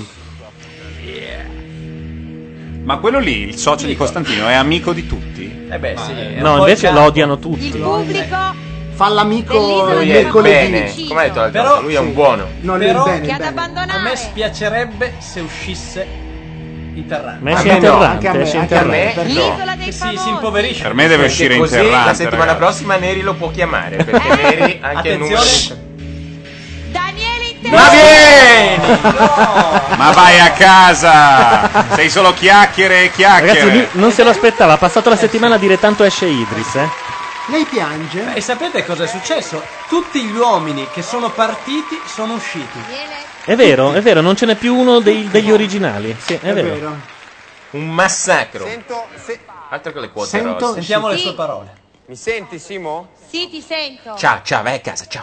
Ma quello lì, il socio di Costantino, è amico di tutti? Eh beh, sì. è un No, po' invece il lo capo. odiano tutti. Il pubblico Fa l'amico Dell'isola il Lui di è il mercoledì. bene. Come ha detto l'altra Però- volta, lui è un buono. Non Però- il bene, che il ad bene. abbandonare A me spiacerebbe se uscisse Interrante. Ma esce A me no, interrante, anche a me, esce anche a me. interrante. l'isola dei Che si, famosi. si impoverisce. Per me deve Perché uscire così Interrante. la settimana ragazzi. prossima Neri lo può chiamare. Perché Neri anche il numero. Attenzione. Daniele Ma Interrante. vieni! Ma vai a casa! Sei solo chiacchiere e chiacchiere. Ragazzi, lui non se lo aspettava. Ha passato la settimana a dire tanto esce Idris, eh. Lei piange? E sapete cosa è successo? Tutti gli uomini che sono partiti sono usciti. È vero, è vero, non ce n'è più uno dei- degli originali. Sì, è, vero. Un massacro. Sento, se- Altro che le quote Sento- rosse. Sentiamo le Sì. sue parole. mi senti Simo? Sì, ti sento. Ciao, ciao, vai a casa, ciao.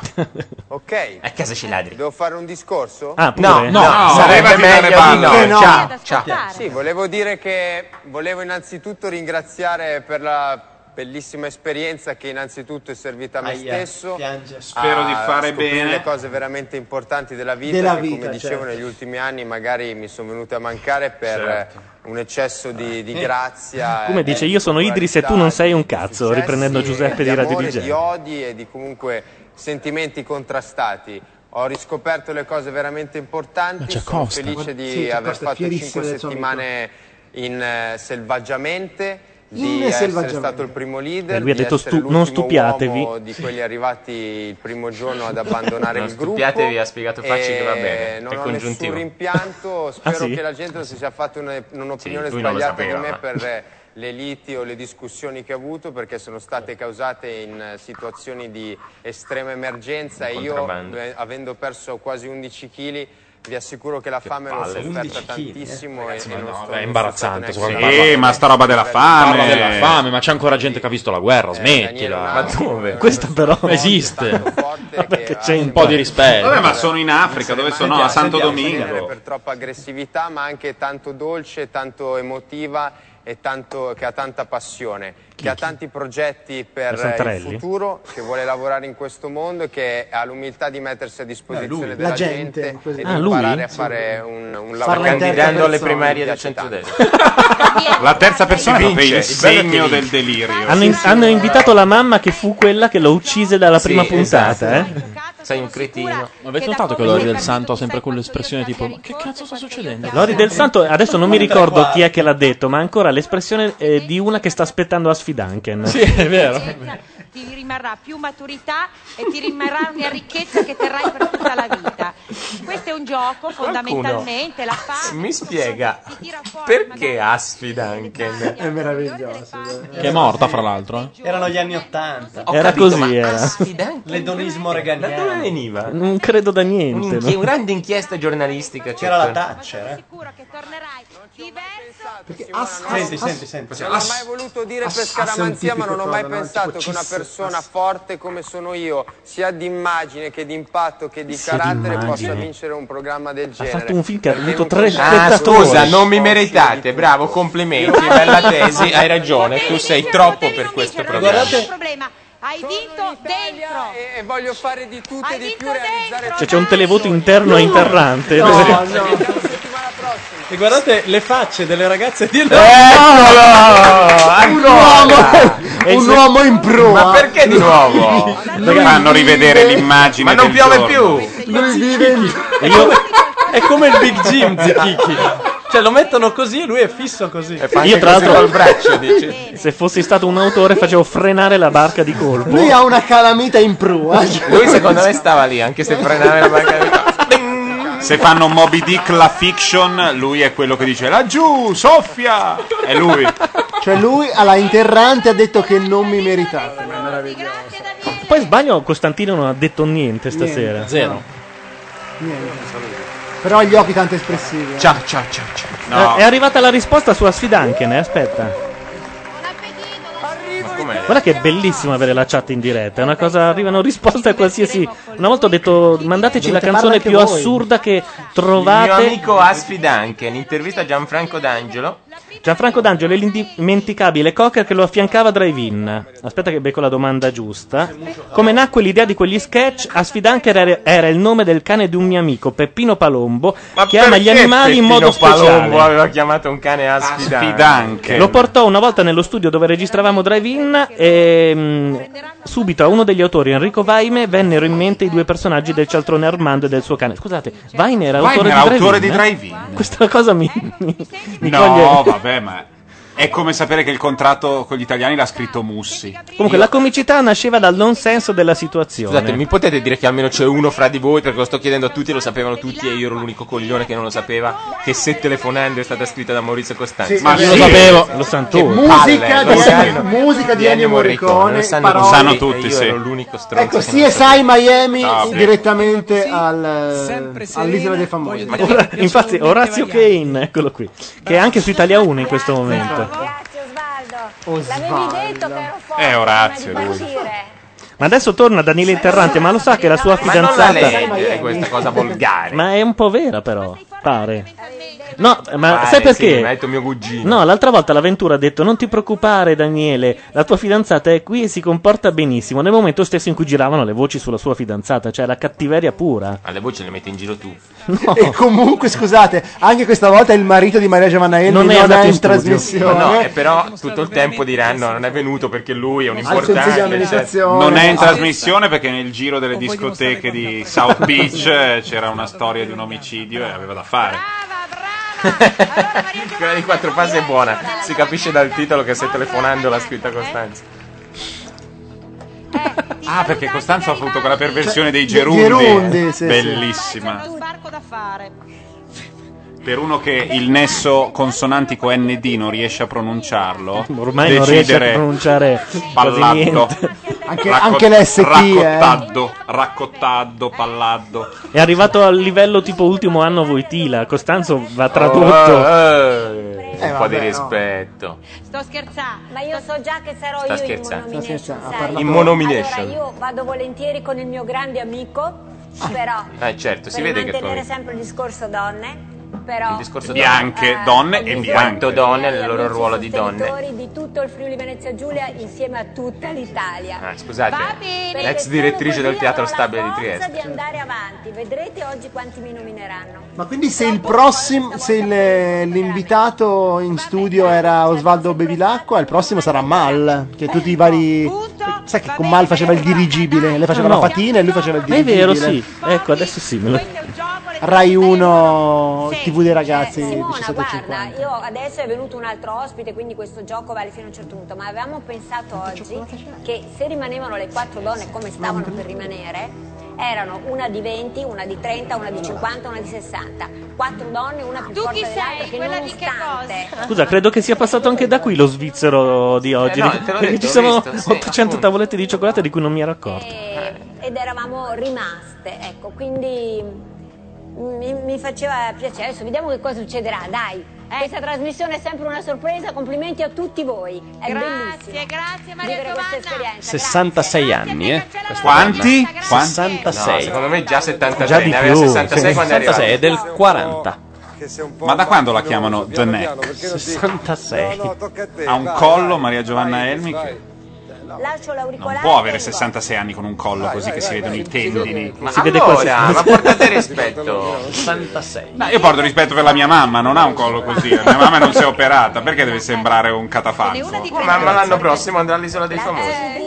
Ok. A casa ci ladri. Devo fare un discorso? Ah, pure? No, no, No, sarebbe levati dalle meglio di balle. no. Che no? Ciao, Da ciao. ascoltare. Sì, volevo dire che volevo innanzitutto ringraziare per la bellissima esperienza che innanzitutto è servita a me Aia, stesso. piange. Spero di a fare scoprire bene. le cose veramente importanti della vita Della che vita, come dicevo certo. negli ultimi anni magari mi sono venute a mancare per Certo. eh, un eccesso di, di grazia. Come e dice, di io sono Idris e tu non sei un di cazzo, successi, riprendendo Giuseppe di Radio amore, D J. di odi e di comunque sentimenti contrastati. Ho riscoperto le cose veramente importanti, c'è sono Costa. felice di Sì, c'è aver Costa, fatto fierissimo cinque del suo settimane in eh, Selvaggiamente, In di essere Selvaggiamente. stato il primo leader, E lui ha di detto essere stu- non l'ultimo stupiatevi. uomo di quelli arrivati il primo giorno ad abbandonare Non il gruppo. stupiatevi, ha spiegato Facci che va e bene, Non è ho congiuntivo. nessun rimpianto, spero sì? che la gente non si sia fatta una- un'opinione Sì, lui non lo sbagliata sapeva, di me ma- per eh, le liti o le discussioni che ho avuto, perché sono state causate in eh, situazioni di estrema emergenza e io, Contrabbando. eh, avendo perso quasi undici chili, vi assicuro che la fame l'ho palle, sofferta undici chili, eh. tantissimo e, e ma non no, sto- è non imbarazzante, sto stato secondo neanche me. Eh, ma sta roba della Parla fame. della fame, ma c'è ancora gente che ha visto la guerra, Eh, Daniele smettila. Ronaldo, Ma dove? una Questa persona però esiste. tanto forte Vabbè, che che ha c'entra? Un po' di rispetto. Vabbè, ma sono in Africa, dove sono? A Santo genere Domingo. per troppa aggressività, ma anche tanto dolce, tanto emotiva e tanto, che ha tanta passione, che ha tanti progetti per La il Santarelli? futuro, che vuole lavorare in questo mondo e che ha l'umiltà di mettersi a disposizione lui. della La gente, gente così. e Ah, di lui? imparare a fare un, un Farla lavoro. in terza Candidando alle persona. primarie Mi del piace tanto. centrodestra. La terza persona è Vince, proprio il il bello è che segno del vince. delirio. Hanno, in- hanno invitato la mamma che fu quella che lo uccise dalla Sì, prima puntata, esatto. eh. Sei un cretino. Ma avete notato che Lori del Santo ha sempre quell'espressione tipo "Ma che cazzo sta succedendo?" Lori del Santo, adesso non mi ricordo chi è che l'ha detto, ma ha ancora l'espressione eh, di una che sta aspettando a Sfidanken. Sì, è vero. Ti rimarrà più maturità e ti rimarrà una ricchezza che terrai per tutta la vita. Questo è un gioco, fondamentalmente, la fame. Mi spiega ti tira fuori perché Asfidanken? È meraviglioso. Che è morta, fra l'altro. Eh. Erano gli anni Ottanta. Ho Era capito, così, ma era. Asfidanken? L'edonismo Da dove reganiano. veniva? Non credo da niente. Un'inchi- no? Una grande inchiesta giornalistica. C'era la certo. Thatcher, eh. sicuro che tornerai diverso. Perché as- Senti, as- senti, senti. Non ho mai voluto dire ass- per scaramanzia, ma non ho mai ass- pensato che una ass- persona forte come sono io, sia di immagine che di impatto che di Sia di carattere, immagine. possa vincere un programma del genere. fatto un film che ha Perché avuto un tre concetto- Ah, spettatori. scusa, non mi meritate. Bravo, complimenti, bella tesi. Hai ragione, tu sei troppo per questo programma. Guardate- Il problema, hai vinto dentro. E, e voglio fare di tutto Hai e di vinto più, realizzare dentro, Cioè c'è un televoto interno a Interrante. No, dove- no. Vediamo settimana prossima. E guardate le facce delle ragazze di Eccolo! Un uomo, Ancora! E un se- uomo in prua. Ma perché di nuovo? Fanno rivedere l'immagine. Ma non del piove giorno. più! Lui vive in... E io, È come il Big Jim Zichichi. Cioè lo mettono così e lui è fisso così. E fa Io, anche tra così l'altro- col braccio, dici. se fossi stato un autore, facevo frenare la barca di colpo. Lui ha una calamita in prua. Lui secondo me stava lì, anche se frenava la banca di qua. Se fanno Moby Dick la fiction, lui è quello che dice laggiù, soffia! È lui. Cioè lui alla interrante ha detto che non mi meritate. È meraviglioso. Poi sbaglio, Costantino non ha detto niente stasera. Niente, Zero. Niente. Però ha gli occhi tanto espressivi. eh. Ciao, ciao, ciao, ciao. Eh, È arrivata la risposta sulla sfidanchene, aspetta. Guarda che è bellissimo avere la chat in diretta, è una cosa, arrivano risposte a qualsiasi. Una volta ho detto mandateci la Dovete canzone parlare più anche voi. assurda che Il mio trovate. amico Asfidanche, in intervista a Gianfranco D'Angelo. Gianfranco D'Angelo e l'indimenticabile Cocker che lo affiancava a Drive-In. Aspetta che becco la domanda giusta. Come nacque l'idea di quegli sketch? Asfidanker era, era il nome del cane di un mio amico, Peppino Palombo, Ma che ama gli perché animali in modo Peppino Palombo speciale. aveva chiamato un cane Asfidanche? Asfidanche. Lo portò una volta nello studio dove registravamo Drive-In e mh, subito a uno degli autori, Enrico Vaime, vennero in mente i due personaggi del cialtrone Armando e del suo cane. Scusate, Vaime era Vaime autore, era di, autore Drive-In, di eh? Drive-In? Questa cosa mi, mi, mi No, coglie. vabbè, ma è come sapere che il contratto con gli italiani l'ha scritto Mussi. Comunque la comicità nasceva dal non senso della situazione. Scusate, mi potete dire che almeno c'è uno fra di voi, perché lo sto chiedendo a tutti, lo sapevano tutti e io ero l'unico coglione che non lo sapeva, che Se telefonando è stata scritta da Maurizio Costanzo. Sì, Ma io lo sapevo, lo sanno Che tutti. palle, Musica lo di- sanno. musica di Ennio Morricone, lo sanno, parole- tutti, Lo sanno e tutti, io sì. ero l'unico stronzo Ecco, che non C S I Miami No, beh. direttamente al, all'isola dei famosi. Ora- infatti Orazio Kane, eccolo qui, che è anche su Italia uno in questo momento. L'avevi detto che ero forte. È Orazio, prima di lui. partire. Ma adesso torna Daniele Interrante, ma lo sa che la sua Ma non la fidanzata. leggere questa cosa volgare. Ma è un po' vera, però, pare. No, ma Pare, sai sì, perché? mi ha detto mio cugino. No, l'altra volta l'avventura ha detto: non ti preoccupare, Daniele, la tua fidanzata è qui e si comporta benissimo. Nel momento stesso in cui giravano le voci sulla sua fidanzata, cioè la cattiveria pura. Alle voci le metti in giro tu. E comunque, scusate, anche questa volta il marito di Maria Giovanna Elmi Non non è è, andato in in studio. trasmissione. Ma no, e però tutto il tempo diranno non è venuto perché lui è un Al consiglio di importante. amministrazione. Non è in trasmissione perché nel giro delle discoteche di South Beach eh, c'era una storia di un omicidio e aveva da fare. Quella di quattro passi è buona. Si capisce dal titolo che stai telefonando l'ha scritta Costanza. Ah, perché Costanzo ha avuto quella perversione dei Cioè, Gerundi. Gerundi, sì, Bellissima. Un sbarco da fare. Per uno che il nesso consonantico N D non riesce a pronunciarlo, Ormai non riesce a decidere pronunciare quasi Palladdo, niente. Anche- anche l'S T, eh. raccottaddo, raccottaddo, palladdo. È arrivato al livello tipo ultimo anno Voitila. Costanzo va tradotto. Eh, Eh, un po' di vabbè, no. rispetto. Sto scherzando, ma io so già che sarò Sta io scherzando. in Sta scherzando, ha monomination. parlato- In monomination. Allora io vado volentieri con il mio grande amico, però Eh certo, si per vede che tu mantenere sempre il discorso donne, però il discorso Bianche, donne e bianche. quanto donne nel loro amici ruolo di donne. sostenitori di tutto il Friuli Venezia Giulia insieme a tutta l'Italia. Ah, scusate, Perché l'ex sono direttrice del così, Teatro ho la Stabile di forza Trieste. di andare avanti, vedrete oggi quanti mi nomineranno. Ma quindi se il prossimo, se il- l'invitato in studio era Osvaldo Bevilacqua, il prossimo sarà Mal, che tutti i vari. Sai che con Mal faceva il dirigibile, lei faceva No. la patina e lui faceva il Ma è dirigibile. vero, sì. Ecco, adesso sì. Me lo... Rai uno T V dei ragazzi Simona, diciassette e guarda, cinquanta. io adesso è venuto un altro ospite, quindi questo gioco vale fino a un certo punto, ma avevamo pensato oggi che se rimanevano le quattro donne come stavano per rimanere, erano una di venti, una di trenta, una di cinquanta, una di sessanta. Quattro donne, una più Tu forte chi dell'altra, sei? che Quella di che nonostante... Scusa, credo che sia passato anche da qui lo svizzero di oggi. Eh no, di- te l'ho perché detto, ci sono ho visto, sì, ottocento appunto. tavolette di cioccolato di cui non mi ero accorto. e- ed eravamo rimaste, ecco, quindi mi, mi faceva piacere. Adesso vediamo che cosa succederà, dai. Questa trasmissione è sempre una sorpresa, complimenti a tutti voi. È Grazie, bellissimo. grazie Maria vivere questa Giovanna. esperienza. sessantasei anni, eh? questa Quanti? donna. Quanti? sessantasei. No, secondo me già settantatré. Già di ne aveva più. sessantasei quando è arrivato. sessantasei, è del quaranta. Ma da quando la chiamano The Neck? sessantasei. Ha un collo Maria Giovanna Elmi che Lascio non l'auricolare. può avere sessantasei anni con un collo così che si vedono i tendini. Ma Si vede allora, quasi- ma portate rispetto. sessantasei. No, io porto rispetto per la mia mamma, non ha un collo così. La mia mamma non si è operata, perché deve sembrare un catafalco? Oh, ma, ma l'anno prossimo andrà all'isola dei famosi.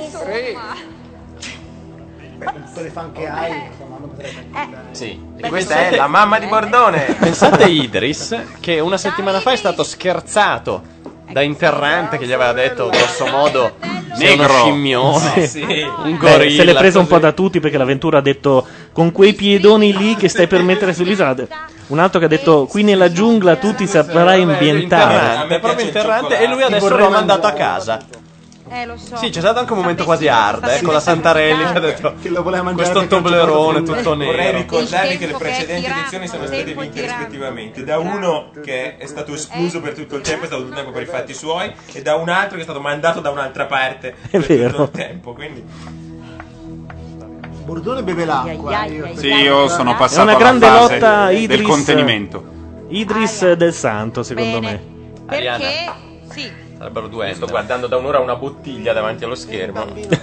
Tutte le fan che hai, insomma, non potrebbe. Sì, e questa è la mamma di Bordone. Pensate a Idris, che una settimana fa è stato scherzato da Interrante, che gli aveva detto grosso modo Sei uno Negro. scimmione, Sì. un Beh, gorilla. se l'è preso un così. po' da tutti perché l'avventura ha detto con quei piedoni lì che stai per mettere sull'isola. Un altro che ha detto qui nella giungla tu ti saprai ambientare. Interrante, è proprio interrante e lui adesso vorrei lo ha mandato a casa. Eh, lo so. Sì, c'è stato anche un momento quasi hard, eh, con la Santarelli che ha detto che lo voleva mangiare questo perché non c'era toblerone più. tutto nero. Vorrei ricordarvi Il che le tempo che è precedenti tiranno, edizioni sono il state tempo è vinte tiranno. rispettivamente da uno che è stato escluso per tutto il tempo, è stato tutto il tempo per i fatti suoi, e da un altro che è stato mandato da un'altra parte per vero. tutto il tempo. Quindi Bordone beve l'acqua. io- Sì, io sono È passato una alla grande fase lotta del Idris, contenimento. Idris del Santo, secondo me. Perché? Sì. Sarebbero due. sto guardando da un'ora una bottiglia davanti allo schermo.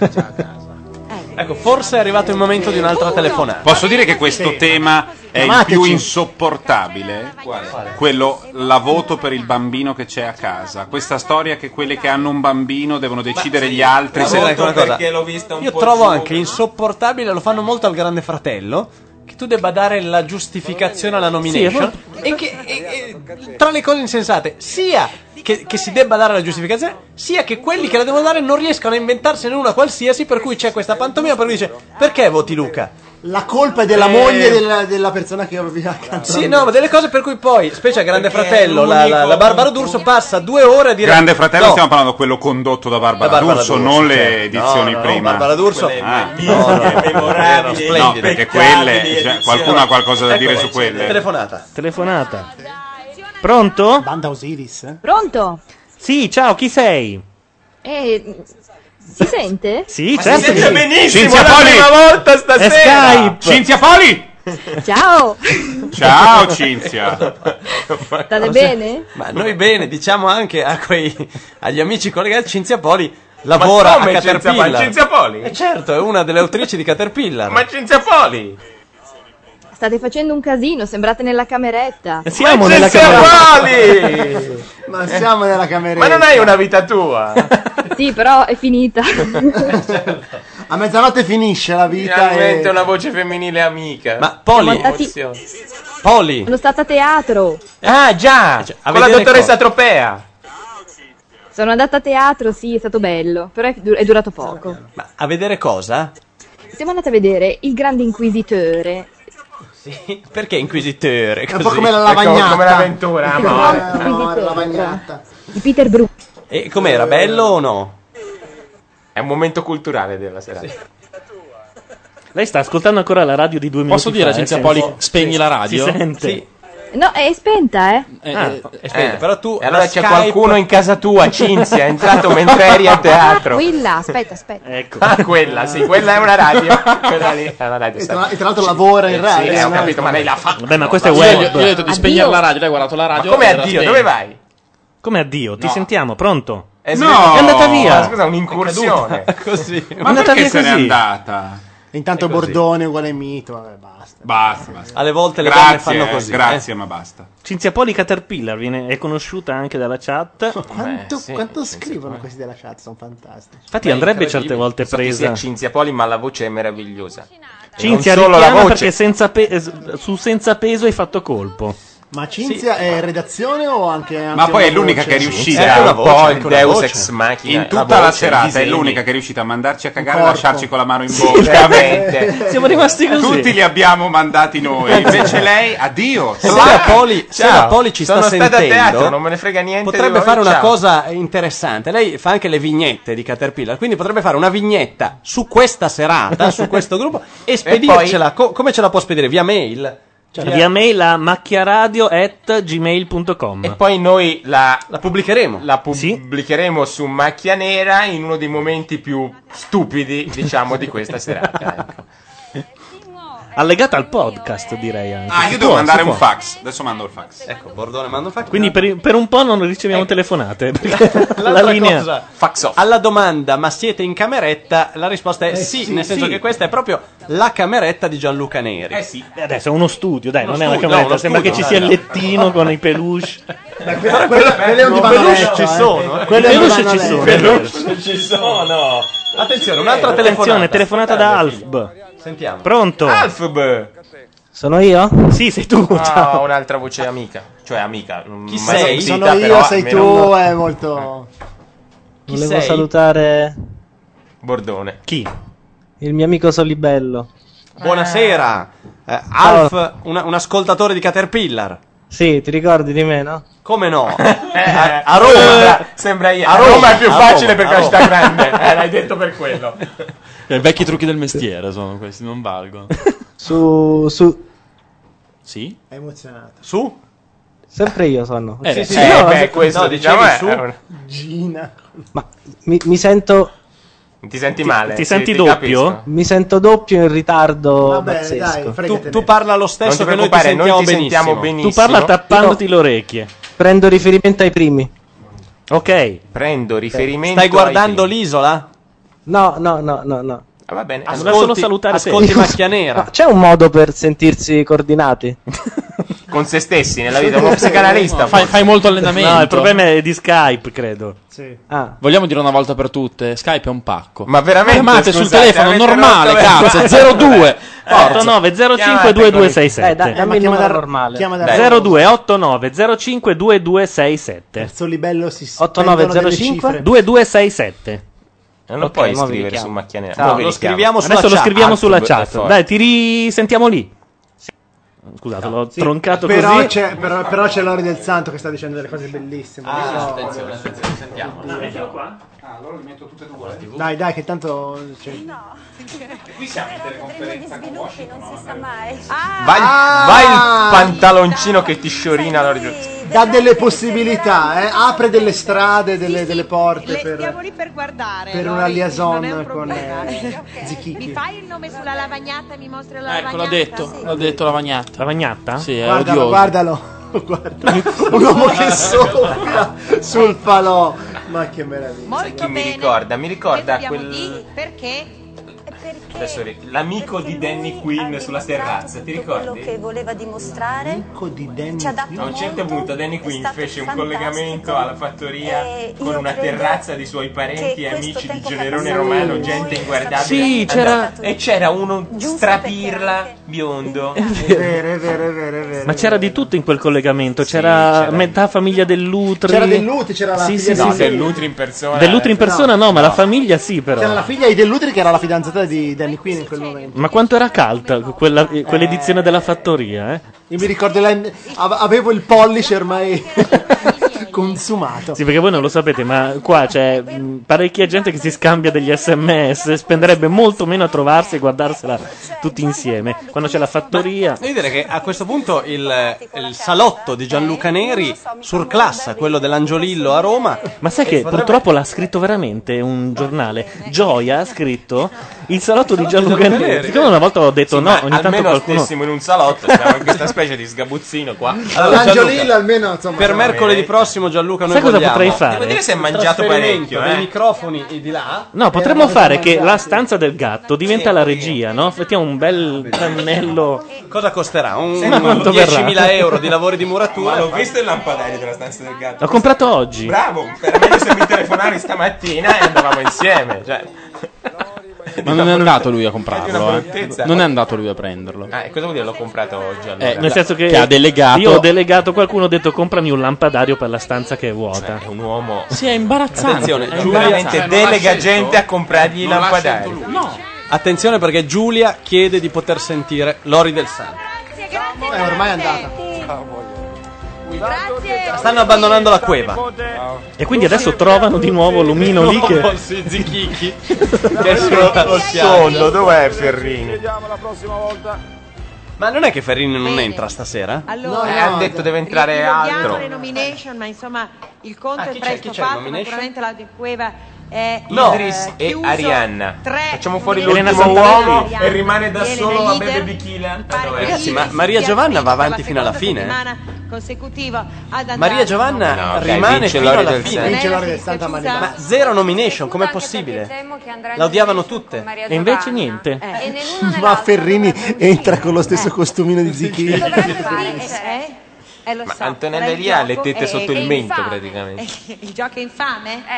Ecco, forse è arrivato il momento di un'altra telefonata. Posso dire che questo tema è il Chiamateci. più insopportabile? Quello, la voto per il bambino che c'è a casa. Questa storia che quelli che hanno un bambino devono decidere gli altri. Posso dire anche una cosa? l'ho vista un Io po' trovo giù. anche insopportabile, lo fanno molto al Grande Fratello, che tu debba dare la giustificazione alla nomination e che e- e- tra le cose insensate sia che, che si debba dare la giustificazione sia che quelli che la devono dare non riescano a inventarsene una qualsiasi, per cui c'è questa pantomima per cui dice perché voti Luca? La colpa è della Eh. moglie della, della persona che avevi accanto. Sì, no, ma delle cose per cui poi, specie a Grande Perché Fratello, la, la, la Barbara D'Urso passa due ore a dire Grande Fratello, no, stiamo parlando di quello condotto da Barbara, Da Barbara D'Urso, D'Urso, non le certo. edizioni No, no, no, prima. Barbara D'Urso. Ah. No, no, no, erano splendide. No, perché quelle, cioè, qualcuno ha qualcosa da Ecco, dire su quelle. Telefonata. Telefonata. Pronto? Banda Osiris. eh? Pronto? Sì, ciao, chi sei? Eh, si sente? Sì, Ma certo. si sente che sì. benissimo, Cinzia è la Poli! prima volta È stasera. Skype. Cinzia Poli! Ciao! Ciao Cinzia. State bene? Ma noi bene, diciamo anche a quei, agli amici collegati, Cinzia Poli lavora Ma a come Cinzia Caterpillar. Poli? Cinzia Poli? Eh certo, è una delle autrici di Caterpillar. Ma Cinzia Poli! State facendo un casino, sembrate nella cameretta. Siamo Ma nella Cinzia cameretta. Poli! Ma siamo nella cameretta. Ma non hai una vita tua? Sì, però è finita. A mezzanotte finisce la vita. Finalmente E... una voce femminile amica. Ma Poli, Siamo andati- Emozione. Poli, Sono stata a teatro. Ah già, Cioè, a con la vedere dottoressa cosa? Tropea. Sono andata a teatro, sì, è stato bello, però è, du- è durato poco. ma a vedere cosa? Siamo andati a vedere Il Grande Inquisitore. Sì, perché inquisitore? È un Così? po' come la Ecco, lavagnata. come l'avventura, Eh, amore. amore, la lavagnata. Di Peter Brook. E com'era, bello o no? È un momento culturale della serata. Lei sta ascoltando ancora la radio di due minuti Posso dire a fa, Cinzia eh, Poli, senti- spegni la radio? Si sente. Sì. No, è spenta, eh? Eh, Ah. eh, Aspetta, Eh, però tu E allora la c'è Skype- qualcuno in casa tua, Cinzia, è entrato mentre eri a teatro. Quella, aspetta, aspetta. Ecco. Ah, quella, sì, quella è una radio. Quella lì è una radio. E sai. tra, e tra l'altro lavora in Eh, radio. Sì, eh, ho no? capito, ma lei l'ha fatto. Vabbè, ma questo è io, gli- web. io ho detto di Addio. spegnere la radio, lei ha guardato la Ma radio. come e la addio? spegni. Dove vai? Come addio? Ti No. sentiamo, pronto? È, No. svenuto. È andata via. Ma scusa, un'incursione. Così. È Ma andata perché via se n'è così. andata? Intanto È così. Bordone uguale mito. Vabbè, basta. Basta, basta. Alle volte le donne Grazie, fanno così. grazie, ma basta. Cinzia Poli Caterpillar viene, è conosciuta anche dalla chat. Quanto, Beh, sì, quanto sì, scrivono sì. questi della chat? Sono fantastici. Infatti Beh, andrebbe incredibile. certe volte So chi sia presa. Cinzia Poli, ma la voce è meravigliosa. E Cinzia non solo la richiama voce. perché senza pe- eh, su senza peso hai fatto colpo. Ma Cinzia è redazione o anche, anche Ma poi una è l'unica voce? che è Sì, riuscita è una un voce, po' anche il una Deus voce. ex machina. in tutta la, voce, i serata, è disegni. l'unica che è riuscita a mandarci a cagare e corpo. lasciarci con la mano in Sì, bocca. veramente. Siamo rimasti così. Tutti li abbiamo mandati noi. Invece lei, addio. Se la Poli, se Ciao. la Poli ci sta Sono stata a sentendo, teatro, non me ne frega niente potrebbe di voi, fare una ciao. cosa interessante. Lei fa anche le vignette di Caterpillar, quindi potrebbe fare una vignetta su questa serata, su questo gruppo e spedircela. Co- come ce la può spedire? Via mail? Cioè, Via mail a macchiaradio at gmail punto com. E poi noi la, la pubblicheremo. la pubblicheremo su Macchia Nera in uno dei momenti più stupidi, diciamo, di questa serata. Ecco. Allegata al podcast, direi anche. Ah, Si io può, devo mandare si un può. fax. Adesso mando il fax. Ecco, Bordone manda un fax. Quindi per, per un po' non riceviamo telefonate. Perché la L'altra linea. cosa, Fax off. alla domanda ma siete in cameretta, la risposta è Eh sì, sì, nel senso sì. che questa è proprio la cameretta di Gianluca Neri. Eh sì. Eh, Adesso è uno studio, dai, Uno non è una studio, cameretta. no, uno Sembra studio, che ci sia il dai, lettino con i peluche. Quelle, quelle non ti vanno peluche letto, ci eh. sono, eh. Quelle I non peluche vanno ci letto. sono. Non ci sono. Attenzione, un'altra Attenzione, telefonata. telefonata da Alfb. Sentiamo. Pronto? Alfb. Sono io? Sì, sei tu. Ah, Ciao. un'altra voce amica. Cioè amica. Chi mai sei? sentita, Sono io, però sei almeno- tu, è molto... Chi Volevo sei? salutare Bordone. Chi? Il mio amico Solibello. Buonasera. Eh, Alf, una- un ascoltatore di Caterpillar. Sì, ti ricordi di me, no? Come no? a, a Roma. Sembra, sembra io. A A Roma, Roma è più a facile Roma, perché a la città Roma. grande. Eh, l'hai detto per quello. I vecchi trucchi del mestiere sono questi, non valgono. Su, su, Sì? È emozionato. Su? sempre io sono. Eh, Sì, sì, eh, no, beh, se- questo no, diciamo dicevi è- su? è un- Gina. ma mi, mi sento, Ti senti male? ti Sì, senti ti doppio? capisco. mi sento doppio in ritardo Va bene, pazzesco. dai, Tu, fregatene. tu parla lo Non stesso ti che noi ti preoccupare, sentiamo noi ti benissimo. sentiamo benissimo. Tu parla tappandoti le orecchie. Prendo riferimento ai primi. Ok. Prendo riferimento Stai guardando ai primi. l'isola? No, no, no, no, no. Ah, va bene. Voleva solo salutare te. ascolti Macchia Nera. Ma c'è un modo per sentirsi coordinati? Con se stessi nella vita, uno psicanalista. Fai, fai molto allenamento. No, il problema è di Skype, credo. Sì. Ah, Vogliamo dire una volta per tutte: Skype è un pacco. Ma veramente? Chiamate sul Scusate, telefono avete normale, rotto- cazzo, zero due. otto nove zero cinque due due sei eh, da, sette dammi il chiama numero da- normale. chiama da- Dai. zero due otto nove zero cinque due due sei sette Per Solibello si otto nove zero spendono delle cinque cifre. due due sei sette. Non lo Ok, puoi mo vi scrivere richiamo. su Macchia Nera. No, Mo vi lo richiamo. scriviamo sulla Adesso lo chat. scriviamo sulla Alto, è chat. forte. Dai, ti risentiamo lì. Scusate, l'ho Sì, troncato però così. C'è, però, però c'è Lori del Santo che sta dicendo delle cose bellissime. Ah, No. attenzione, attenzione, sentiamo. Ah, allora li metto tutte e due. Dai, dai, che tanto. Cioè... Qui siamo in teleconferenza con Washington. Non si sa mai. Vai, Ah! vai il pantaloncino che ti sciorina. Lori. Dà delle possibilità, eh? Apre delle strade, delle, delle porte Le- stiamo per, lì per guardare. per Lori, una liaison non è un con problema. eh, Mi Zichichi. fai il nome sulla lavagnata e mi mostri la Ecco, lavagnata? l'ho detto, Sì. l'ho detto Lavagnatta. Lavagnatta? Sì, è Guardalo, odioso. guardalo. Guarda. Un uomo che soffia sul falò. Ma che meraviglia. Molto Chi mi bene. ricorda? Mi ricorda Che dobbiamo quel. dire? Perché? Adesso ri- l'amico di Danny Quinn sulla terrazza, ti Quello ricordi? che voleva dimostrare Amico di Danny ci ha dato Quinn. A un certo molto, punto Danny è Quinn stato fece un fantastico. collegamento alla fattoria E con io una credo terrazza di suoi parenti che e questo amici di tempo che Generone abbiamo Romano, noi gente è inguardabile. Sì, c'era- Andava- E c'era uno Giusto strapirla biondo. È vero, è vero, è vero, è vero. Ma c'era di tutto in quel collegamento. Sì, C'era, c'era- metà famiglia dell'Utri. C'era Dell'Utri, c'era la Sì, figlia sì, di No, sì. dell'Utri in persona. Dell'Utri in persona no, ma No. la famiglia sì, però. C'era la figlia di Dell'Utri che era la fidanzata di Danny Quinn in quel momento. Ma quanto era calda quella- quell'edizione della fattoria, eh? Io mi ricordo, lei- ave- avevo il pollice ormai consumato. Sì, perché voi non lo sapete, ma qua c'è mh, parecchia gente che si scambia degli sms, spenderebbe molto meno a trovarsi e guardarsela tutti insieme. Quando c'è la fattoria. Devo dire che a questo punto il, il salotto di Gianluca Neri surclassa quello dell'Angiolillo a Roma. Ma sai che purtroppo l'ha scritto veramente un giornale. Gioia ha scritto il salotto di Gianluca Neri. Siccome una volta ho detto no, Ma ogni tanto almeno qualcuno. stessimo in un salotto, siamo in questa specie di sgabuzzino qua. Allora, L'Angiolillo Gianluca, almeno, insomma. per no, mercoledì prossimo Gianluca noi Sai cosa vogliamo potrei fare? Devo dire se è mangiato trasferimento parecchio, dei eh. microfoni di là. No, potremmo fare che la stanza del gatto diventa la regia, no? Mettiamo un bel pannello. Cosa costerà? Un, Ma quanto diecimila verrà? euro di lavori di Ma muratura. l'ho visto il lampadario della stanza del gatto. L'ho comprato oggi. Bravo, era meglio se mi telefonavi stamattina e andavamo insieme. Cioè. Ma non è andato lui a È di una comprarlo, eh. bruttezza. Non è andato lui a prenderlo. Ah, e cosa vuol dire l'ho comprato oggi allora? Eh, Nel senso che, che ha delegato- io ho delegato qualcuno, ho detto comprami un lampadario per la stanza che è vuota. È un uomo. Sì, è imbarazzante. Attenzione, è Giulia imbarazzante. Veramente delega gente a comprargli i Non l'ha lampadari. scelto lui. No. Attenzione perché Giulia chiede di poter sentire Lori del Santo. Grazie, grazie. È ormai andata. Grazie. Stanno abbandonando la cueva. E quindi adesso trovano di nuovo l'omino lì che. Sì, Zichichi. Che sono sondo, dov'è Ferrini? Vediamo la prossima volta. Ma non è che Ferrini non Bene. entra stasera? Allora, Eh, hanno detto deve entrare ripilotiamo altro. le nomination, ma insomma il conto Ah, è chi c'è? presto Chi c'è? fatto. Nomination? Naturalmente la di Cueva è No. Idris eh, e chiuso. Arianna. Tre Facciamo fuori Elena l'ultimo Santarelli. uomo e rimane da Elena solo a leader. Bebe Bichila. Pare che Ragazzi, Idris ma Maria sia Giovanna va spinta avanti la fino alla seconda fine? settimana consecutiva ad andare Maria Giovanna No, dai, rimane vince fino Lori alla del fine. Santo. Vince Lori del Santo a mani Ma basse. Ma zero nomination, com'è Anche perché possibile? temo che andrà in La odiavano nomination tutte. con Maria E invece Giovanna. niente. E né l'uno né Ma l'altro Ferrini dovrebbe entra uscire. con lo stesso costumino di Zichichi. Dovrebbe vincere. Eh? Eh, lo Ma so, Antonella però il Elia ha le gioco tette è- sotto il è mento infame. praticamente. Il gioco è infame? Eh.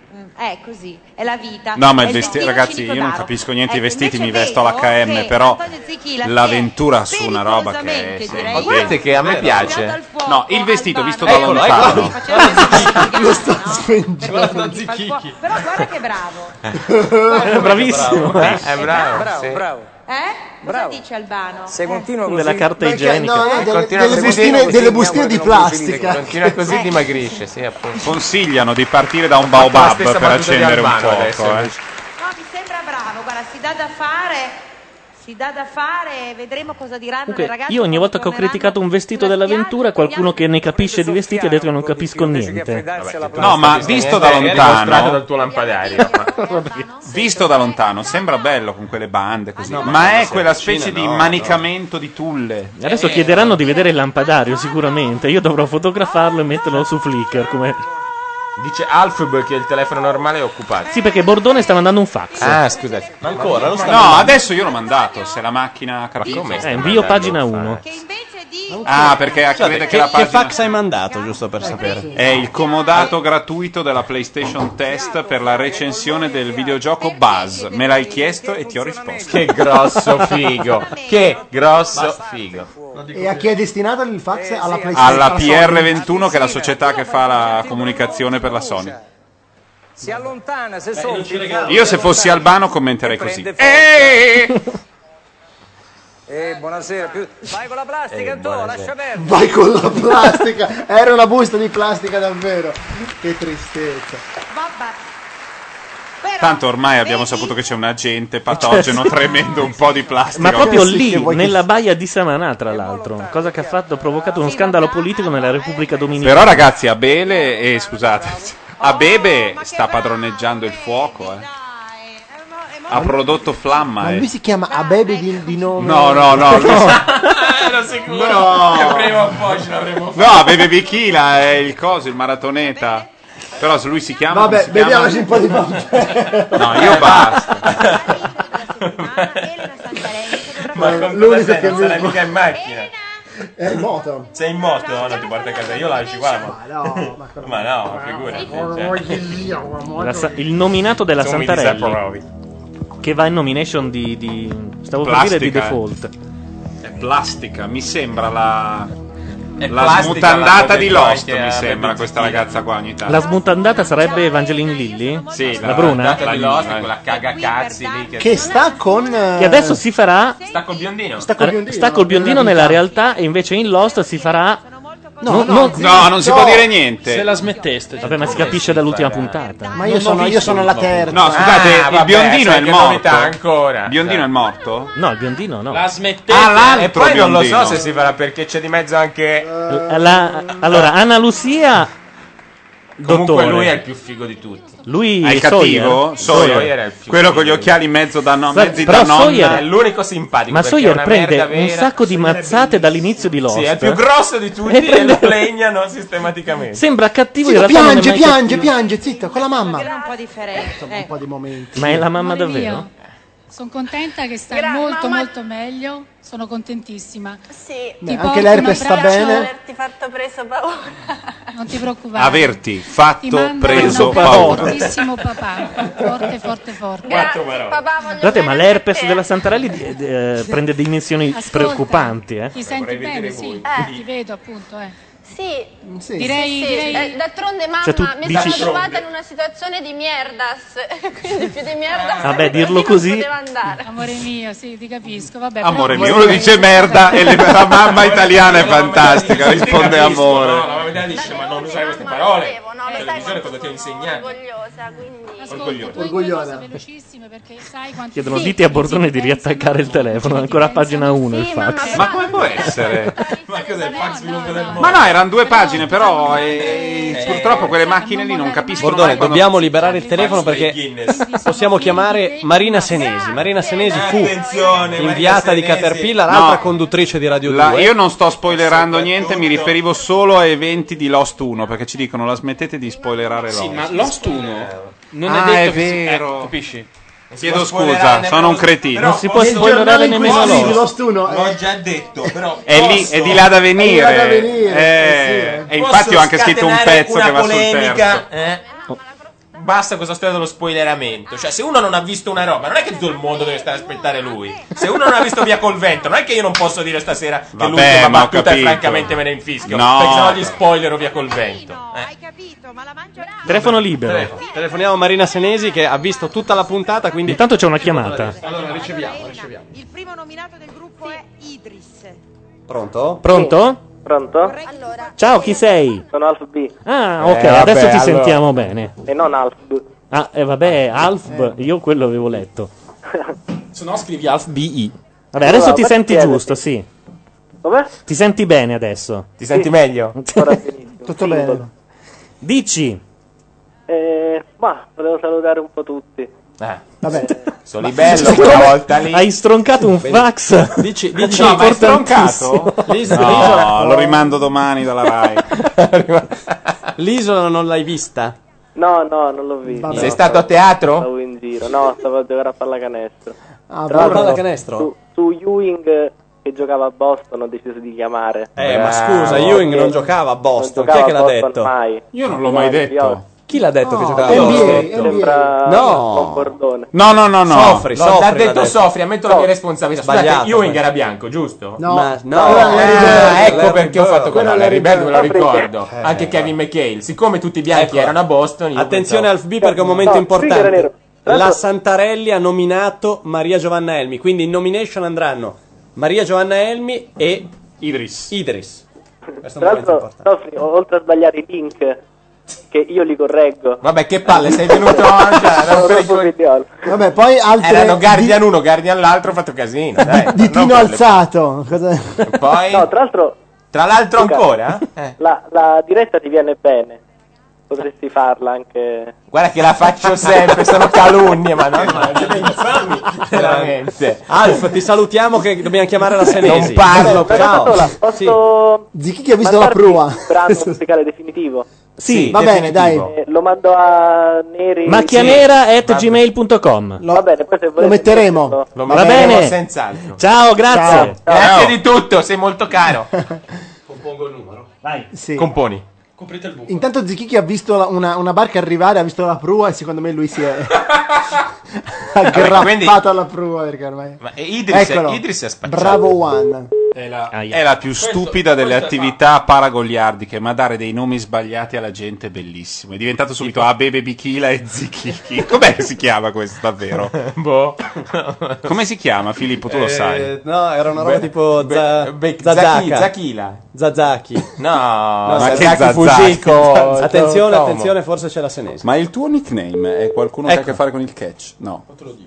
È così, è la vita. No, ma il È vesti- destino ragazzi, cinico io non d'Aro. capisco niente di Ecco, vestiti, mi invece vesto all'H vedo M, che però Antonio Zichilla si è l'avventura su una roba che è pericolosamente, direi, sì, Guardate che a me piace. No, il vestito visto da Eccolo, lontano. Lo sto spingendo. Però guarda che bravo. È bravissimo. Bravo, eh, è bravo, Bravo, sì. bravo. Eh? Cosa dice Albano? Se continua così... Della carta Perché, igienica. no, no, delle, Continua delle così, bustine, così, delle mi bustine auguro di che non così, plastica. Continua così dimagrisce, sì, appunto. Consigliano di partire da un fatto la baobab stessa per battuta di accendere un Albano fuoco. adesso, Eh. No, mi sembra bravo, guarda, si dà da fare. Si dà da fare, vedremo cosa diranno le Comunque, ragazze. io ogni volta che ho criticato un vestito dell'avventura, qualcuno che ne capisce di vestiti ha detto che non capisco niente. No, ma visto da È dimostrato lontano, dal tuo lampadario. visto da lontano sembra bello con quelle bande così, ma è quella specie di manicamento di tulle. Adesso chiederanno di vedere il lampadario, sicuramente. Io dovrò fotografarlo e metterlo su Flickr. Come... Dice Alfred che il telefono normale è occupato. Sì, perché Bordone sta mandando un fax. Ah, scusate. Ma ancora? Lo sta No, adesso io l'ho mandato, se la macchina ha capito. Eh, invio pagina uno. Ah, perché crede che, Che, la che pagina fax hai mandato, giusto per sapere? è il comodato gratuito della PlayStation Test per la recensione del videogioco Buzz. Me l'hai chiesto e ti ho risposto. Che grosso figo. Che grosso figo. E a chi è destinato il fax? Alla PlayStation? Alla P R ventuno, che è la società che fa la comunicazione per la Sony. Si allontana, se soffi. Io se fossi Albano commenterei così. Eh! Eh, buonasera. Più... Vai con la plastica, Antonio, lascia perdere. Vai con la plastica. Era una busta di plastica davvero. Che tristezza. Tanto ormai abbiamo saputo che c'è un agente patogeno tremendo, un po' di plastica. Ma proprio Sì, lì, che vuoi che- nella baia di Samanà, tra l'altro. Cosa che ha fatto, ha provocato uno scandalo politico nella Repubblica Dominicana. Però ragazzi, Abele, e scusate, Abebe sta padroneggiando il fuoco, eh. Ha prodotto flamma, Ma eh. lui si chiama Abebe di, di nome. No, no, no, lui- Ero sicuro No. che prima o poi ce l'avremmo fatto. No, Abebe Bichila è il coso, il maratoneta. Però se lui si chiama... come Vabbè, si chiama? beviamoci un po' di papà. No, io basta. Ma con l'unico cosa sei? che Non mi- sarai mica in macchina. È in moto. Sei in moto? No, non ti porti a casa. Io lasci qua. Ma, no, ma, ma no, figurati. Cioè. La sa- il nominato della Sono mi Santarelli, disapprovi. che va in nomination di, di stavo per dire di Plastica, eh. default. È plastica, mi sembra la... È La plastica, smutandata la di cosa Lost, che mi avrebbe sembra, questa zittito. ragazza qua ogni tanto. La smutandata sarebbe Evangeline Lilly? Sì, la, bruna? data di Lost, La- quella cagacazzi lì che, Che sta con. eh, Che adesso si farà. sta col biondino. Sta col biondino. Sta col biondino nella nella vita. realtà, e invece in Lost si farà. No, No, no, no, No, non si può dire niente. Se la smetteste. Vabbè, ma si capisce dall'ultima puntata. Ma io sono, io sono la terza. No, scusate, Ah, il vabbè, biondino è sai il che morto. novità ancora. Il biondino Cioè. è il morto? No, il biondino no. La smettete. Ah, l'altro E poi non lo biondino. so se si farà perché c'è di mezzo anche. La- allora, Anna Lucia. Comunque Dottore. lui è il più figo di tutti. Lui È il cattivo? Sawyer. Sawyer. Sawyer è il più Quello con gli figo. occhiali mezzo da no, Sa- mezzi però da Sawyer- nonna. È l'unico simpatico. Ma perché è Sawyer una prende merda un vera. sacco di mazzate dall'inizio di Lost. Sì, è il più grosso di tutti E e, prende- lo legnano sistematicamente. Sembra cattivo, in Zitto, realtà non è piange, mai piange, cattivo. piange, zitto, con la mamma. Era un po' differente. Un eh. po' di momenti. Ma è la mamma Amore davvero? mio, sono contenta che stai Gra- molto mamma- molto meglio, sono contentissima. Sì. Beh, Ti anche porto l'herpes un sta abbraccio. bene. Averti fatto preso paura. Non ti preoccupare. Averti Ti fatto mando preso un paura. fortissimo papà, forte forte forte. Quattro parole. Papà, voglio Guardate, ma bene l'herpes a te. della Santarelli eh, eh, prende dimensioni Ascolta, preoccupanti, eh. Ti senti Vorrei bene? vedere Sì, voi. Eh. ti vedo appunto, eh. Sì. Sì. Direi, Sì, direi eh, d'altronde mamma Cioè, tu mi dici- sono trovata in una situazione di mierdas, quindi più di mierdas Vabbè, dirlo non così. poteva andare. amore mio, sì, ti capisco. Vabbè, Amore però- mio, uno dice merda e le- la mamma italiana è fantastica, risponde Capisco, no? amore. La mamma italiana dice, ma non usare queste parole. Volevo, no, La lo sai televisione quanto cosa ti ho sono insegnato? orgogliosa, quindi Ascolta, Orgogliosa. due Orgogliosa. cose velocissime perché sai quanti Chiedono sì, dite a amici Bordone di ti riattaccare il pensano, telefono, amici ancora a ti pagina pensano. uno il Sì, fax. mamma, Ma come può essere? Ma cos'è il fax più lungo del mondo? Ma no, erano due pagine, però eh, purtroppo quelle macchine lì non capiscono Bordone, mai quando- dobbiamo liberare il telefono perché Guinness. possiamo chiamare Marina Senesi. Marina Senesi fu Attenzione, inviata di Marina Senesi. Caterpillar, No. altra conduttrice di Radio La- due. io non sto spoilerando niente, mi riferivo solo a eventi di Lost uno, perché ci dicono la smettete di spoilerare Lost. Sì, ma Lost uno non Ah, è detto è che si- vero. eh, capisci? Chiedo Si può spoilerare scusa, nemmeno- sono un cretino. Però Non si può nel spoilerare giornale in nemmeno cui- Sì, Lost. Lost uno. L'ho eh. già detto, però È lì, posso- è di là da venire. È di là da venire, Eh, eh sì, eh. E infatti ho anche scritto un scatenare pezzo una che va sul polemica, terzo. eh? basta questa storia dello spoileramento. Cioè, se uno non ha visto una roba, non è che tutto il mondo deve stare a aspettare lui. Se uno non ha visto Via col vento, non è che io non posso dire stasera che Vabbè, l'ultima ma ho battuta è capito. francamente me ne infischio. No. Perché sennò gli spoilero Via col vento. Eh. Telefono libero. Telefoniamo a Marina Senesi che ha visto tutta la puntata, quindi Intanto c'è una chiamata. Allora riceviamo, riceviamo. Il primo nominato del gruppo è Idris. Pronto? Pronto? Pronto? Ciao, chi sei? Sono Alf B. Ah, ok, Eh, vabbè, adesso ti allora- sentiamo bene. E non Alf B. Ah, e vabbè, Alf, io quello avevo letto. Se no scrivi Alf B I. Vabbè, adesso Allora, ti ma senti chiediti. giusto, sì. Come? Ti senti bene adesso? Ti senti meglio? Tutto bene. Dici. Eh, ma volevo salutare un po' tutti. Eh. Vabbè. Solibello quella volta lì. Hai stroncato un fax. Dici, dici No, ma è importantissimo. stroncato? L'isola, No, lo rimando domani dalla Rai. l'isola non l'hai vista? No, no, non l'ho visto. Vabbè. Sei stato a teatro? Stavo in giro. No, stavo a giocare a pallacanestro. Ah, Tra bravo. l'altro, Pallacanestro? Su, su Ewing che giocava a Boston ho deciso di chiamare. Eh, ma scusa, Ewing non giocava a Boston. Non Chi è che giocava l'ha a Boston detto? mai. Io non l'ho mai detto. Chi l'ha detto che No, giocava a N B A, Boston? N B A. Sembra No. un bordone. No, no, no, no. Soffri, No, soffri. l'ha l'ha detto detto. Soffri, ammetto la mia responsabilità. Scusate, Sbagliato, Ewing poi. era bianco, giusto? No. Ma no, No, era Larry Ah, Bird. ecco Larry perché ho Bird. fatto con Quello è Larry Larry Bird, me lo Bird. ricordo. Eh. Anche Kevin McHale. Siccome tutti i bianchi Ecco. erano a Boston, io Attenzione pensavo- Alf B perché è un momento No, importante. Trigger è nero. Tra La l'altro- Santarelli ha nominato Maria Giovanna Elmi, quindi in nomination andranno Maria Giovanna Elmi e Idris. Idris. Questo è un Tra momento l'altro, importante. Sofri, oltre a sbagliare i link, che io li correggo. Vabbè, che palle, sei venuto oggi. Sono troppo figliolo. Vabbè, poi altre Erano Guardian uno, Guardian l'altro, ho fatto casino. Dai, di non Tino per le- alzato. Cosa- Poi, No, tra l'altro, tra l'altro Luca, ancora? Eh. la, la diretta ti viene bene. Potresti farla anche. Guarda che la faccio sempre, sono calunnie, ma no, ma siete infami, veramente. Alf, ti salutiamo che dobbiamo chiamare la Senesi. Non parlo, Ciao. Sola, posso Zichi che ha visto la mandarti prua. il brano musicale definitivo? Sì, va bene, definitivo. Eh, lo mando a Neri. Macchianera at gmail punto com. Va bene, poi se volete Lo metteremo. metterlo. Lo Va metteremo bene. senz'altro. Ciao, grazie. Grazie di tutto, sei molto caro. Compongo il numero. Vai. Sì. Componi. Coprite il buco. Intanto Zichichi ha visto la- una, una barca arrivare, ha visto la prua e secondo me lui si è aggrappato quindi- alla prua perché ormai. Ma Idris, Eccolo. Idris è spacciato. Bravo One. È la, Ah, yeah. è la più stupida delle attività paragoliardiche, ma dare dei nomi sbagliati alla gente è bellissimo. È diventato subito Abebe Bichila e Zichichi. Com'è che si chiama questo davvero? Boh. Come si chiama, Filippo? Tu lo sai. Eh, no, era una roba Be- tipo Be- za- Be- Zazaka. Zaki- Zakila. Zazaki. No, ma che Zaki Zazaki? Fujiko. Attenzione, Tomo. attenzione, forse c'è la Senesi. Ma il tuo nickname è qualcuno che ha a Ecco. che fare con il catch? No.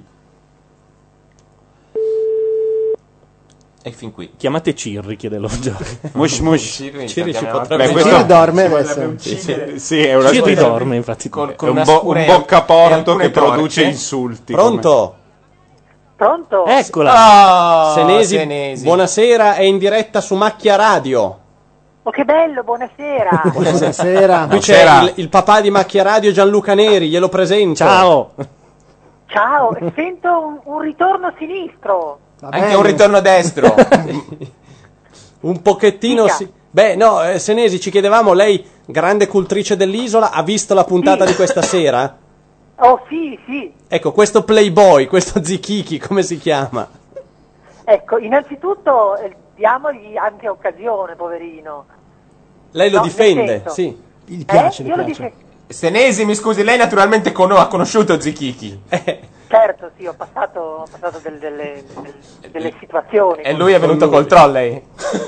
E fin qui. Chiamate Cirri, chiede lo gioco. Mush mush. Cirri, Cirri ci chiamiamo- potrebbe- Beh, questo- Cirri dorme ci adesso. vorrebbe uccidere. Sì, è una Cirri specie- dorme, infatti. Con, è con un, una bo- scure un e boccaporto alcune che torce. produce insulti. Pronto? Pronto? Eccola. Oh, Senesi, Senesi. buonasera, è in diretta su Macchia Radio. Oh, che bello, buonasera. Buonasera. Qui c'è Buonasera. il, il papà di Macchia Radio, Gianluca Neri, glielo presento. Ciao. Ciao, sento un, un ritorno sinistro. Va Anche bene. un ritorno destro. Un pochettino Dica. sì. Beh, no, eh, Senesi, ci chiedevamo, lei, grande cultrice dell'isola, ha visto la puntata Sì. di questa sera? Oh, sì, sì. Ecco, questo Playboy, questo Zichichi, come si chiama? Ecco, innanzitutto eh, diamogli anche occasione, poverino. Lei lo No, nel difende, senso- sì. Gli Eh? piace, gli Io lo piace. dico, Senesi, mi scusi, lei naturalmente cono- ha conosciuto Zichichi. certo, sì, ho passato, ho passato del- delle, del- delle situazioni. E lui è venuto col trolley.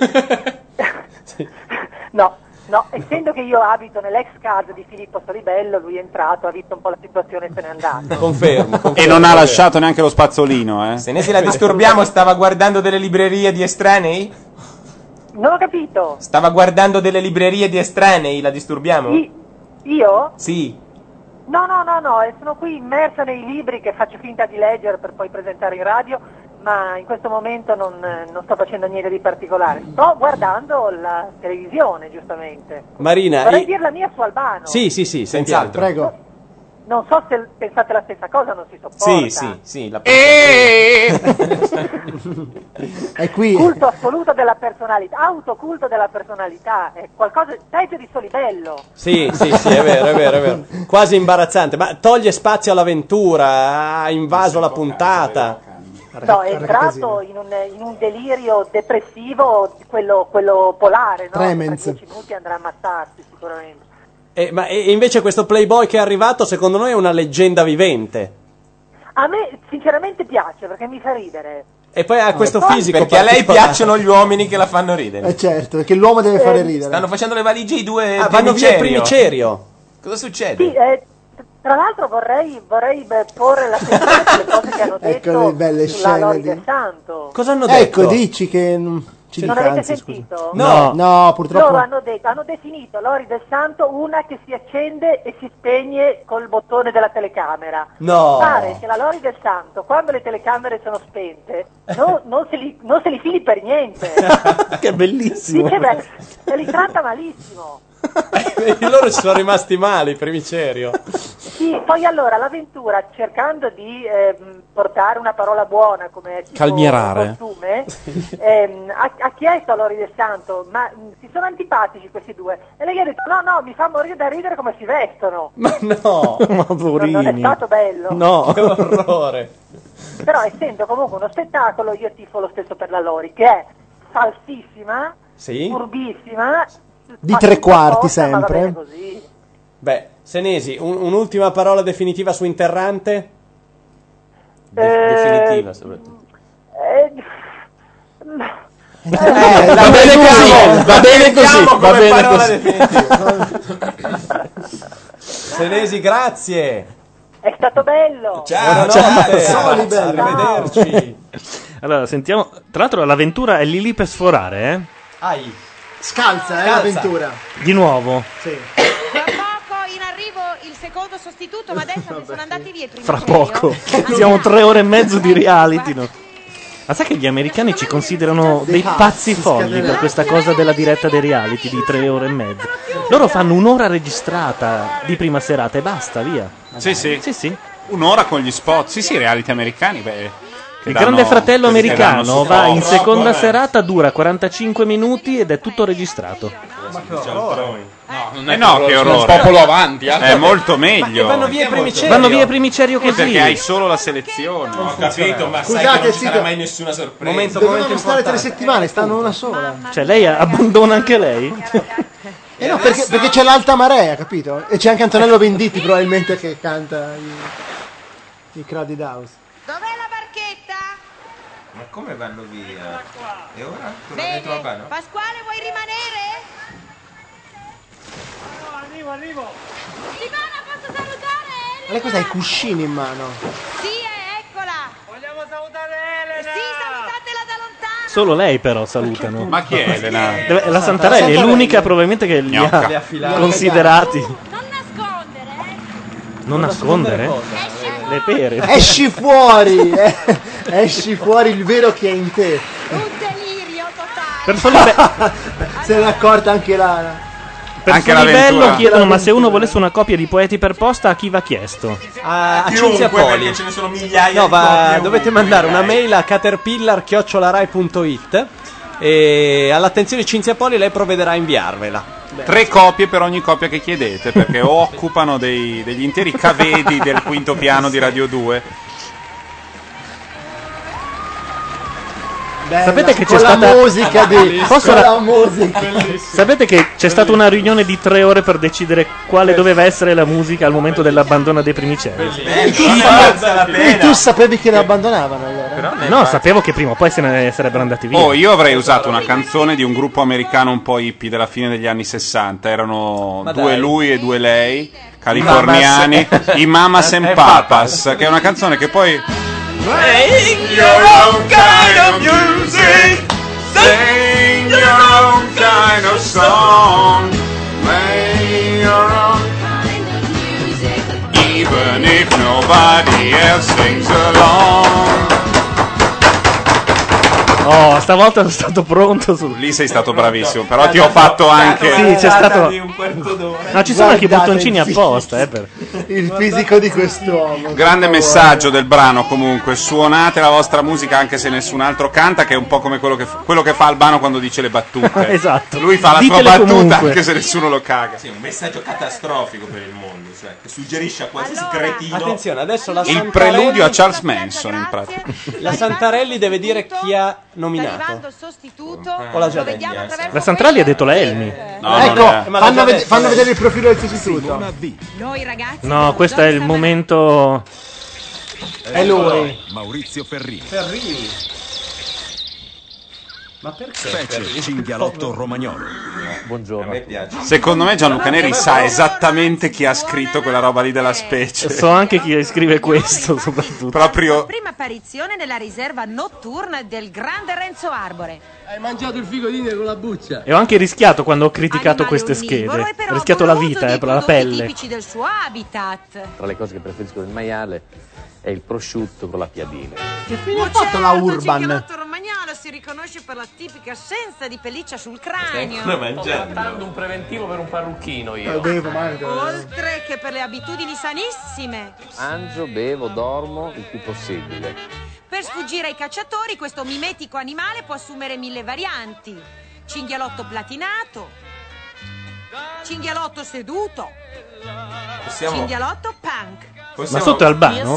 No, no, essendo che io abito nell'ex casa di Filippo Solibello, lui è entrato, ha visto un po' la situazione e se n'è andato. Confermo. confermo. E non ha lasciato neanche lo spazzolino, eh. Senesi, la disturbiamo, stava guardando delle librerie di estranei? Non ho capito. Stava guardando delle librerie di estranei, la disturbiamo? I- io? Sì. No, no, no, no, eh, sono qui immersa nei libri che faccio finta di leggere per poi presentare in radio, ma in questo momento non, eh, non sto facendo niente di particolare. Sto guardando la televisione, giustamente. Marina, Vorrei i- dire la mia su Albano. sì, sì, sì, sentiamo. Senz'altro. Prego. Non so se pensate la stessa cosa, non si sopporta. Sì, sì, sì. La È qui. Culto assoluto della personalità, autoculto della personalità, è qualcosa peggio di Solibello. Sì, sì, sì, è vero, è vero, è vero. Quasi imbarazzante, ma toglie spazio all'avventura, ha invaso la puntata. No, è entrato in un, in un delirio depressivo, quello, quello polare, no? Tremens. Tra dieci minuti andrà a ammazzarsi sicuramente. Eh, ma e invece questo Playboy che è arrivato, secondo noi è una leggenda vivente. A me sinceramente piace perché mi fa ridere. E poi ha questo poi- fisico Perché a lei particolare. piacciono gli uomini che la fanno ridere. Eh certo, perché l'uomo deve fare Eh, ridere. Stanno facendo le valigie i due. Ah, vanno via il primicerio. Cosa succede? Sì, eh, tra l'altro vorrei, vorrei beh, porre l'attenzione sulle cose che hanno detto Ecco le belle sulla scene Lori di- del Santo. Cosa hanno Ecco, detto? dici che non ci Non dica, avete anzi, sentito? scusa. No, no, purtroppo. Loro hanno, detto, hanno definito Lori del Santo una che si accende e si spegne col bottone della telecamera. No. Pare che la Lori del Santo, quando le telecamere sono spente, no- non, se li, non se li fili per niente. Che bellissimo. Dice, beh, se li tratta malissimo. E loro ci sono rimasti male, il primicerio. Sì, poi allora l'avventura, cercando di ehm, portare una parola buona come tipo Calmierare. costume, ehm, ha, ha chiesto a Lori del Santo, ma mh, si sono antipatici questi due? E lei gli ha detto, no, no, mi fa morire da ridere come si vestono. Ma no, ma Non, non è stato bello. No, che orrore. Però essendo comunque uno spettacolo, io tifo lo stesso per la Lori, che è falsissima, Sì. furbissima, Di fa tre tutto quarti apposta, ma va sempre. bene così. Beh, Senesi, un- un'ultima parola definitiva su Interrante? Eh, soprattutto. Eh, Eh, va bene così, va bene così, va come bene parola così. Senesi, grazie. È stato bello. Ciao, Buonanotte. ciao. Arrivederci. Allora, sentiamo. Tra l'altro, l'avventura è lì lì per sforare, eh? Ai. Scalza, eh, Scalza. l'avventura. Di nuovo. Sì. Tra poco in arrivo il secondo sostituto, ma adesso ne sono andati via i primi. Fra poco. Siamo tre ore e mezzo di reality, no? Ma sai che gli americani ci considerano dei pazzi folli per questa cosa della diretta dei reality di tre ore e mezzo? Loro fanno un'ora registrata di prima serata e basta, via. Sì, sì. Sì, sì. Un'ora con gli spot. Sì, sì, reality americani. Beh, che Il danno- Grande Fratello quelli che danno americano su va Fox. in seconda serata, dura quarantacinque minuti ed è tutto registrato. Eh no, che orrore. Un popolo avanti, eh. È molto meglio. vanno via i primicerio. Vanno via i primicerio Sì, così. perché hai solo la selezione. Ho capito, ma sai Scusate, che non ci sì, sarà do- mai nessuna sorpresa. Momento, Dovevano momento stare tre importante. settimane, stanno una sola. Cioè, lei abbandona anche lei? Eh no, perché, perché c'è l'alta marea, capito? E c'è anche Antonello Venditti probabilmente che canta i, i Crowded House. Dov'è la barchetta? Ma come vanno via? E ora? Torna Bene. dentro la panna? Pasquale, vuoi rimanere? Arrivo, arrivo. Simona, posso salutare Ma lei cos'ha i cuscini in mano? Sì, eh, eccola. Vogliamo salutare Elena. Sì, salutatela da lontano. Solo lei però salutano. Ma chi è Elena? Deve- La Santarelli è l'unica probabilmente che li Gnocca. Le ha affilate. considerati. Non nascondere, eh. Non nascondere? Le pere. Esci fuori! eh, esci fuori il vero che è in te. Un delirio totale. Per Solibe- Se n'è accorta anche Lara. per Anche suo livello l'avventura. chiedono: ma se uno volesse una copia di Poeti per posta, a chi va chiesto? A, a Chiunque, Cinzia Poli. perché ce ne sono migliaia No, di va- copie, dovete ovunque. mandare una mail a caterpillar chiocciola rai punto it e all'attenzione di Cinzia Poli lei provvederà a inviarvela. Tre copie per ogni copia che chiedete, perché occupano dei- degli interi cavedi del quinto piano di Radio due. Bella, Sapete che c'è con la stata- musica di Posso con ra- la musica. Sapete che c'è stata una riunione di tre ore per decidere quale doveva essere la musica al momento dell'abbandono dei primiceri? Bello, Tu, valsa la quindi pena. tu sapevi che le abbandonavano allora? Però ne No, fa- sapevo che prima o poi se ne sarebbero andati via. Oh, io avrei usato una canzone di un gruppo americano un po' hippie della fine degli anni sessanta. Erano Ma due dai. lui e due lei, californiani, i Mamas and Papas, che è una canzone che poi Make your own kind of music. Sing your own kind of song. Make your own kind of music. Even if nobody else sings along. Oh, stavolta sono stato pronto su... Lì sei stato bravissimo, però ti ho fatto anche... Sì, c'è stato... un quarto d'ora. No, ci sono anche i Guardate bottoncini il apposta, eh, per... Il fisico di quest'uomo. Grande messaggio del brano comunque, suonate la vostra musica anche se nessun altro canta, che è un po' come quello che, f- quello che fa Albano quando dice le battute. Esatto. Lui fa la Ditele sua battuta comunque. anche se nessuno lo caga. Sì, un messaggio catastrofico per il mondo, cioè, che suggerisce a qualsiasi cretino. Attenzione, adesso la Il Santarelli, preludio a Charles Manson in pratica. la Santarelli deve dire chi ha nominato. O l'ha già detto? La Santarelli ha detto la Elmi. No, ecco, non è- Ma l'ha fanno, già ved- detto fanno lei. vedere il profilo del sostituto. Noi ragazzi. No, questo è il momento... È lui. Maurizio Ferrini. Ferrini. Ma perché? Specie cinghialotto romagnolo. Buongiorno. A me piace. Secondo me Gianluca Neri sa esattamente chi ha scritto quella roba lì della specie. So anche chi scrive questo, soprattutto. Proprio Prima apparizione nella riserva notturna del grande Renzo Arbore. Hai mangiato il figo d'India con la buccia. E ho anche rischiato quando ho criticato queste Onnivoro schede. e però Ho rischiato la goloso vita, dei eh, per la prodotti pelle. tipici del suo habitat. Tra le cose che preferisco del maiale è il prosciutto con la piadina. Che fine ha fatto la Urban? cinghialotto romagnolo si riconosce per la tipica assenza di pelliccia sul cranio. Dando un preventivo per un parrucchino io. Bevo, mangio. Oltre che per le abitudini sanissime. Mangio, bevo, dormo il più possibile. Per sfuggire ai cacciatori, questo mimetico animale può assumere mille varianti. Cinghialotto platinato, cinghialotto seduto, Possiamo, cinghialotto punk. possiamo- Ma sotto è Albano?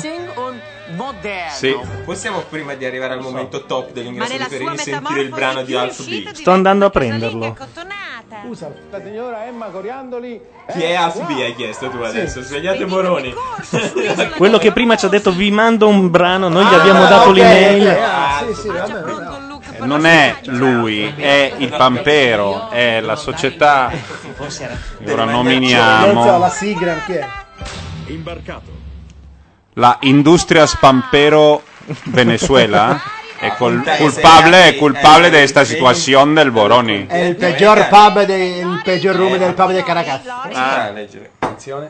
sì. Possiamo, prima di arrivare al momento top dell'ingresso Ma di nella Ferrini, sua sentire il brano di Alf B. Sto andando a prenderlo. Scusa, la signora Emma Coriandoli. Chi è Alf B hai chiesto tu adesso? Svegliate Moroni. Quello che prima ci ha detto vi mando un brano, noi gli abbiamo Ah, dato ok, l'email. ok. Ah, sì, sì, vabbè, vabbè. Non è lui, è il Pampero, è la società. E ora Lorenzo, nominiamo la sigla, chi è? Imbarcato. la Industria Pampero Venezuela. È col- culpable, è culpable de esta situación del Boroni. È il peggior pub, de- il peggior room del pub del Caracas. Ah, leggere. Attenzione.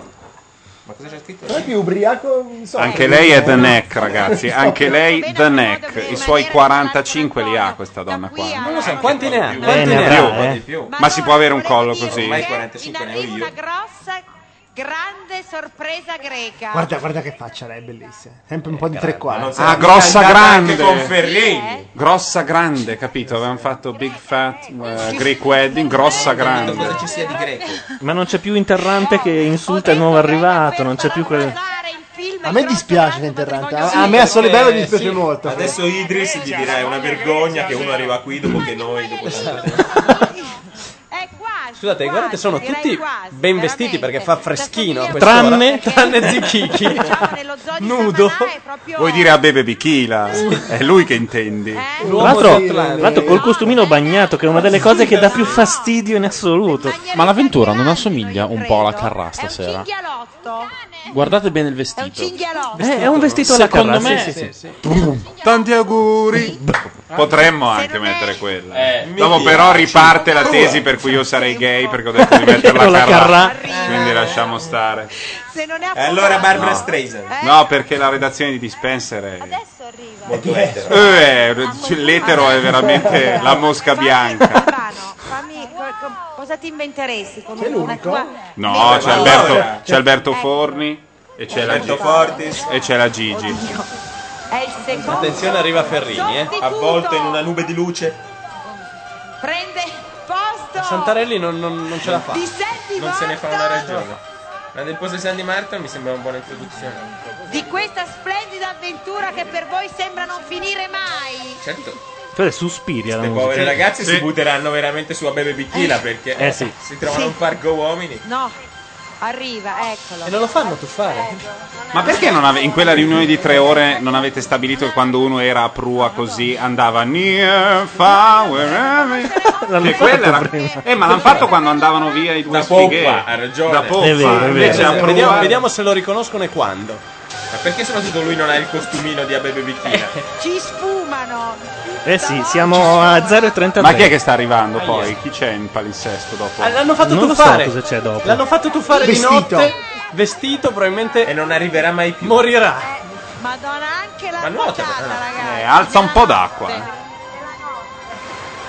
Ma cosa c'è scritto? Non è più ubriaco, insomma. Anche lei è The Neck, ragazzi. Anche lei The Neck. I suoi quarantacinque li ha questa donna qua. Non lo so, quanti ne ha? Più. Quanti Eh, ne ne ha? avrà, eh. Ma si può avere un collo così? Ormai quarantacinque ne ho io. Una grossa, grande sorpresa greca. Guarda, guarda che faccia, lei è bellissima. Sempre un po' di tre quarti. Ah, grossa grande. con Ferrini. Grossa grande, capito? Avevamo fatto Big Fat eh, Greek Wedding, grossa grande. Cosa ci sia di greco? Ma non c'è più Interrante che insulta il nuovo arrivato, non c'è più quel... A me dispiace Interrante. A, a me a Solibello mi dispiace Sì. molto. Adesso Idris gli dirà è una vergogna che uno arriva qui dopo che noi dopo tanto tempo. Scusate, guardate, sono tutti ben vestiti perché fa freschino a quest'ora. Tranne- tranne Zichichi. Nudo. Vuoi dire a Bebe Bichila? È lui che intendi. Tra l'altro, tra l'altro col costumino bagnato, che è una delle cose che dà più fastidio in assoluto. Ma l'avventura non assomiglia un po' alla Carrà stasera? Guardate bene il vestito. Eh, è un vestito alla Secondo Carrà, me sì, sì, sì. Tanti auguri. Potremmo anche mettere quella. Eh, Dopo mi però piace. riparte la tesi per cui io sarei gay perché ho detto di metterla Con la a Carrà. Carrà. Quindi lasciamo stare. E allora Barbara No. Streisand. No, perché la redazione di Dispenser è... Molto etero. Eh, l'etero è veramente la mosca bianca. Fammi, co- co- cosa ti inventeresti con una tua... No, c'è Alberto, c'è Alberto Forni e c'è la Alberto Gigi. Fortis. E c'è la Gigi. È il secondo. Attenzione, arriva Ferrini, eh. Avvolto in una nube di luce. Prende posto. Santarelli non, non- non ce la fa. Ti senti Non se ne fa morto? una ragione. La del posto di Sandy Martin mi sembra una buona introduzione. Di questa splendida avventura che per voi sembra non finire mai. Certo. Tu sospiri alla Le musica. povere ragazze Sì. si butteranno veramente su a Bebe Bichila perché Eh, sì. si trovano un parco uomini. No, arriva, eccolo. E non lo fanno tuffare. Ma perché non ave- in quella riunione di tre ore non avete stabilito che quando uno era a prua così andava near, far, wherever? L'hanno Che quella fatto era... Eh, ma l'hanno fatto quando andavano via i due Da sfighe. poppa, ha ragione. Da poppa. È vero, è vero. Invece a prua- Vediamo, vediamo se lo riconoscono e quando. Ma perché soprattutto lui non ha il costumino di a Bebe Bichila? Ci sfumano. Eh sì, siamo a zero e trentatré. Ma chi è che sta arrivando poi? Chi c'è in palinsesto dopo? Ah, l'hanno fatto Non lo so tuffare. cosa c'è dopo. L'hanno fatto tuffare Vestito. di notte. Vestito, probabilmente. E non arriverà mai più. Morirà. Madonna, anche la Ma nuota, nuotata, no. ragazzi. Eh, alza un po' d'acqua.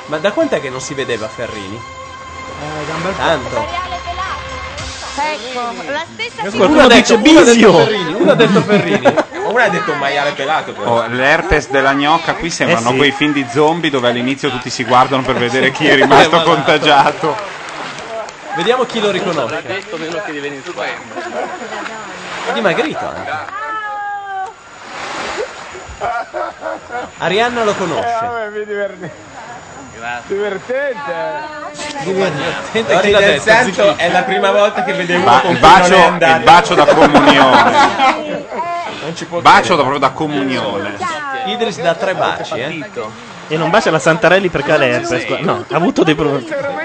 Ma da quant'è che non si vedeva Ferrini? Eh, da un bel po'. Tanto. Ecco, la stessa Qualcuno Uno ha dice detto- uno ha detto Bisio. Ferrini, uno ha detto Ferrini. Uno ha detto un maiale pelato però. Oh, l'herpes della gnocca qui sembrano Eh sì. quei film di zombie dove all'inizio tutti si guardano per vedere chi è rimasto Eh, ma va. contagiato. Vediamo chi lo riconosce. detto meno che diveni È dimagrito anche. Arianna lo conosce. Divertente. Divertente. Lori Chi l'ha del detto? Santo Zicchi. è la prima volta che vede uno Ba- con il, cui non è bacio, andato. il bacio da comunione. Non ci può Bacio da, credere. proprio da comunione. Idris dà tre baci, eh. E non bacia la Santarelli perché ha l'herpes. qua. No, ha avuto dei problemi.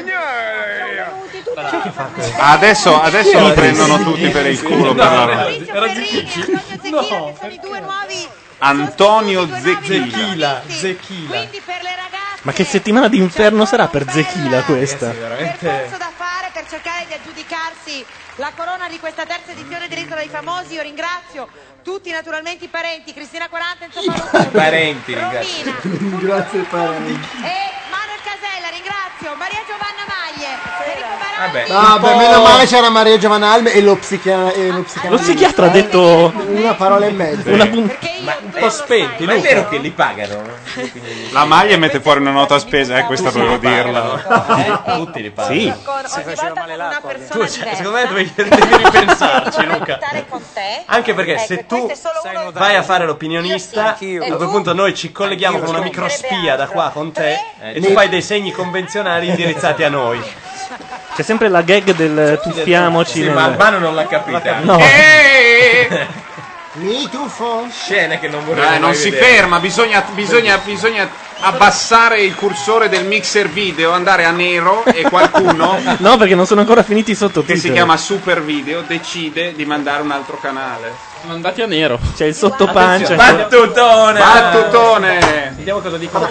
Adesso, adesso lo prendono tutti per il culo per la Era Zicchi. No. Antonio Zecchila. Zecchila. Zecchila. Ma che settimana d'inferno sarà per Zechila questa? percorso da fare per cercare di aggiudicarsi la corona di questa terza edizione dell'Isola dei Famosi. Io ringrazio tutti naturalmente i parenti, Cristina quaranta, Enzo Paolucci, Parenti, ringrazio. Romina Grazie parenti. e Manuel Casella, ringrazio Maria Giovanna Maglie, Enrico Vabbè, Ah, un beh, po'- meno male c'era Maria Giovanna Alme e lo, psichia- e lo psichiatra. Lo psichiatra ha detto Una parola e mezza. una pun- Ma Un po' spenti, Ma è Luca. vero che li pagano? Quindi- La maglia mette fuori una nota a spesa, eh, questa dovevo dirla. Eh, tutti li pagano. Sì. si faceva male una persona Tu, cioè, diversa. secondo me devi, devi ripensarci, Luca. Stare con te. Anche perché Ecco, se tu questo è solo uno- vai a fare l'opinionista, Anch'io. a quel punto noi ci colleghiamo con una microspia da qua con te e tu fai dei segni convenzionali indirizzati a noi. C'è sempre la gag del tuffiamoci. Sì, nel- ma Albano non l'ha capita. No. Mi tuffo. Scene che non vorrei Eh, mai non si vedere. ferma, bisogna, bisogna, bisogna abbassare il cursore del mixer video, andare a nero e qualcuno No, perché non sono ancora finiti i sottotitoli. che si chiama Super Video decide di mandare un altro canale. Sono andati a nero. C'è il sottopancia. ancora. Battutone! Battutone! Sentiamo cosa dicono.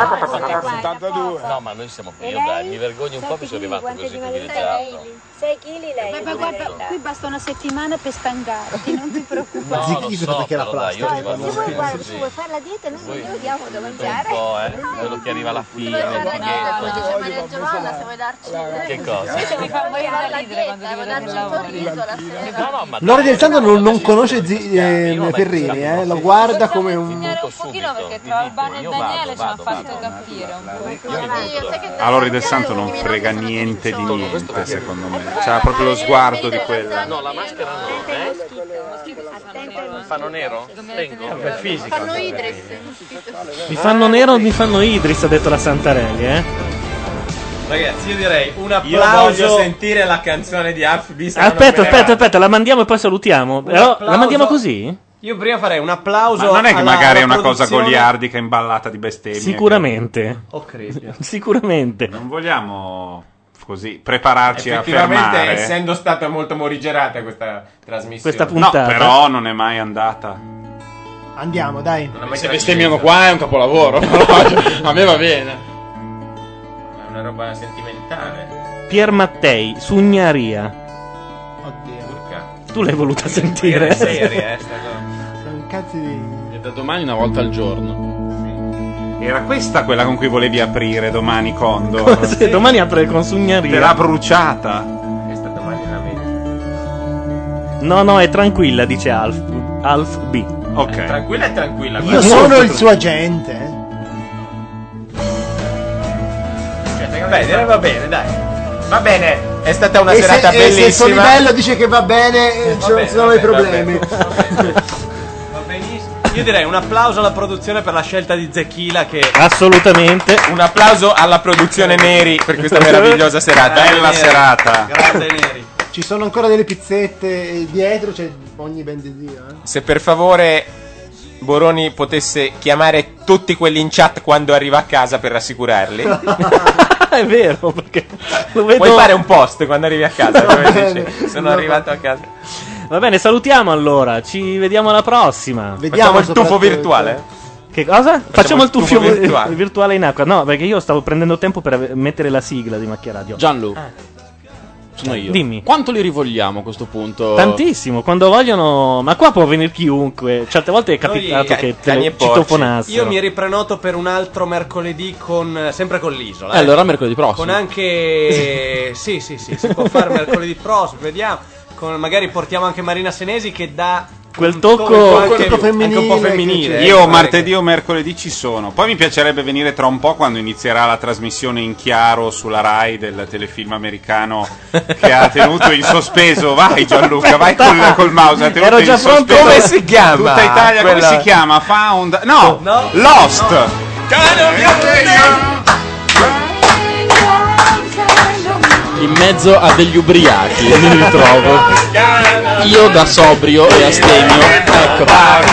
No, ma noi siamo qui. Io dai, mi vergogno un po', mi sono arrivato così privilegiato. sei chili lei. Ma guarda, qui basta una settimana per stancarti, non ti preoccupare. No, lo Zicchi so, perché la però dai, io plastica. arrivo Se vuoi, guarda, così. se vuoi fare la dieta, noi Voi- noi diamo da Un mangiare. po', eh. Quello che arriva alla fine, il No, paghetto. dice Maria Giovanna, se vuoi darci Che cosa? Mi fa vuoi morire fare da la ridere quando dieta, dico vuoi che darci un lavoro. sorriso la sera. No, no, ma Lori del Santo non, non conosce Zi- Io eh, non ho mai Ferrini, visto eh, lo guarda come un... Dico Un pochino subito, perché vi tra dico, Albano e io Daniele vado, ci hanno vado, fatto vado. capire un po'. Io mi butto. A Lori del Santo non frega niente di niente, secondo me. C'ha proprio lo sguardo di quella. No, la maschera no, eh? Fanno nero? Tengo. Per fisico. Fanno Idris. Mi fanno nero o mi fanno Idris, ha detto la Santarelli, eh? Ragazzi, io direi un Io voglio applauso. sentire la canzone di Alf B. se no non Aspetta, me ne aspetta, vado. aspetta, la mandiamo e poi salutiamo. Però, la mandiamo così? Io prima farei un applauso. Ma non è che alla- magari è alla una cosa produzione- goliardica imballata di bestemmie? Sicuramente. Oh, Cristo. Sicuramente. Non vogliamo così prepararci a Effettivamente, fermare. essendo stata molto morigerata questa trasmissione. Questa No, puntata. però non è mai andata. Andiamo, dai. Non ha mai Se tradito. bestemmiano qua è un capolavoro. A me va bene. È una roba sentimentale. Pier Mattei, Sugnaria. Oddio. Urca. Tu l'hai voluta Era sentire. seria, eh, sta cosa. Un cazzo di... E da domani una volta al giorno. Era questa quella con cui volevi aprire domani, Condor? Sì, domani apre con Te l'ha Sugnaria. bruciata. È stata domani nella mente. No, no, è tranquilla, dice Alf. Alf B. Ok. Tranquilla e tranquilla. Io guarda. sono molto il suo agente. eh. Cioè, Beh, direi va bene, dai. Va bene, è stata una E se, serata e se il suo bellissima. livello dice che va bene, eh, ci bene, sono va dei bene, va problemi. Va benissimo. Io direi un applauso alla produzione per la scelta di Zecchila che... Assolutamente. Un applauso alla produzione Neri per questa meravigliosa serata. Bella Neri. serata. Grande Neri. Ci sono ancora delle pizzette dietro, c'è ogni ben di Dio. Eh. Se per favore Boroni potesse chiamare tutti quelli in chat quando arriva a casa per rassicurarli. È vero, perché lo vedo. Puoi fare un post quando arrivi a casa dove bene. dici sono Va arrivato a casa. Va bene, salutiamo allora. Ci vediamo alla prossima. Facciamo il tuffo soprattutto- virtuale. Che cosa? Facciamo, il tuffo tuffo virtuale. virtuale. in acqua. No, perché io stavo prendendo tempo per ave- mettere la sigla di Macchia Radio. Gianlu. Sono io. Dimmi. Quanto li rivogliamo a questo punto? Tantissimo, quando vogliono. Ma qua può venire chiunque. Certe volte è capitato Noi- che Ca- te cani lo e porci. citofonassero. Io mi riprenoto per un altro mercoledì con sempre con l'isola. Eh, allora mercoledì prossimo. Con anche sì, sì, sì, si può fare mercoledì prossimo, vediamo. Con- magari portiamo anche Marina Senesi che dà quel un tocco- anche, un po' anche un po' femminile. Io martedì o mercoledì ci sono. Poi mi piacerebbe venire tra un po' quando inizierà la trasmissione in chiaro sulla Rai del telefilm americano che ha tenuto in sospeso. Vai Gianluca, vai col, col mouse. Ha tenuto Ero in già pronto. sospeso Come si chiama? Tutta Italia, Quella- come si chiama? Found. No, No. Lost. In mezzo a degli ubriachi mi ritrovo. Io da sobrio e astemio. Ecco.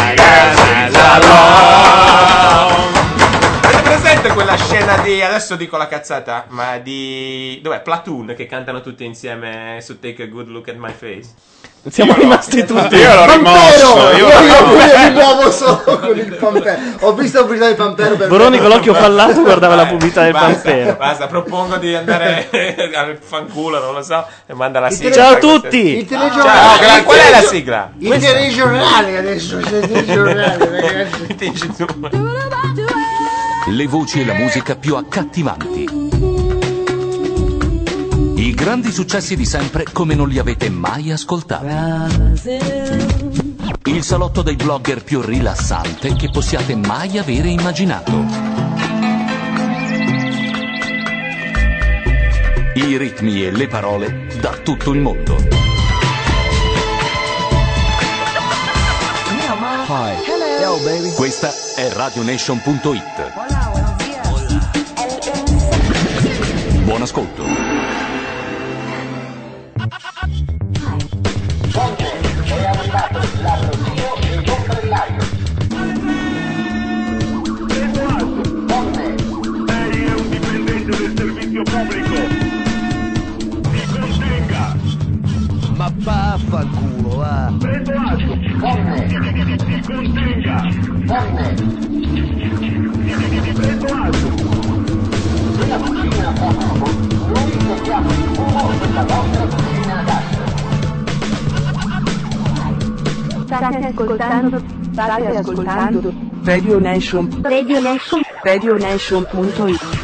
Avete presente quella scena di, adesso dico la cazzata, ma di, dov'è? Platoon, che cantano tutti insieme su Take a Good Look at My Face? Siamo rimasti tutti. Io l'ho rimosso. Io, Io io l'ho pure mi muovo solo con il Pampero. Ho visto la pubblicità di Pampero per Boroni con l'occhio fallato guardava la pubblicità del Basta, Pampero. basta, propongo di andare al fanculo, non lo so, e manda la sigla. Ciao a Questa- tutti! Il telegiornale. Ciao, gra- il qual è la telegio- sigla? Il telegiornale adesso. C'è il telegiornale, ragazzi. Le voci e la musica più accattivanti. I grandi successi di sempre come non li avete mai ascoltati. Il salotto dei blogger più rilassante che possiate mai avere immaginato. I ritmi e le parole da tutto il mondo. Hi. Hello, baby. Questa è radio nation punto it. Buon ascolto. Ma vaffanculo, va. Prendo atto. Forte. Si contenga. Forte. Prendo atto. Quella cucina forte. Noi cerchiamo il fumo della vostra cucina gas. State ascoltando, state ascoltando Radio Nation, Radio Nation, Radio Nation punto it.